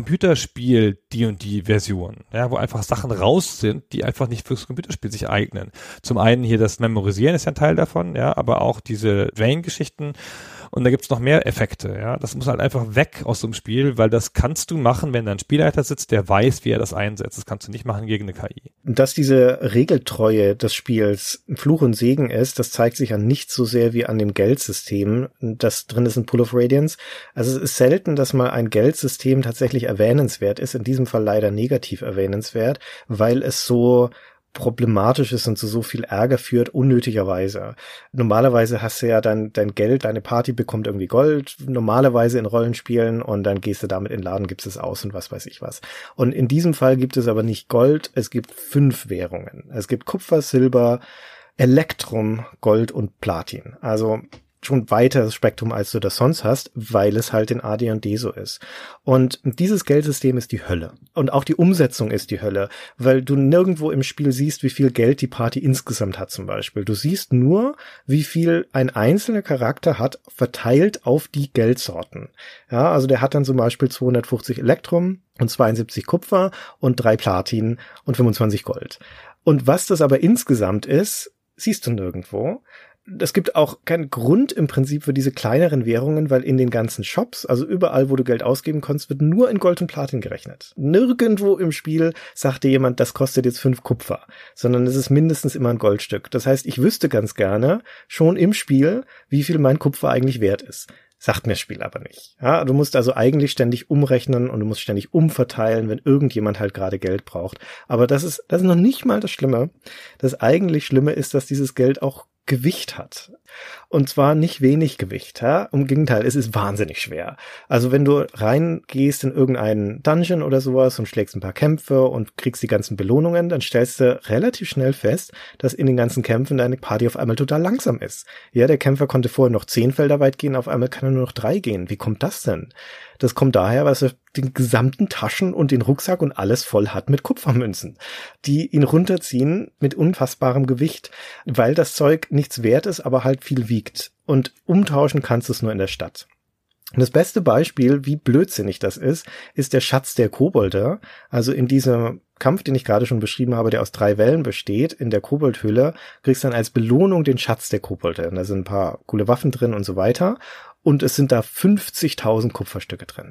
Computerspiel-D&D-Version, ja, wo einfach Sachen raus sind, die einfach nicht fürs Computerspiel sich eignen. Zum einen hier das Memorisieren ist ja ein Teil davon, ja, aber auch diese Drain-Geschichten. Und da gibt's noch mehr Effekte, ja. Das muss halt einfach weg aus so einem Spiel, weil das kannst du machen, wenn da ein Spielleiter sitzt, der weiß, wie er das einsetzt. Das kannst du nicht machen gegen eine KI. Dass diese Regeltreue des Spiels Fluch und Segen ist, das zeigt sich an nichts so sehr wie an dem Geldsystem, das drin ist in Pool of Radiance. Also es ist selten, dass mal ein Geldsystem tatsächlich erwähnenswert ist, in diesem Fall leider negativ erwähnenswert, weil es so problematisch ist und zu so viel Ärger führt, unnötigerweise. Normalerweise hast du ja dein Geld, deine Party bekommt irgendwie Gold, normalerweise in Rollenspielen, und dann gehst du damit in den Laden, gibst es aus und was weiß ich was. Und in diesem Fall gibt es aber nicht Gold, es gibt 5 Währungen. Es gibt Kupfer, Silber, Elektrum, Gold und Platin. Also schon weiteres Spektrum, als du das sonst hast, weil es halt in AD&D so ist. Und dieses Geldsystem ist die Hölle. Und auch die Umsetzung ist die Hölle, weil du nirgendwo im Spiel siehst, wie viel Geld die Party insgesamt hat zum Beispiel. Du siehst nur, wie viel ein einzelner Charakter hat, verteilt auf die Geldsorten. Ja, also der hat dann zum Beispiel 250 Elektrum und 72 Kupfer und 3 Platin und 25 Gold. Und was das aber insgesamt ist, siehst du nirgendwo. Es gibt auch keinen Grund im Prinzip für diese kleineren Währungen, weil in den ganzen Shops, also überall, wo du Geld ausgeben kannst, wird nur in Gold und Platin gerechnet. Nirgendwo im Spiel sagt dir jemand, das kostet jetzt 5 Kupfer, sondern es ist mindestens immer ein Goldstück. Das heißt, ich wüsste ganz gerne schon im Spiel, wie viel mein Kupfer eigentlich wert ist. Sagt mir das Spiel aber nicht. Ja, du musst also eigentlich ständig umrechnen und du musst ständig umverteilen, wenn irgendjemand halt gerade Geld braucht. Aber das ist noch nicht mal das Schlimme. Das eigentlich Schlimme ist, dass dieses Geld auch Gewicht hat. Und zwar nicht wenig Gewicht, ja. Im Gegenteil, es ist wahnsinnig schwer. Also wenn du reingehst in irgendeinen Dungeon oder sowas und schlägst ein paar Kämpfe und kriegst die ganzen Belohnungen, dann stellst du relativ schnell fest, dass in den ganzen Kämpfen deine Party auf einmal total langsam ist. Ja, der Kämpfer konnte vorher noch 10 Felder weit gehen, auf einmal kann er nur noch 3 gehen. Wie kommt das denn? Das kommt daher, weil er den gesamten Taschen und den Rucksack und alles voll hat mit Kupfermünzen, die ihn runterziehen mit unfassbarem Gewicht, weil das Zeug nichts wert ist, aber halt viel wiegt. Und umtauschen kannst du es nur in der Stadt. Und das beste Beispiel, wie blödsinnig das ist der Schatz der Kobolde. Also in diesem Kampf, den ich gerade schon beschrieben habe, der aus 3 Wellen besteht, in der Koboldhöhle, kriegst du dann als Belohnung den Schatz der Kobolde. Und da sind ein paar coole Waffen drin und so weiter. Und es sind da 50.000 Kupferstücke drin.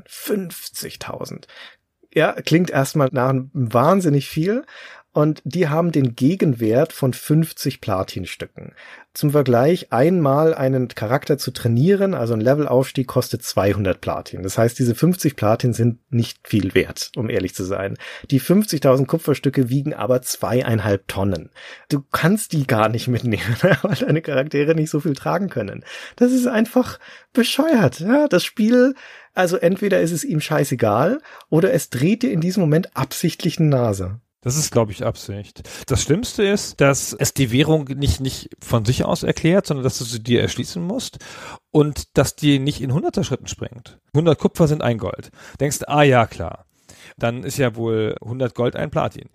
50.000. Ja, klingt erstmal nach wahnsinnig viel. Und die haben den Gegenwert von 50 Platinstücken. Zum Vergleich, einmal einen Charakter zu trainieren, also ein Levelaufstieg, kostet 200 Platin. Das heißt, diese 50 Platin sind nicht viel wert, um ehrlich zu sein. Die 50.000 Kupferstücke wiegen aber 2,5 Tonnen. Du kannst die gar nicht mitnehmen, weil deine Charaktere nicht so viel tragen können. Das ist einfach bescheuert. Ja, das Spiel, also entweder ist es ihm scheißegal oder es dreht dir in diesem Moment absichtlich eine Nase. Das ist, glaube ich, Absicht. Das Schlimmste ist, dass es die Währung nicht von sich aus erklärt, sondern dass du sie dir erschließen musst und dass die nicht in 100er Schritten springt. 100 Kupfer sind 1 Gold. Denkst, ja, klar. dann ist ja wohl 100 Gold ein Platin.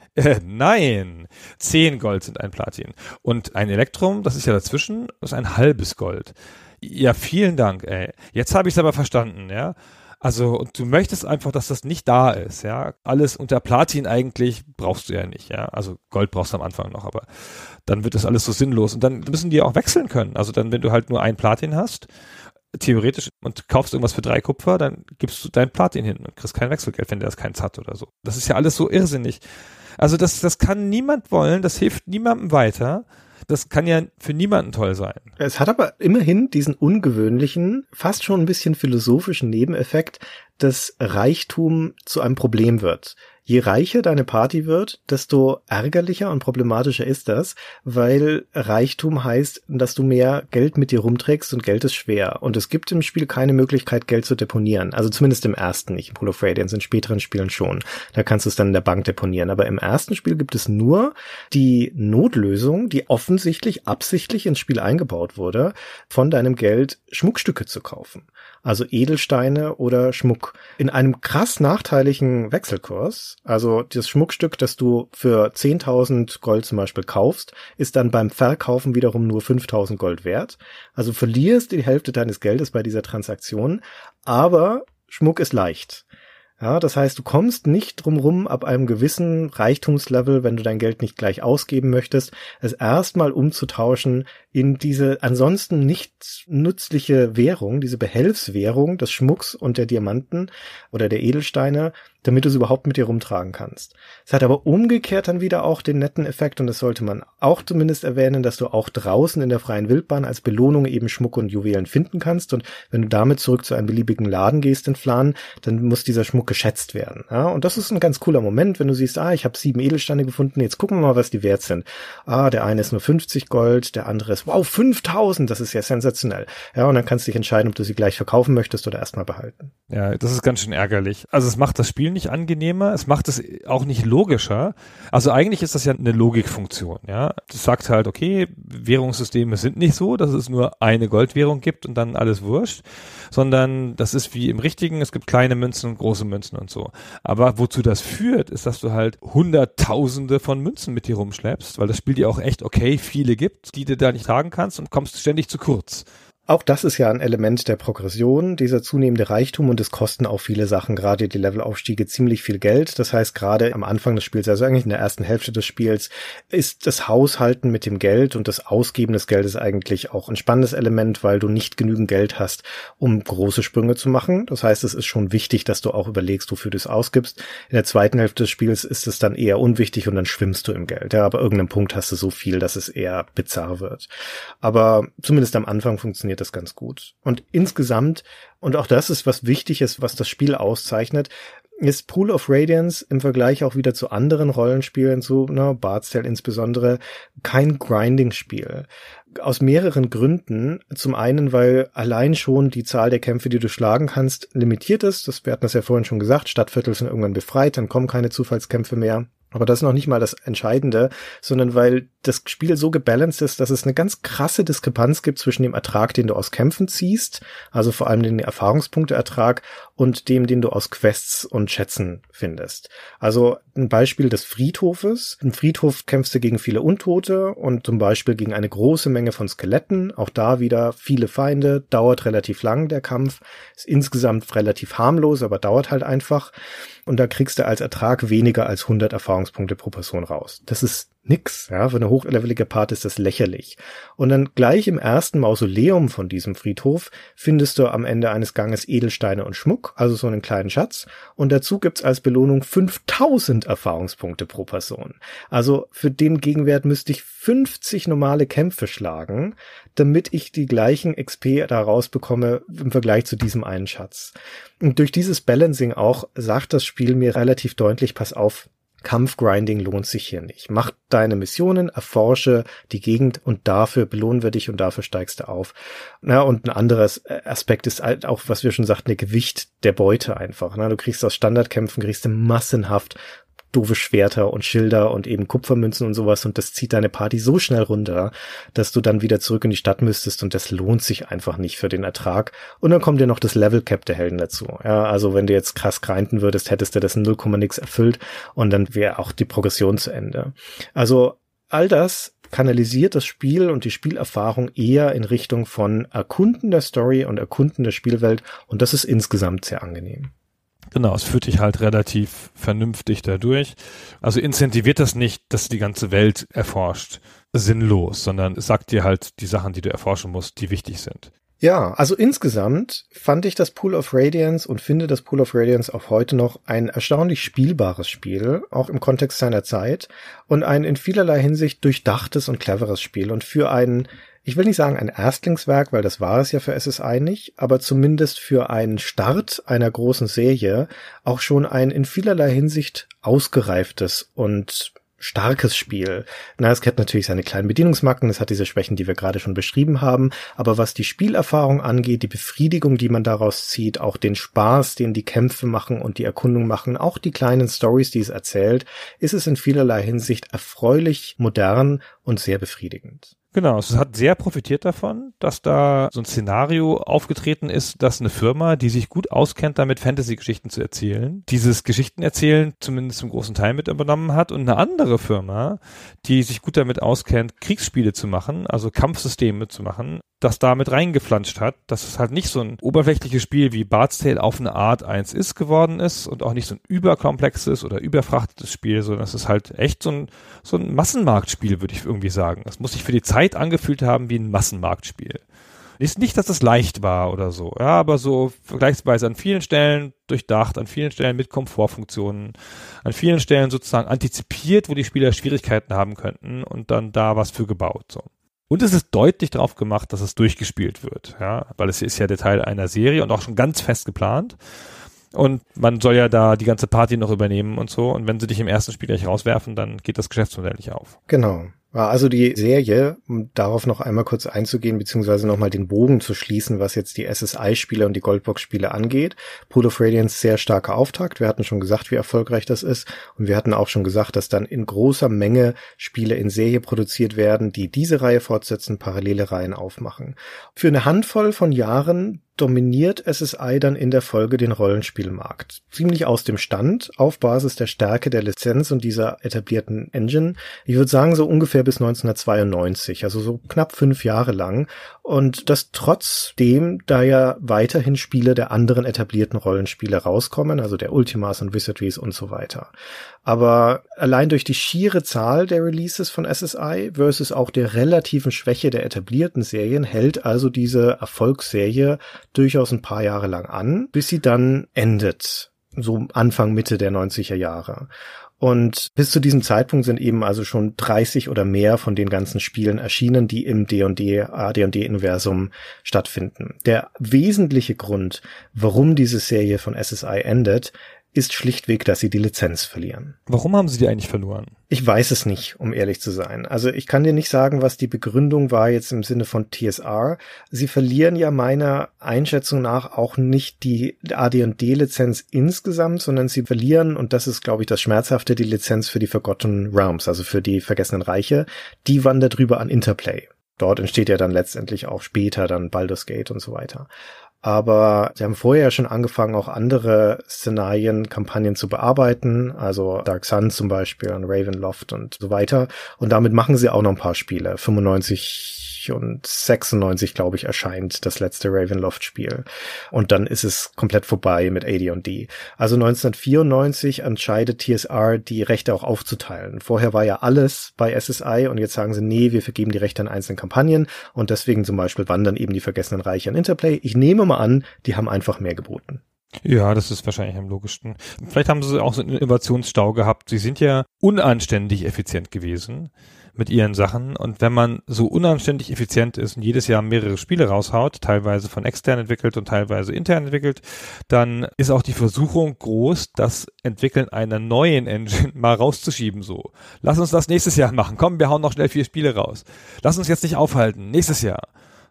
Nein, 10 Gold sind ein Platin. Und ein Elektrum, das ist ja dazwischen, ist ein halbes Gold. Ja, vielen Dank, ey. Jetzt habe ich es aber verstanden, ja. Also, und du möchtest einfach, dass das nicht da ist, ja. Alles unter Platin eigentlich brauchst du ja nicht, ja. Also Gold brauchst du am Anfang noch, aber dann wird das alles so sinnlos. Und dann müssen die auch wechseln können. Also dann, wenn du halt nur ein Platin hast, theoretisch, und kaufst irgendwas für 3 Kupfer, dann gibst du dein Platin hin und kriegst kein Wechselgeld, wenn der das keins hat oder so. Das ist ja alles so irrsinnig. Also das kann niemand wollen, das hilft niemandem weiter. Das kann ja für niemanden toll sein. Es hat aber immerhin diesen ungewöhnlichen, fast schon ein bisschen philosophischen Nebeneffekt, dass Reichtum zu einem Problem wird. Je reicher deine Party wird, desto ärgerlicher und problematischer ist das, weil Reichtum heißt, dass du mehr Geld mit dir rumträgst und Geld ist schwer. Und es gibt im Spiel keine Möglichkeit, Geld zu deponieren. Also zumindest im ersten nicht, in Pool of Radiance, in späteren Spielen schon. Da kannst du es dann in der Bank deponieren. Aber im ersten Spiel gibt es nur die Notlösung, die offensichtlich absichtlich ins Spiel eingebaut wurde, von deinem Geld Schmuckstücke zu kaufen. Also Edelsteine oder Schmuck. In einem krass nachteiligen Wechselkurs, also das Schmuckstück, das du für 10.000 Gold zum Beispiel kaufst, ist dann beim Verkaufen wiederum nur 5.000 Gold wert. Also verlierst die Hälfte deines Geldes bei dieser Transaktion, aber Schmuck ist leicht. Ja, das heißt, du kommst nicht drum rum, ab einem gewissen Reichtumslevel, wenn du dein Geld nicht gleich ausgeben möchtest, es erstmal umzutauschen in diese ansonsten nicht nützliche Währung, diese Behelfswährung des Schmucks und der Diamanten oder der Edelsteine, damit du es überhaupt mit dir rumtragen kannst. Es hat aber umgekehrt dann wieder auch den netten Effekt, und das sollte man auch zumindest erwähnen, dass du auch draußen in der freien Wildbahn als Belohnung eben Schmuck und Juwelen finden kannst, und wenn du damit zurück zu einem beliebigen Laden gehst in Flan, dann muss dieser Schmuck geschätzt werden. Ja, und das ist ein ganz cooler Moment, wenn du siehst, ich habe 7 Edelsteine gefunden, jetzt gucken wir mal, was die wert sind. Der eine ist nur 50 Gold, der andere ist, 5.000, das ist ja sensationell. Ja, und dann kannst du dich entscheiden, ob du sie gleich verkaufen möchtest oder erstmal behalten. Ja, das ist ganz schön ärgerlich. Also es macht das Spiel nicht angenehmer, es macht es auch nicht logischer. Also eigentlich ist das ja eine Logikfunktion, ja. Das sagt halt, okay, Währungssysteme sind nicht so, dass es nur eine Goldwährung gibt und dann alles wurscht, sondern das ist wie im Richtigen, es gibt kleine Münzen und große Münzen und so. Aber wozu das führt, ist, dass du halt Hunderttausende von Münzen mit dir rumschleppst, weil das Spiel dir auch echt viele gibt, die du da nicht tragen kannst, und kommst ständig zu kurz. Auch das ist ja ein Element der Progression, dieser zunehmende Reichtum, und es kosten auch viele Sachen, gerade die Levelaufstiege, ziemlich viel Geld. Das heißt, gerade am Anfang des Spiels, also eigentlich in der ersten Hälfte des Spiels, ist das Haushalten mit dem Geld und das Ausgeben des Geldes eigentlich auch ein spannendes Element, weil du nicht genügend Geld hast, um große Sprünge zu machen. Das heißt, es ist schon wichtig, dass du auch überlegst, wofür du es ausgibst. In der zweiten Hälfte des Spiels ist es dann eher unwichtig und dann schwimmst du im Geld. Ja, aber irgendeinem Punkt hast du so viel, dass es eher bizarr wird. Aber zumindest am Anfang funktioniert das ganz gut. Und insgesamt, und auch das ist was Wichtiges, was das Spiel auszeichnet, ist Pool of Radiance im Vergleich auch wieder zu anderen Rollenspielen, so Bard's Tale insbesondere, kein Grinding-Spiel. Aus mehreren Gründen. Zum einen, weil allein schon die Zahl der Kämpfe, die du schlagen kannst, limitiert ist. Wir hatten das ja vorhin schon gesagt, Stadtviertel sind irgendwann befreit, dann kommen keine Zufallskämpfe mehr. Aber das ist noch nicht mal das Entscheidende, sondern weil das Spiel so gebalanced ist, dass es eine ganz krasse Diskrepanz gibt zwischen dem Ertrag, den du aus Kämpfen ziehst, also vor allem den Erfahrungspunkteertrag, und dem, den du aus Quests und Schätzen findest. Also ein Beispiel des Friedhofes. Im Friedhof kämpfst du gegen viele Untote und zum Beispiel gegen eine große Menge von Skeletten. Auch da wieder viele Feinde, dauert relativ lang der Kampf, ist insgesamt relativ harmlos, aber dauert halt einfach. Und da kriegst du als Ertrag weniger als 100 Erfahrungspunkte pro Person raus. Das ist nix, ja, für eine hochlevelige Part ist das lächerlich. Und dann gleich im ersten Mausoleum von diesem Friedhof findest du am Ende eines Ganges Edelsteine und Schmuck, also so einen kleinen Schatz. Und dazu gibt's als Belohnung 5.000 Erfahrungspunkte pro Person. Also für den Gegenwert müsste ich 50 normale Kämpfe schlagen, damit ich die gleichen XP da rausbekomme im Vergleich zu diesem einen Schatz. Und durch dieses Balancing auch sagt das Spiel mir relativ deutlich, pass auf, Kampfgrinding lohnt sich hier nicht. Mach deine Missionen, erforsche die Gegend und dafür belohnen wir dich und dafür steigst du auf. Na, und ein anderes Aspekt ist halt auch, was wir schon sagten, der Gewicht der Beute einfach. Na, du kriegst aus Standardkämpfen, kriegst du massenhaft doofe Schwerter und Schilder und eben Kupfermünzen und sowas und das zieht deine Party so schnell runter, dass du dann wieder zurück in die Stadt müsstest und das lohnt sich einfach nicht für den Ertrag. Und dann kommt ja noch das Level Cap der Helden dazu. Ja, also wenn du jetzt krass grinden würdest, hättest du das in 0, nix erfüllt und dann wäre auch die Progression zu Ende. Also all das kanalisiert das Spiel und die Spielerfahrung eher in Richtung von Erkunden der Story und Erkunden der Spielwelt und das ist insgesamt sehr angenehm. Genau, es führt dich halt relativ vernünftig dadurch. Also incentiviert das nicht, dass du die ganze Welt erforscht, sinnlos, sondern es sagt dir halt die Sachen, die du erforschen musst, die wichtig sind. Ja, also insgesamt fand ich das Pool of Radiance und finde das Pool of Radiance auch heute noch ein erstaunlich spielbares Spiel, auch im Kontext seiner Zeit und ein in vielerlei Hinsicht durchdachtes und cleveres Spiel und für ein, ich will nicht sagen ein Erstlingswerk, weil das war es ja für SSI nicht, aber zumindest für einen Start einer großen Serie auch schon ein in vielerlei Hinsicht ausgereiftes und starkes Spiel. Na, es hat natürlich seine kleinen Bedienungsmacken, es hat diese Schwächen, die wir gerade schon beschrieben haben, aber was die Spielerfahrung angeht, die Befriedigung, die man daraus zieht, auch den Spaß, den die Kämpfe machen und die Erkundung machen, auch die kleinen Stories, die es erzählt, ist es in vielerlei Hinsicht erfreulich, modern und sehr befriedigend. Genau, es hat sehr profitiert davon, dass da so ein Szenario aufgetreten ist, dass eine Firma, die sich gut auskennt, damit Fantasy-Geschichten zu erzählen, dieses Geschichtenerzählen zumindest zum großen Teil mit übernommen hat und eine andere Firma, die sich gut damit auskennt, Kriegsspiele zu machen, also Kampfsysteme zu machen, das da mit reingeflanscht hat, dass es halt nicht so ein oberflächliches Spiel wie Bard's Tale auf eine Art 1 ist geworden ist und auch nicht so ein überkomplexes oder überfrachtetes Spiel, sondern es ist halt echt so ein Massenmarktspiel, würde ich irgendwie sagen. Es muss sich für die Zeit angefühlt haben wie ein Massenmarktspiel. Ist nicht, dass es leicht war oder so, ja, aber so vergleichsweise an vielen Stellen durchdacht, an vielen Stellen mit Komfortfunktionen, an vielen Stellen sozusagen antizipiert, wo die Spieler Schwierigkeiten haben könnten und dann da was für gebaut, so. Und es ist deutlich drauf gemacht, dass es durchgespielt wird, ja, weil es ist ja der Teil einer Serie und auch schon ganz fest geplant. Und man soll ja da die ganze Party noch übernehmen und so. Und wenn sie dich im ersten Spiel gleich rauswerfen, dann geht das Geschäftsmodell nicht auf. Genau. Also die Serie, um darauf noch einmal kurz einzugehen, beziehungsweise nochmal den Bogen zu schließen, was jetzt die SSI-Spiele und die Goldbox-Spiele angeht. Pool of Radiance sehr starker Auftakt. Wir hatten schon gesagt, wie erfolgreich das ist. Und wir hatten auch schon gesagt, dass dann in großer Menge Spiele in Serie produziert werden, die diese Reihe fortsetzen, parallele Reihen aufmachen. Für eine Handvoll von Jahren dominiert SSI dann in der Folge den Rollenspielmarkt. Ziemlich aus dem Stand, auf Basis der Stärke der Lizenz und dieser etablierten Engine. Ich würde sagen, so ungefähr bis 1992, also so knapp 5 Jahre lang. Und das trotzdem, da ja weiterhin Spiele der anderen etablierten Rollenspiele rauskommen, also der Ultimas und Wizardries und so weiter. Aber allein durch die schiere Zahl der Releases von SSI versus auch der relativen Schwäche der etablierten Serien hält also diese Erfolgsserie durchaus ein paar Jahre lang an, bis sie dann endet. So Anfang, Mitte der 90er Jahre. Und bis zu diesem Zeitpunkt sind eben also schon 30 oder mehr von den ganzen Spielen erschienen, die im AD&D-Universum stattfinden. Der wesentliche Grund, warum diese Serie von SSI endet, ist schlichtweg, dass sie die Lizenz verlieren. Warum haben sie die eigentlich verloren? Ich weiß es nicht, um ehrlich zu sein. Also ich kann dir nicht sagen, was die Begründung war jetzt im Sinne von TSR. Sie verlieren ja meiner Einschätzung nach auch nicht die AD&D-Lizenz insgesamt, sondern sie verlieren, und das ist, glaube ich, das Schmerzhafte, die Lizenz für die Forgotten Realms, also für die Vergessenen Reiche. Die wandert rüber an Interplay. Dort entsteht ja dann letztendlich auch später dann Baldur's Gate und so weiter. Aber sie haben vorher ja schon angefangen, auch andere Szenarien, Kampagnen zu bearbeiten, also Dark Sun zum Beispiel und Ravenloft und so weiter. Und damit machen sie auch noch ein paar Spiele. 95 und 96, glaube ich, erscheint das letzte Ravenloft-Spiel. Und dann ist es komplett vorbei mit AD&D. Also 1994 entscheidet TSR, die Rechte auch aufzuteilen. Vorher war ja alles bei SSI und jetzt sagen sie, nee, wir vergeben die Rechte an einzelnen Kampagnen und deswegen zum Beispiel wandern eben die Vergessenen Reiche an Interplay. Ich nehme mal an, die haben einfach mehr geboten. Ja, das ist wahrscheinlich am logischsten. Vielleicht haben sie auch so einen Innovationsstau gehabt. Sie sind ja unanständig effizient gewesen mit ihren Sachen. Und wenn man so unanständig effizient ist und jedes Jahr mehrere Spiele raushaut, teilweise von extern entwickelt und teilweise intern entwickelt, dann ist auch die Versuchung groß, das Entwickeln einer neuen Engine mal rauszuschieben so. Lass uns das nächstes Jahr machen. Komm, wir hauen noch schnell 4 Spiele raus. Lass uns jetzt nicht aufhalten. Nächstes Jahr.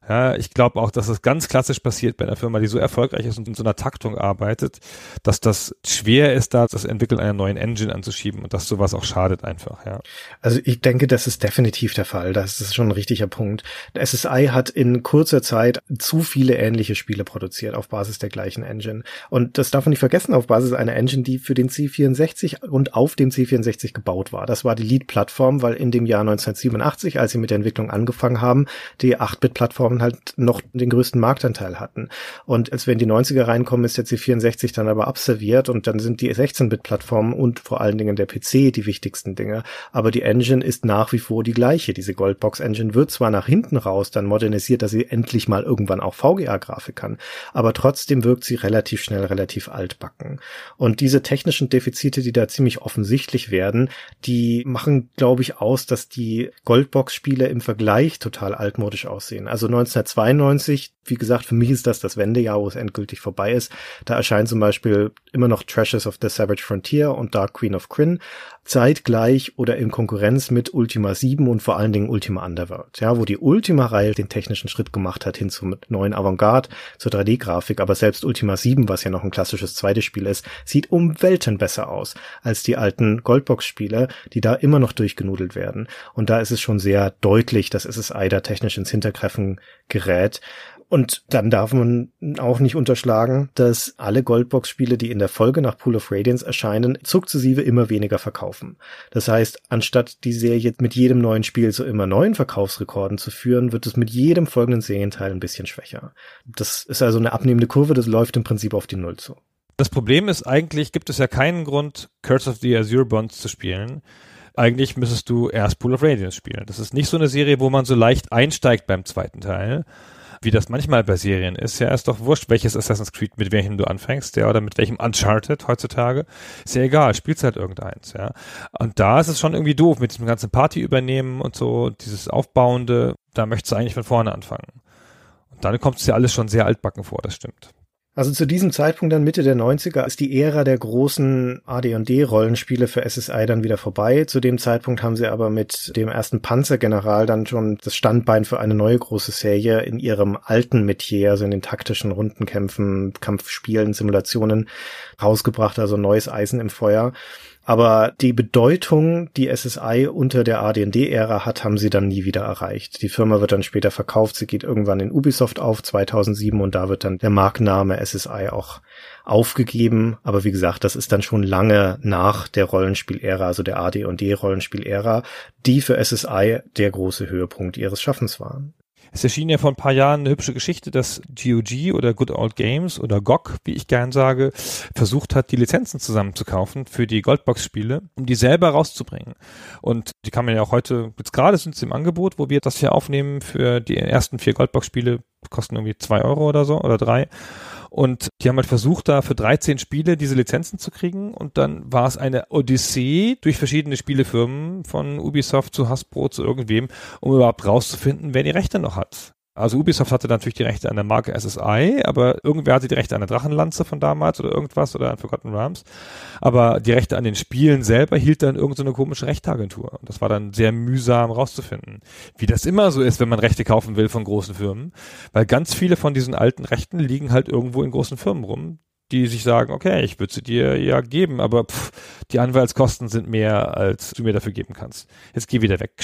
Ja, ich glaube auch, dass es ganz klassisch passiert bei einer Firma, die so erfolgreich ist und in so einer Taktung arbeitet, dass das schwer ist, da das Entwickeln einer neuen Engine anzuschieben und dass sowas auch schadet einfach, ja. Also ich denke, das ist definitiv der Fall. Das ist schon ein richtiger Punkt. SSI hat in kurzer Zeit zu viele ähnliche Spiele produziert auf Basis der gleichen Engine. Und das darf man nicht vergessen, auf Basis einer Engine, die für den C64 und auf dem C64 gebaut war. Das war die Lead-Plattform, weil in dem Jahr 1987, als sie mit der Entwicklung angefangen haben, die 8-Bit-Plattformen halt noch den größten Marktanteil hatten. Und als wir in die 90er reinkommen, ist der C64 dann aber abserviert und dann sind die 16-Bit-Plattformen und vor allen Dingen der PC die wichtigsten Dinge. Aber die Engine ist nach wie vor die gleiche. Diese Goldbox-Engine wird zwar nach hinten raus dann modernisiert, dass sie endlich mal irgendwann auch VGA-Grafik kann, aber trotzdem wirkt sie relativ schnell, relativ altbacken. Und diese technischen Defizite, die da ziemlich offensichtlich werden, die machen, glaube ich, aus, dass die Goldbox-Spiele im Vergleich total altmodisch aussehen. Also 1992, wie gesagt, für mich ist das Wendejahr, wo es endgültig vorbei ist. Da erscheint zum Beispiel immer noch Treasures of the Savage Frontier und Dark Queen of Krynn zeitgleich oder in Konkurrenz mit Ultima 7 und vor allen Dingen Ultima Underworld, ja, wo die Ultima-Reihe den technischen Schritt gemacht hat hin zum neuen Avantgarde, zur 3D-Grafik, aber selbst Ultima 7, was ja noch ein klassisches zweites Spiel ist, sieht um Welten besser aus als die alten Goldbox-Spiele, die da immer noch durchgenudelt werden. Und da ist es schon sehr deutlich, dass SSI da technisch ins Hintertreffen gerät. Und dann darf man auch nicht unterschlagen, dass alle Goldbox-Spiele, die in der Folge nach Pool of Radiance erscheinen, sukzessive immer weniger verkaufen. Das heißt, anstatt die Serie mit jedem neuen Spiel zu immer neuen Verkaufsrekorden zu führen, wird es mit jedem folgenden Serienteil ein bisschen schwächer. Das ist also eine abnehmende Kurve, das läuft im Prinzip auf die Null zu. Das Problem ist, eigentlich gibt es ja keinen Grund, Curse of the Azure Bonds zu spielen. Eigentlich müsstest du erst Pool of Radiance spielen. Das ist nicht so eine Serie, wo man so leicht einsteigt beim zweiten Teil, wie das manchmal bei Serien ist. Ja, ist doch wurscht, welches Assassin's Creed, mit welchem du anfängst, ja, oder mit welchem Uncharted heutzutage. Ist ja egal, spielst halt irgendeins, ja. Und da ist es schon irgendwie doof, mit diesem ganzen Party übernehmen und so, dieses Aufbauende, da möchtest du eigentlich von vorne anfangen. Und dann kommt es ja alles schon sehr altbacken vor, das stimmt. Also zu diesem Zeitpunkt dann Mitte der 90er ist die Ära der großen AD&D-Rollenspiele für SSI dann wieder vorbei. Zu dem Zeitpunkt haben sie aber mit dem ersten Panzergeneral dann schon das Standbein für eine neue große Serie in ihrem alten Metier, also in den taktischen Rundenkämpfen, Kampfspielen, Simulationen rausgebracht, also neues Eisen im Feuer. Aber die Bedeutung, die SSI unter der AD&D-Ära hat, haben sie dann nie wieder erreicht. Die Firma wird dann später verkauft, sie geht irgendwann in Ubisoft auf, 2007, und da wird dann der Markenname SSI auch aufgegeben. Aber wie gesagt, das ist dann schon lange nach der Rollenspiel-Ära, also der AD&D-Rollenspiel-Ära, die für SSI der große Höhepunkt ihres Schaffens waren. Es erschien ja vor ein paar Jahren eine hübsche Geschichte, dass GOG oder Good Old Games oder GOG, wie ich gern sage, versucht hat, die Lizenzen zusammenzukaufen für die Goldbox-Spiele, um die selber rauszubringen. Und die kann man ja auch heute, jetzt gerade sind sie im Angebot, wo wir das hier aufnehmen, für die ersten 4 Goldbox-Spiele, kosten irgendwie 2 Euro oder so, oder 3. Und die haben halt versucht, da für 13 Spiele diese Lizenzen zu kriegen, und dann war es eine Odyssee durch verschiedene Spielefirmen, von Ubisoft zu Hasbro zu irgendwem, um überhaupt rauszufinden, wer die Rechte noch hat. Also Ubisoft hatte natürlich die Rechte an der Marke SSI, aber irgendwer hatte die Rechte an der Drachenlanze von damals oder irgendwas oder an Forgotten Realms. Aber die Rechte an den Spielen selber hielt dann irgendeine komische Rechteagentur. Und das war dann sehr mühsam rauszufinden. Wie das immer so ist, wenn man Rechte kaufen will von großen Firmen. Weil ganz viele von diesen alten Rechten liegen halt irgendwo in großen Firmen rum, die sich sagen, okay, ich würde sie dir ja geben, aber die Anwaltskosten sind mehr, als du mir dafür geben kannst. Jetzt geh wieder weg.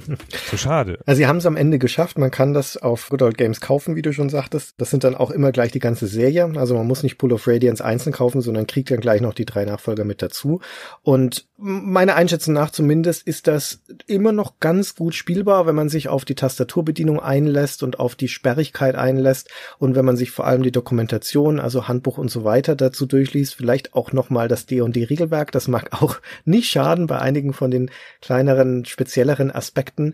So schade. Also sie haben es am Ende geschafft. Man kann das auf Good Old Games kaufen, wie du schon sagtest. Das sind dann auch immer gleich die ganze Serie. Also man muss nicht Pool of Radiance einzeln kaufen, sondern kriegt dann gleich noch die 3 Nachfolger mit dazu. Und meiner Einschätzung nach zumindest ist das immer noch ganz gut spielbar, wenn man sich auf die Tastaturbedienung einlässt und auf die Sperrigkeit einlässt und wenn man sich vor allem die Dokumentation, also Handbuch und so weiter dazu durchliest, vielleicht auch nochmal das D&D-Regelwerk, das mag auch nicht schaden bei einigen von den kleineren, spezielleren Aspekten.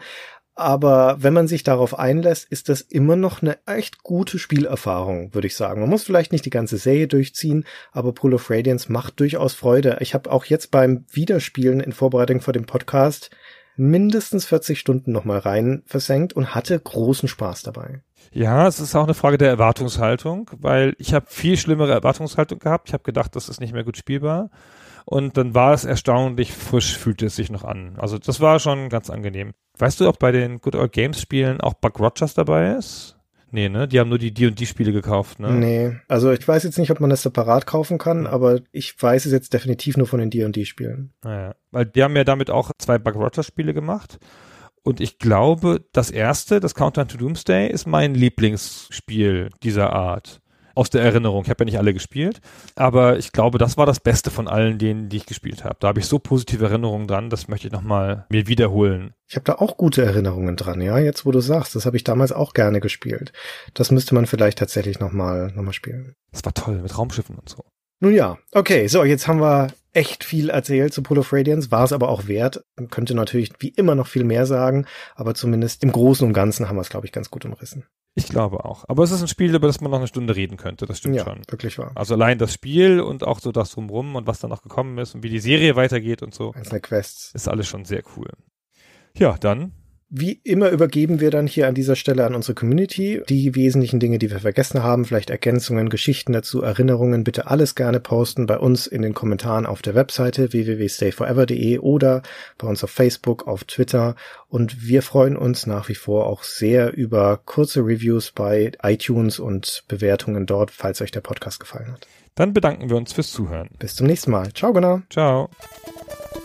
Aber wenn man sich darauf einlässt, ist das immer noch eine echt gute Spielerfahrung, würde ich sagen. Man muss vielleicht nicht die ganze Serie durchziehen, aber Pool of Radiance macht durchaus Freude. Ich habe auch jetzt beim Wiederspielen in Vorbereitung vor dem Podcast mindestens 40 Stunden nochmal rein versenkt und hatte großen Spaß dabei. Ja, es ist auch eine Frage der Erwartungshaltung, weil ich habe viel schlimmere Erwartungshaltung gehabt. Ich habe gedacht, das ist nicht mehr gut spielbar. Und dann war es erstaunlich frisch, fühlte es sich noch an. Also das war schon ganz angenehm. Weißt du, ob bei den Good Old Games Spielen auch Buck Rogers dabei ist? Nee, ne? Die haben nur die D&D-Spiele gekauft, ne? Nee, also ich weiß jetzt nicht, ob man das separat kaufen kann, aber ich weiß es jetzt definitiv nur von den D&D-Spielen. Naja, weil die haben ja damit auch 2 Buck-Rogers-Spiele gemacht. Und ich glaube, das erste, das Countdown to Doomsday, ist mein Lieblingsspiel dieser Art. Aus der Erinnerung. Ich habe ja nicht alle gespielt, aber ich glaube, das war das Beste von allen denen, die ich gespielt habe. Da habe ich so positive Erinnerungen dran, das möchte ich nochmal mir wiederholen. Ich habe da auch gute Erinnerungen dran, ja, jetzt wo du sagst, das habe ich damals auch gerne gespielt. Das müsste man vielleicht tatsächlich nochmal spielen. Das war toll, mit Raumschiffen und so. Nun ja, okay, so, jetzt haben wir echt viel erzählt zu Pull of Radiance, war es aber auch wert. Man könnte natürlich wie immer noch viel mehr sagen, aber zumindest im Großen und Ganzen haben wir es, glaube ich, ganz gut umrissen. Ich glaube auch. Aber es ist ein Spiel, über das man noch eine Stunde reden könnte, das stimmt schon. Ja, wirklich wahr. Also allein das Spiel und auch so das Drumrum und was da noch gekommen ist und wie die Serie weitergeht und so. Einzelne Quests. Ist alles schon sehr cool. Ja, dann. Wie immer übergeben wir dann hier an dieser Stelle an unsere Community die wesentlichen Dinge, die wir vergessen haben, vielleicht Ergänzungen, Geschichten dazu, Erinnerungen, bitte alles gerne posten bei uns in den Kommentaren auf der Webseite www.stayforever.de oder bei uns auf Facebook, auf Twitter, und wir freuen uns nach wie vor auch sehr über kurze Reviews bei iTunes und Bewertungen dort, falls euch der Podcast gefallen hat. Dann bedanken wir uns fürs Zuhören. Bis zum nächsten Mal. Ciao, Gunnar. Ciao.